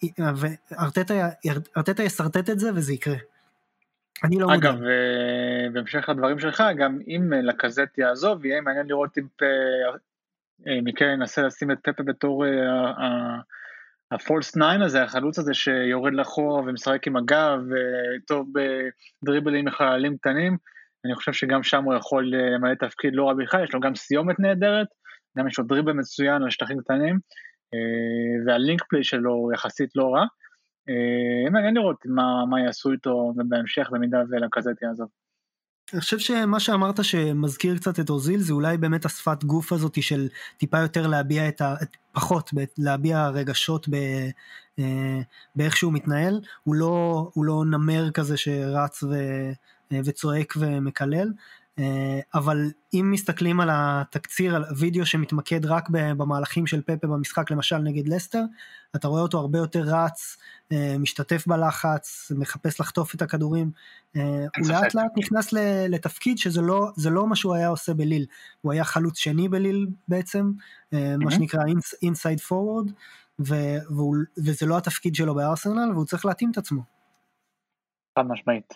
ארטטה יסרטט את זה, וזה יקרה. אני לא מודע. אגב, בהמשך לדברים שלך, גם אם לקזט יעזוב, יהיה מעניין לראות אם מיקל ינסה לשים את פפה בתור הפולס 9 הזה, החלוץ הזה שיורד לאחורה ומשחק עם הגב, וטוב בדריבלים מחללים קטנים, אני חושב שגם שם הוא יכול למלא תפקיד לא רע בכלל, יש לו גם סיומת נהדרת, גם יש לו דריבל מצוין על שטחים קטנים, והלינק פליי שלו יחסית לא רע, מעניין לראות מה יעשו איתו בהמשך במידה ולקזט יעזוב. אני חושב שמה שאמרת שמזכיר קצת את אוזיל, זה אולי באמת השפת גוף הזאת של טיפה יותר להביע פחות, להביע רגשות באיך שהוא מתנהל, הוא לא נמר כזה שרץ וצועק ומקלל, אבל אם מסתכלים על התקציר, על וידאו שמתמקד רק במהלכים של פפה במשחק, למשל נגד לסטר, אתה רואה אותו הרבה יותר רץ, משתתף בלחץ, מחפש לחטוף את הכדורים, הוא לאט לאט נכנס לתפקיד שזה לא מה שהוא היה עושה בליל, הוא היה חלוץ שני בליל בעצם, מה שנקרא inside forward, וזה לא התפקיד שלו בארסנל, והוא צריך להתאים את עצמו. חד משמעית.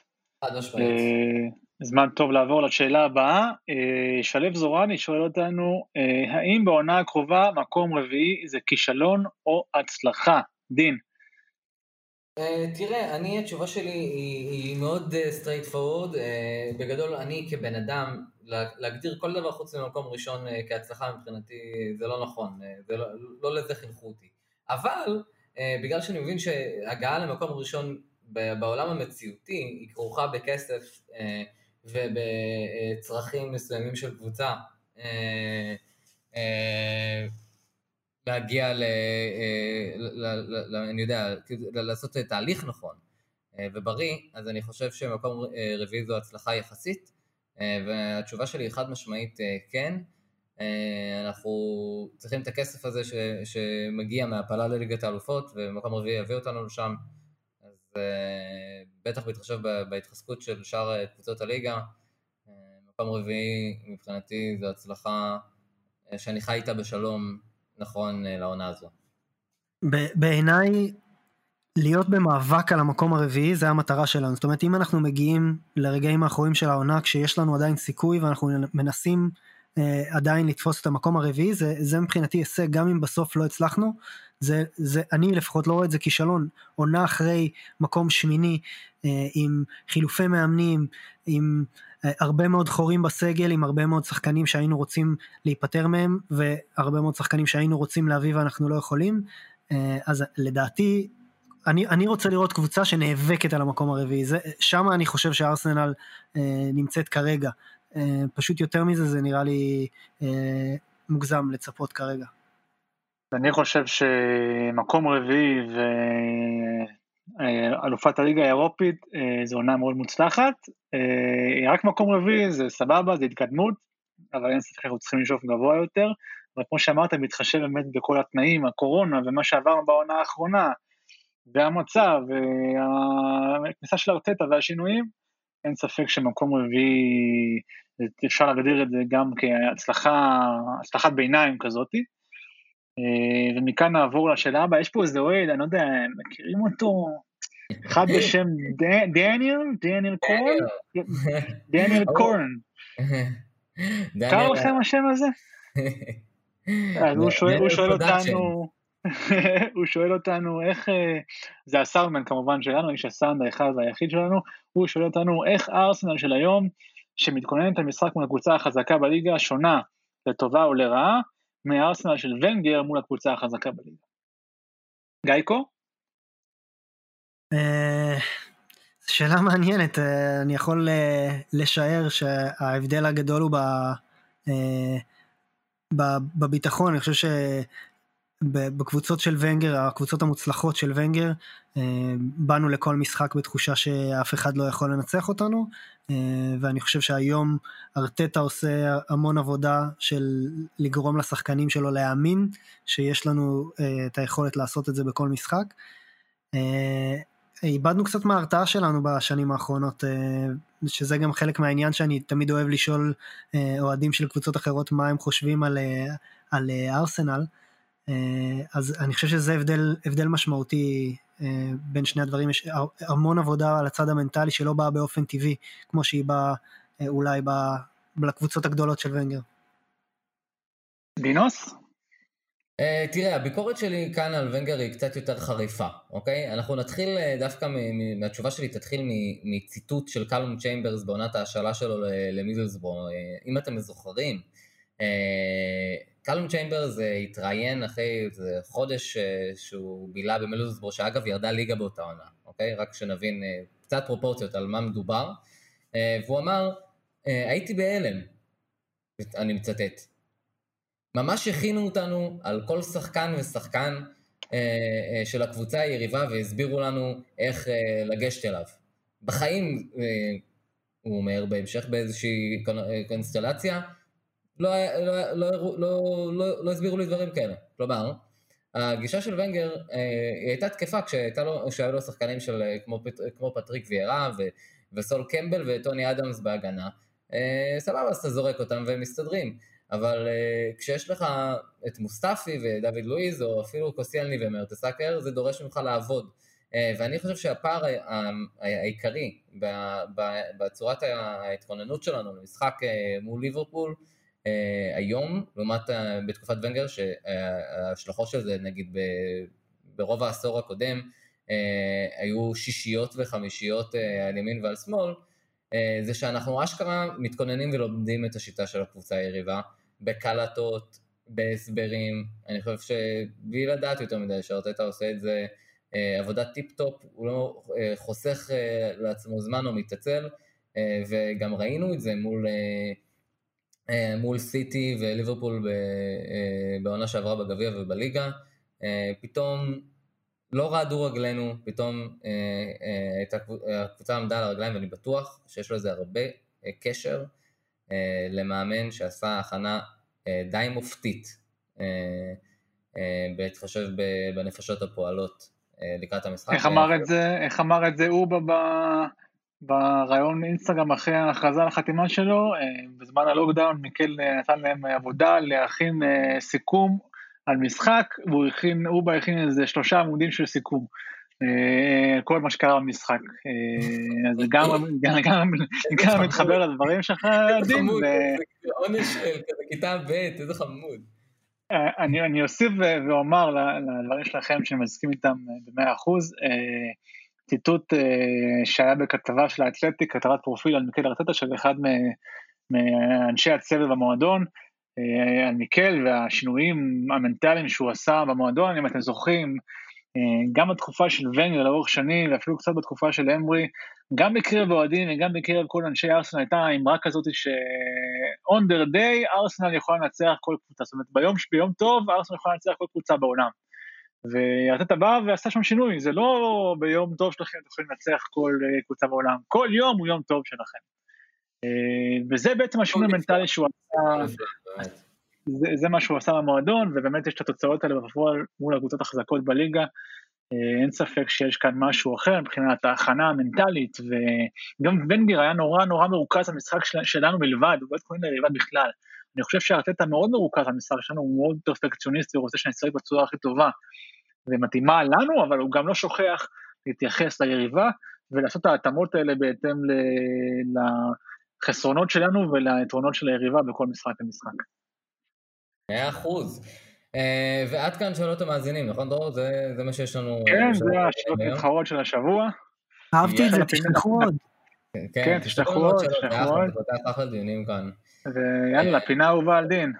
זמן טוב לעבור לשאלה הבאה, שלב זורני שואל אותנו, האם בעונה הקרובה מקום רביעי זה כישלון או הצלחה? דין. תראה, התשובה שלי היא מאוד straight forward, בגדול אני כבן אדם, להגדיר כל דבר חוץ ממקום ראשון כהצלחה מבחינתי זה לא נכון, זה לא לזה חינכו אותי, אבל בגלל שאני מבין שהגעה למקום ראשון בעולם המציאותי היא כרוכה בכסף ובצרכים מסוימים של קבוצה, להגיע אני יודע, לעשות תהליך נכון ובריא, אז אני חושב שמקום רביעי זו הצלחה יחסית, והתשובה שלי היא חד משמעית כן. אנחנו צריכים את הכסף הזה שמגיע מהפלה לליגת האלופות, ומקום רביעי יביא אותנו לשם, אז בטח בהתחשב בהתחזקות של שאר קבוצות הליגה, מקום רביעי מבחינתי זו הצלחה שאני חי איתה בשלום נכון לעונה הזו. בעיניי, להיות במאבק על המקום הרביעי זה המטרה שלנו. זאת אומרת, אם אנחנו מגיעים לרגעים האחרונים של העונה, כשיש לנו עדיין סיכוי ואנחנו מנסים עדיין לתפוס את המקום הרביעי, זה מבחינתי הישג, גם אם בסוף לא הצלחנו, אני לפחות לא רואה את זה כישלון. עונה אחרי מקום שמיני, עם חילופי מאמנים, עם הרבה מאוד חורים בסגל, עם הרבה מאוד שחקנים שהיינו רוצים להיפטר מהם, והרבה מאוד שחקנים שהיינו רוצים להביא ואנחנו לא יכולים, אז לדעתי, אני רוצה לראות קבוצה שנאבקת על המקום הרביעי, שם אני חושב שארסנל נמצאת כרגע, פשוט יותר מזה זה נראה לי מוגזם לצפות כרגע. אני חושב שמקום רביעי ואלופת הליגה האירופית זו עונה מאוד מוצלחת, רק מקום רביעי זה סבבה, זה התקדמות, אבל אין ספק אנחנו צריכים לשאוף גבוה יותר, אבל כמו שאמרת, מתחשב באמת בכל התנאים, הקורונה ומה שעברנו בעונה האחרונה, והמצב, והכניסה של ארטטה והשינויים, אין ספק שמקום רביעי, אפשר להגדיר את זה גם כהצלחת ביניים כזאת, ומכאן נעבור לשאלה הבאה, יש פה איזה אוהד, אני לא יודע, מכירים אותו, אחד בשם דניאל קורן? דניאל קורן. קרא לכם השם הזה? הוא שואל אותנו איך, זה הסאונדמן כמובן שלנו, איש הסאונד האחד והיחיד שלנו, הוא שואל אותנו איך ארסנל של היום, שמתכוננת למשחק מול הקבוצה החזקה בליגה, שונה לטובה או לרעה, מארסנל של ונגר מול הקבוצה החזקה בליגה. גייקו? שאלה מעניינת, אני יכול לשער שההבדל הגדול הוא בביטחון. אני חושב שבקבוצות של ונגר, הקבוצות המוצלחות של ונגר, באנו לכל משחק בתחושה שאף אחד לא יכול לנצח אותנו, ואני חושב שהיום ארטטה עושה המון עבודה של לגרום לשחקנים שלו להאמין שיש לנו את היכולת לעשות את זה בכל משחק. איבדנו קצת מההרתעה שלנו בשנים האחרונות, שזה גם חלק מהעניין שאני תמיד אוהב לשאול אוהדים של קבוצות אחרות מה הם חושבים על ארסנל, אז אני חושב שזה הבדל משמעותי בין שני הדברים. יש המון עבודה על הצד המנטלי שלא באה באופן טבעי, כמו שהיא באה אולי לקבוצות הגדולות של ונגר. דינוס? תראה, הביקורת שלי כאן על ונגר היא קצת יותר חריפה, אוקיי? אנחנו נתחיל דווקא מהתשובה שלי, תתחיל מציטוט של קלום צ'יימברס בעונת ההשאלה שלו למידלסבורו. אם אתם זוכרים, קלום צ'יימברס התראיין אחרי חודש שהוא בילה במידלסבורו, שאגב ירדה ליגה באותה עונה, אוקיי? רק שנבין קצת פרופורציות על מה מדובר. והוא אמר, הייתי בהלם, אני מצטט. ממש הכינו אותנו על כל שחקן ושחקן של הקבוצה היריבה, והסבירו לנו איך לגשת אליו. בחיים, הוא אומר בהמשך באיזושהי קונסטלציה, לא הסבירו לי דברים כאלה. כלומר, הגישה של ונגר היא הייתה תקפה כשהיו לו שחקנים כמו פטריק ויארה וסול קמבל וטוני אדמס בהגנה. סבבה, אז אתה זורק אותם והם מסתדרים. אבל כשיש לך את מוסטפי ודוד לואיז, או אפילו קוסיאלני ומרטסקר, זה דורש ממך לעבוד. ואני חושב שהפער העיקרי בצורת ההתכוננות שלנו למשחק מול ליברפול, היום, לעומת בתקופת ונגר, שההשלכות של זה, נגיד ברוב העשור הקודם, היו שישיות וחמישיות על ימין ועל שמאל, זה שאנחנו אשכרה מתכוננים ולומדים את השיטה של הקבוצה היריבה, בקלטות, בהסברים. אני חושב שבלי לדעת יותר מדי, שארטטה עושה את זה עבודת טיפ-טופ, הוא לא חוסך לעצמו זמן או מתעצל, וגם ראינו את זה מול סיטי וליברפול בעונה שעברה בגביע ובליגה. פתאום לא רעדו רגלינו, פתאום הקבוצה עמדה על הרגליים, ואני בטוח שיש לו איזה הרבה קשר למאמן שעשה הכנה די מופתית, בהתחשב בנפשות הפועלות לקראת המשחק. איך אמר את זה הוא ברעיון אינסטגרם אחרי ההכרזה על החתימה שלו, בזמן הלוקדאון מיקל נתן להם עבודה להכין סיכום על משחק, הוא הכין איזה 3 עמודים של סיכום, כל מה שקרה במשחק, אז זה גם מתחבר לדברים שלך, איזה חמוד, זה עונש כזה כיתה ב', איזה חמוד. אני אוסיף ואומר לדברים שלכם שמסכים איתם ב100%, ציטוט שהיה בכתבה של האתלטיק, כתבת פרופיל על מיקל ארטטה של אחד מאנשי הצוות במועדון, על מיקל והשינויים המנטליים שהוא עשה במועדון, אם אתם זוכרים, גם בתקופה של ונגר לאורך שנים, ואפילו קצת בתקופה של אמברי, גם בקרב אוהדים וגם בקרב כל אנשי ארסנל הייתה האמרה כזאת ש-on their day, ארסנל יכולה לנצח כל קבוצה, זאת אומרת ביום טוב, ארסנל יכולה לנצח כל קבוצה בעולם. וארטטה בא ועשה שם שינוי, זה לא ביום טוב שלכם אתם יכולים לנצח כל קבוצה בעולם, כל יום הוא יום טוב שלכם. וזה בעצם השינוי המנטלי שהוא עשה, זה מה שהוא עשה במועדון, ובאמת יש את התוצאות האלה בפועל מול הקבוצות החזקות בליגה, אין ספק שיש כאן משהו אחר מבחינת ההכנה המנטלית, וגם ונגר היה נורא מרוכז המשחק שלנו בלבד, הוא לא התכונן לריבה בכלל. אני חושב שארטטה מאוד מרוכז המשחק שלנו, הוא מאוד פרפקציוניסט ורוצה שנשחק בצורה הכי טובה ומתאימה לנו, אבל הוא גם לא שוכח להתייחס ליריבה ולעשות את ההתאמות האלה בהתאם לחסרונות שלנו וליתרונות של היריבה בכל משחק ומשחק. 100%. ועד כאן שאלות המאזינים, נכון דרור? זה מה שיש לנו. כן, זה השאלות נבחרות של השבוע. אהבתי את זה, תשלחו עוד. כן, תשלחו עוד. ויאללה, פינה אהובה על דין.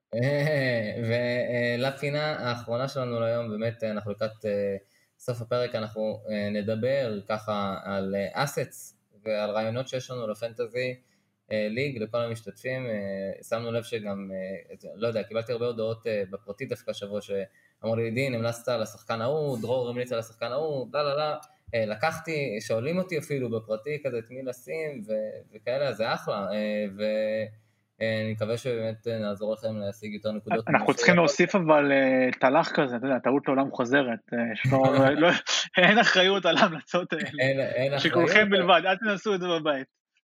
ולפינה האחרונה שלנו להיום, באמת אנחנו לקראת סוף הפרק, אנחנו נדבר ככה על אסטס ועל רעיונות שיש לנו לפנטזי ליג לכל המשתתפים. שמנו לב שגם, לא יודע, קיבלתי הרבה הודעות בפרטי דווקא שבוע שאמרו לי, דין, המלצת על השחקן ההוא, דרור המליץ על השחקן ההוא, לקחתי, שואלים אותי אפילו בפרטי כזה את מי לשים וכאלה, זה אחלה, ואני מקווה שבאמת נעזור לכם להשיג יותר נקודות. אנחנו צריכים להוסיף אבל תלך כזה, אתה יודע, טעות לעולם חוזרת, אין אחריות על ההמלצות האלה, שכולכם בלבד, אל תנסו את זה בבית.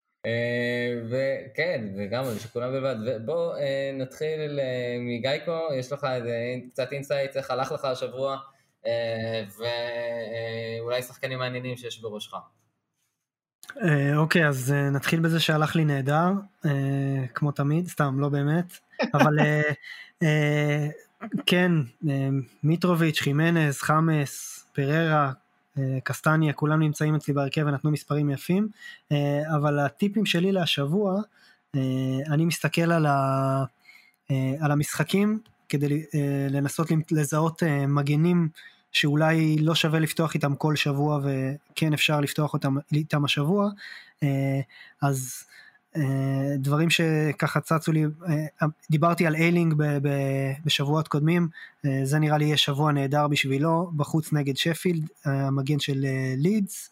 וכן, וגם שכולם בלבד, ובואו נתחיל מגייקו, יש לך קצת אינסייט, איך הלך לך השבוע, ואולי שחקנים מעניינים שיש בראשך. אוקיי, אז נתחיל בזה שהלך לי נהדר, כמו תמיד, סתם, לא באמת, אבל כן, מיטרוביץ', חימנז, חמאס, פררה, קסטניה, כולם נמצאים אצלי בהרכב ונתנו מספרים יפים, אבל הטיפים שלי להשבוע, אני מסתכל על המשחקים, כדי לנסות לזהות מגנים שאולי לא שווה לפתוח איתם כל שבוע, וכן אפשר לפתוח איתם השבוע, אז דברים שככה צצו לי, דיברתי על איילינג בשבועות קודמים, זה נראה לי יהיה שבוע נהדר בשבילו, בחוץ נגד שפילד, המגן של לידס,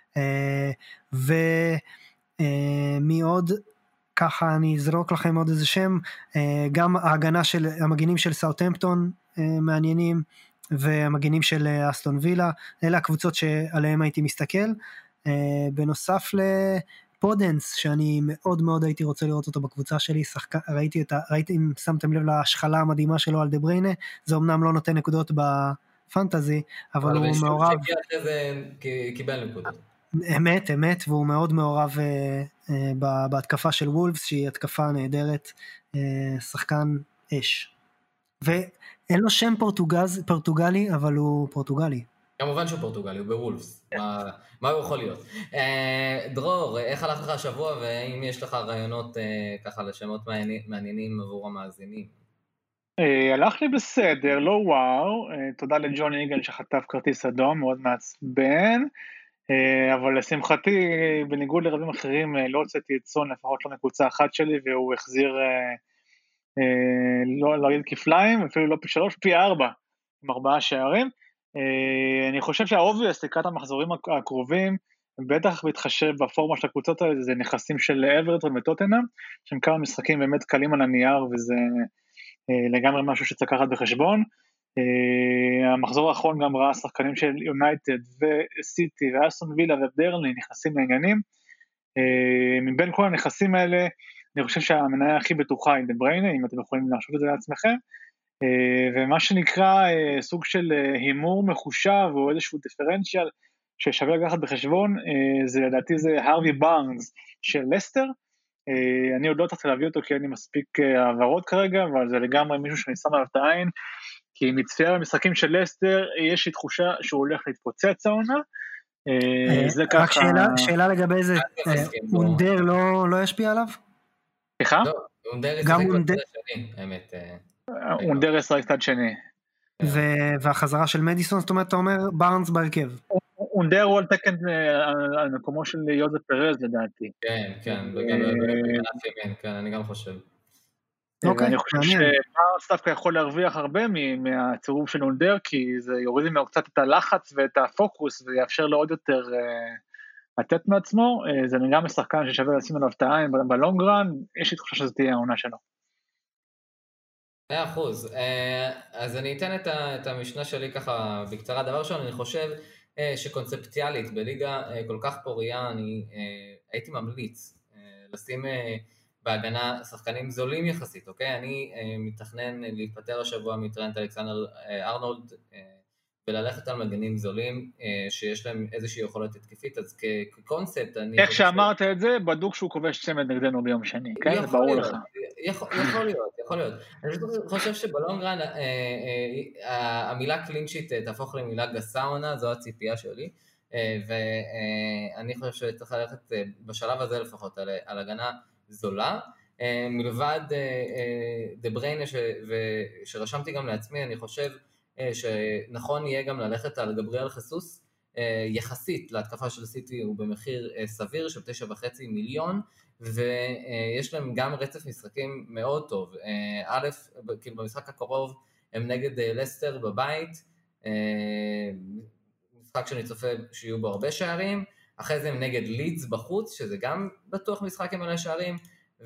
ומי עוד, ככה אני אזרוק לכם עוד איזה שם, גם ההגנה של המגנים של סאות'המפטון מעניינים, והמגנים של אסטון וילה, אלה הקבוצות שעליהם הייתי מסתכל, בנוסף לפודנס, שאני מאוד מאוד הייתי רוצה לראות אותו בקבוצה שלי, ראיתי אם שמתם לב להשחלה המדהימה שלו על דה בריינה, זה אמנם לא נותן נקודות בפנטזי, אבל הוא מעורב, קיבל נקודות. אמת, והוא מאוד מעורב בהתקפה של וולפס, שהיא התקפה נהדרת, שחקן אש. ואין לו שם פורטוגלי, אבל הוא פורטוגלי. כמובן שהוא פורטוגלי, הוא בוולפס. מה הוא יכול להיות? דרור, איך הלך לך השבוע, והאם יש לך רעיונות ככה לשמות מעניינים עבור המאזינים? הלך לי בסדר, לא וואו, תודה לג'ון איגל שחטף כרטיס אדום, מאוד מעצבן, אבל לשמחתי, בניגוד לרבים אחרים, לא הוצאתי את סון, לפחות לא מקבוצה אחת שלי, והוא החזיר לא להגיד כפליים, אפילו לא פי 3, פי 4, עם 4 שערים. אני חושב שהאובייס לקראת המחזורים הקרובים, בטח מתחשב בפורמה של הקבוצות האלה, זה נכסים של אברטון וטוטנהאם, שהם כמה משחקים באמת קלים על הנייר, וזה לגמרי משהו שצריך לקחת בחשבון. המחזור האחרון גם ראה שחקנים של יונייטד וסיטי ואסטון וילה וברנלי נכנסים לעניינים. מבין כל הנכסים האלה, אני חושב שהמניה הכי בטוחה היא דה בריינה, אם אתם יכולים להרשות את זה לעצמכם, ומה שנקרא סוג של הימור מחושב או איזשהו דיפרנציאל ששווה לקחת בחשבון, זה לדעתי זה הרווי בארנס של לסטר. אני עוד לא צריך להביא אותו כי אין לי מספיק העברות כרגע, אבל זה לגמרי מישהו שאני שם עליו את העין, כי מצפייה במשחקים של לסטר יש לי תחושה שהוא הולך להתפוצץ העונה. זה רק ככה... שאלה לגבי זה, אונדר לא ישפיע עליו? סליחה? גם אונדר ישחק צד שני. והחזרה של מדיסון, זאת אומרת, אתה אומר בארנס בהרכב. אונדר הוא על תקן על מקומו של יוזף פרז לדעתי. כן, אני גם חושב. ואני חושב שבארנס דווקא יכול להרוויח הרבה מהצירוף של אונדר, כי זה יוריד ממנו קצת את הלחץ ואת הפוקוס, ויאפשר לו עוד יותר לתת מעצמו. זה גם משחקן ששווה לשים עליו את העין בלונגרן, יש לי תחושה שזה תהיה העונה שלו. 100%. אז אני אתן את המשנה שלי ככה בקצרה. דבר ראשון, אני חושב שקונספציאלית בליגה כל כך פוריה, אני הייתי ממליץ לשים בהגנה שחקנים זולים יחסית, אוקיי? אני מתכנן להיפטר השבוע מטרנט אלכסנדר ארנולד וללכת על מגנים זולים שיש להם איזושהי יכולת התקפית, אז כקונספט אני... איך שאמרת את זה, בדוק שהוא כובש צמד נגדנו ביום שני, כן? זה ברור לך. יכול להיות. אני חושב שבלונגרן המילה קלינצ'יט תהפוך למילה גסה עונה, זו הציפייה שלי, ואני חושב שצריך ללכת בשלב הזה לפחות על הגנה זולה, מלבד דה בריינה שרשמתי גם לעצמי, אני חושב שנכון יהיה גם ללכת על גבריאל חסוס, יחסית להתקפה של סיטי הוא במחיר סביר של 9.5 מיליון, ויש להם גם רצף משחקים מאוד טוב. א', כאילו במשחק הקרוב הם נגד לסטר בבית, משחק שאני צופה שיהיו בו הרבה שערים, אחרי זה הם נגד לידס בחוץ, שזה גם בטוח משחק עם מלא שערים,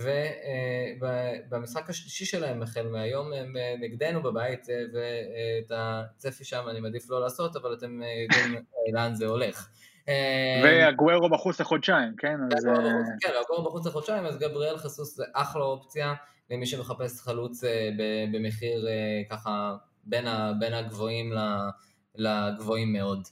ובמשחק השלישי שלהם החל מהיום הם נגדנו בבית, ואת הצפי שם אני מעדיף לא לעשות, אבל אתם יודעים לאן זה הולך. והגוארו בחוץ לחודשיים, כן? כן, הגוארו בחוץ לחודשיים, אז גבריאל חסוס זה אחלה אופציה, למי שמחפש חלוץ במחיר ככה בין הגבוהים לגבוהים מאוד.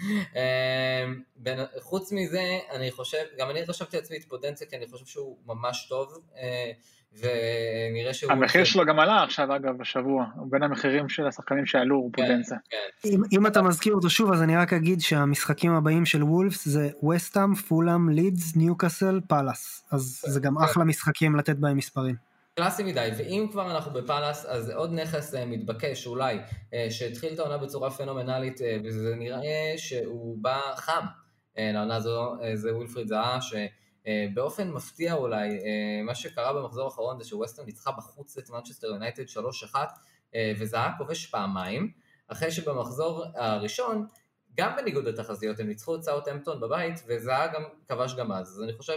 חוץ מזה, אני חושב, גם אני חשבתי לעצמי את פודנציה, כי אני חושב שהוא ממש טוב, ונראה שהוא... המחיר שלו גם עלה עכשיו, אגב, בשבוע, בין המחירים של השחקנים שעלו, פודנציה. אם אתה מזכיר אותו שוב, אז אני רק אגיד שהמשחקים הבאים של וולפס זה וסטהאם, פולהאם, לידס, ניוקאסל, פאלאס, אז זה גם אחלה משחקים לתת בהם מספרים. קלאסי מדי, ואם כבר אנחנו בפלאס, אז עוד נכס מתבקש אולי, שהתחיל את העונה בצורה פנומנלית, וזה נראה שהוא בא חם לעונה הזו, זה ווילפריד זהה, שבאופן מפתיע אולי, מה שקרה במחזור האחרון זה שווסטהאם ניצחה בחוץ את מנצ'סטר יונייטד 3-1, וזהה כובש פעמיים, אחרי שבמחזור הראשון, גם בניגוד לתחזיות, הם ניצחו את סאות'המפטון בבית, וזהה גם כבש גם אז אני חושב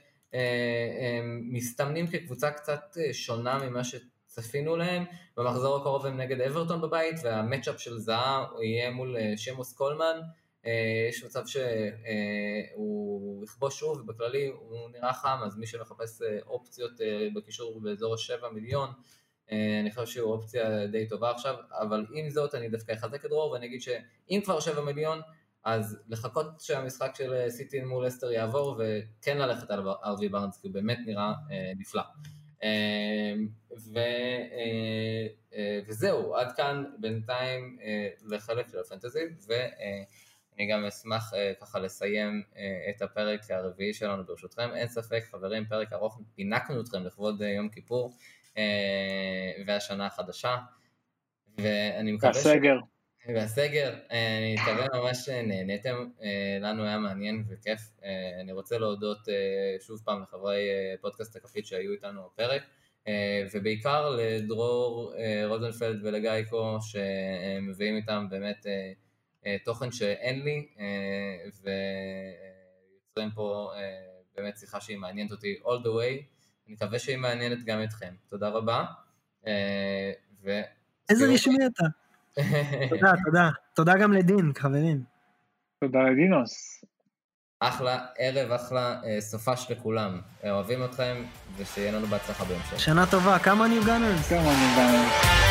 מסתמנים כקבוצה קצת שונה ממה שצפינו להם. במחזור הקרוב הם נגד אברטון בבית, והמאצ'אפ של זהה יהיה מול שמוס קולמן. יש מצב שהוא יכבוש שוב, ובכללי הוא נראה חם, אז מי שמחפש אופציות בקישור באזור 7 מיליון, אני חושב שהוא אופציה די טובה עכשיו, אבל עם זאת אני דווקא אחזק את דרור, ואני אגיד שאם כבר 7 מיליון, אז לחכות שהמשחק של סיטי מול לסטר יעבור, וכן ללכת על ארווי בארנס, כי הוא באמת נראה נפלא. וזהו, עד כאן בינתיים לחלק של הפנטזי, ואני גם אשמח ככה לסיים את הפרק הרביעי שלנו ברשותכם. אין ספק, חברים, פרק ארוך, פינקנו אתכם לכבוד יום כיפור, והשנה החדשה, ואני מקווה והסגר, אני מקווה ממש נהניתם, לנו היה מעניין וכיף. אני רוצה להודות שוב פעם לחברי פודקאסט הכפית שהיו איתנו בפרק, ובעיקר לדרור רוזנפלד ולגייקו שמביאים איתם באמת תוכן שאין לי, יוצרים פה באמת שיחה שהיא מעניינת אותי all the way, אני מקווה שהיא מעניינת גם אתכם. תודה רבה. איזה רשמי אתה. תודה, תודה. תודה גם לדין, חברים. תודה לדינוס. אחלה ערב, אחלה סופש לכולם. אוהבים אתכם, ושיהיה לנו בהצלחה בהמשך. שנה טובה, כמה ניו גאנרס? כמה ניו גאנרס.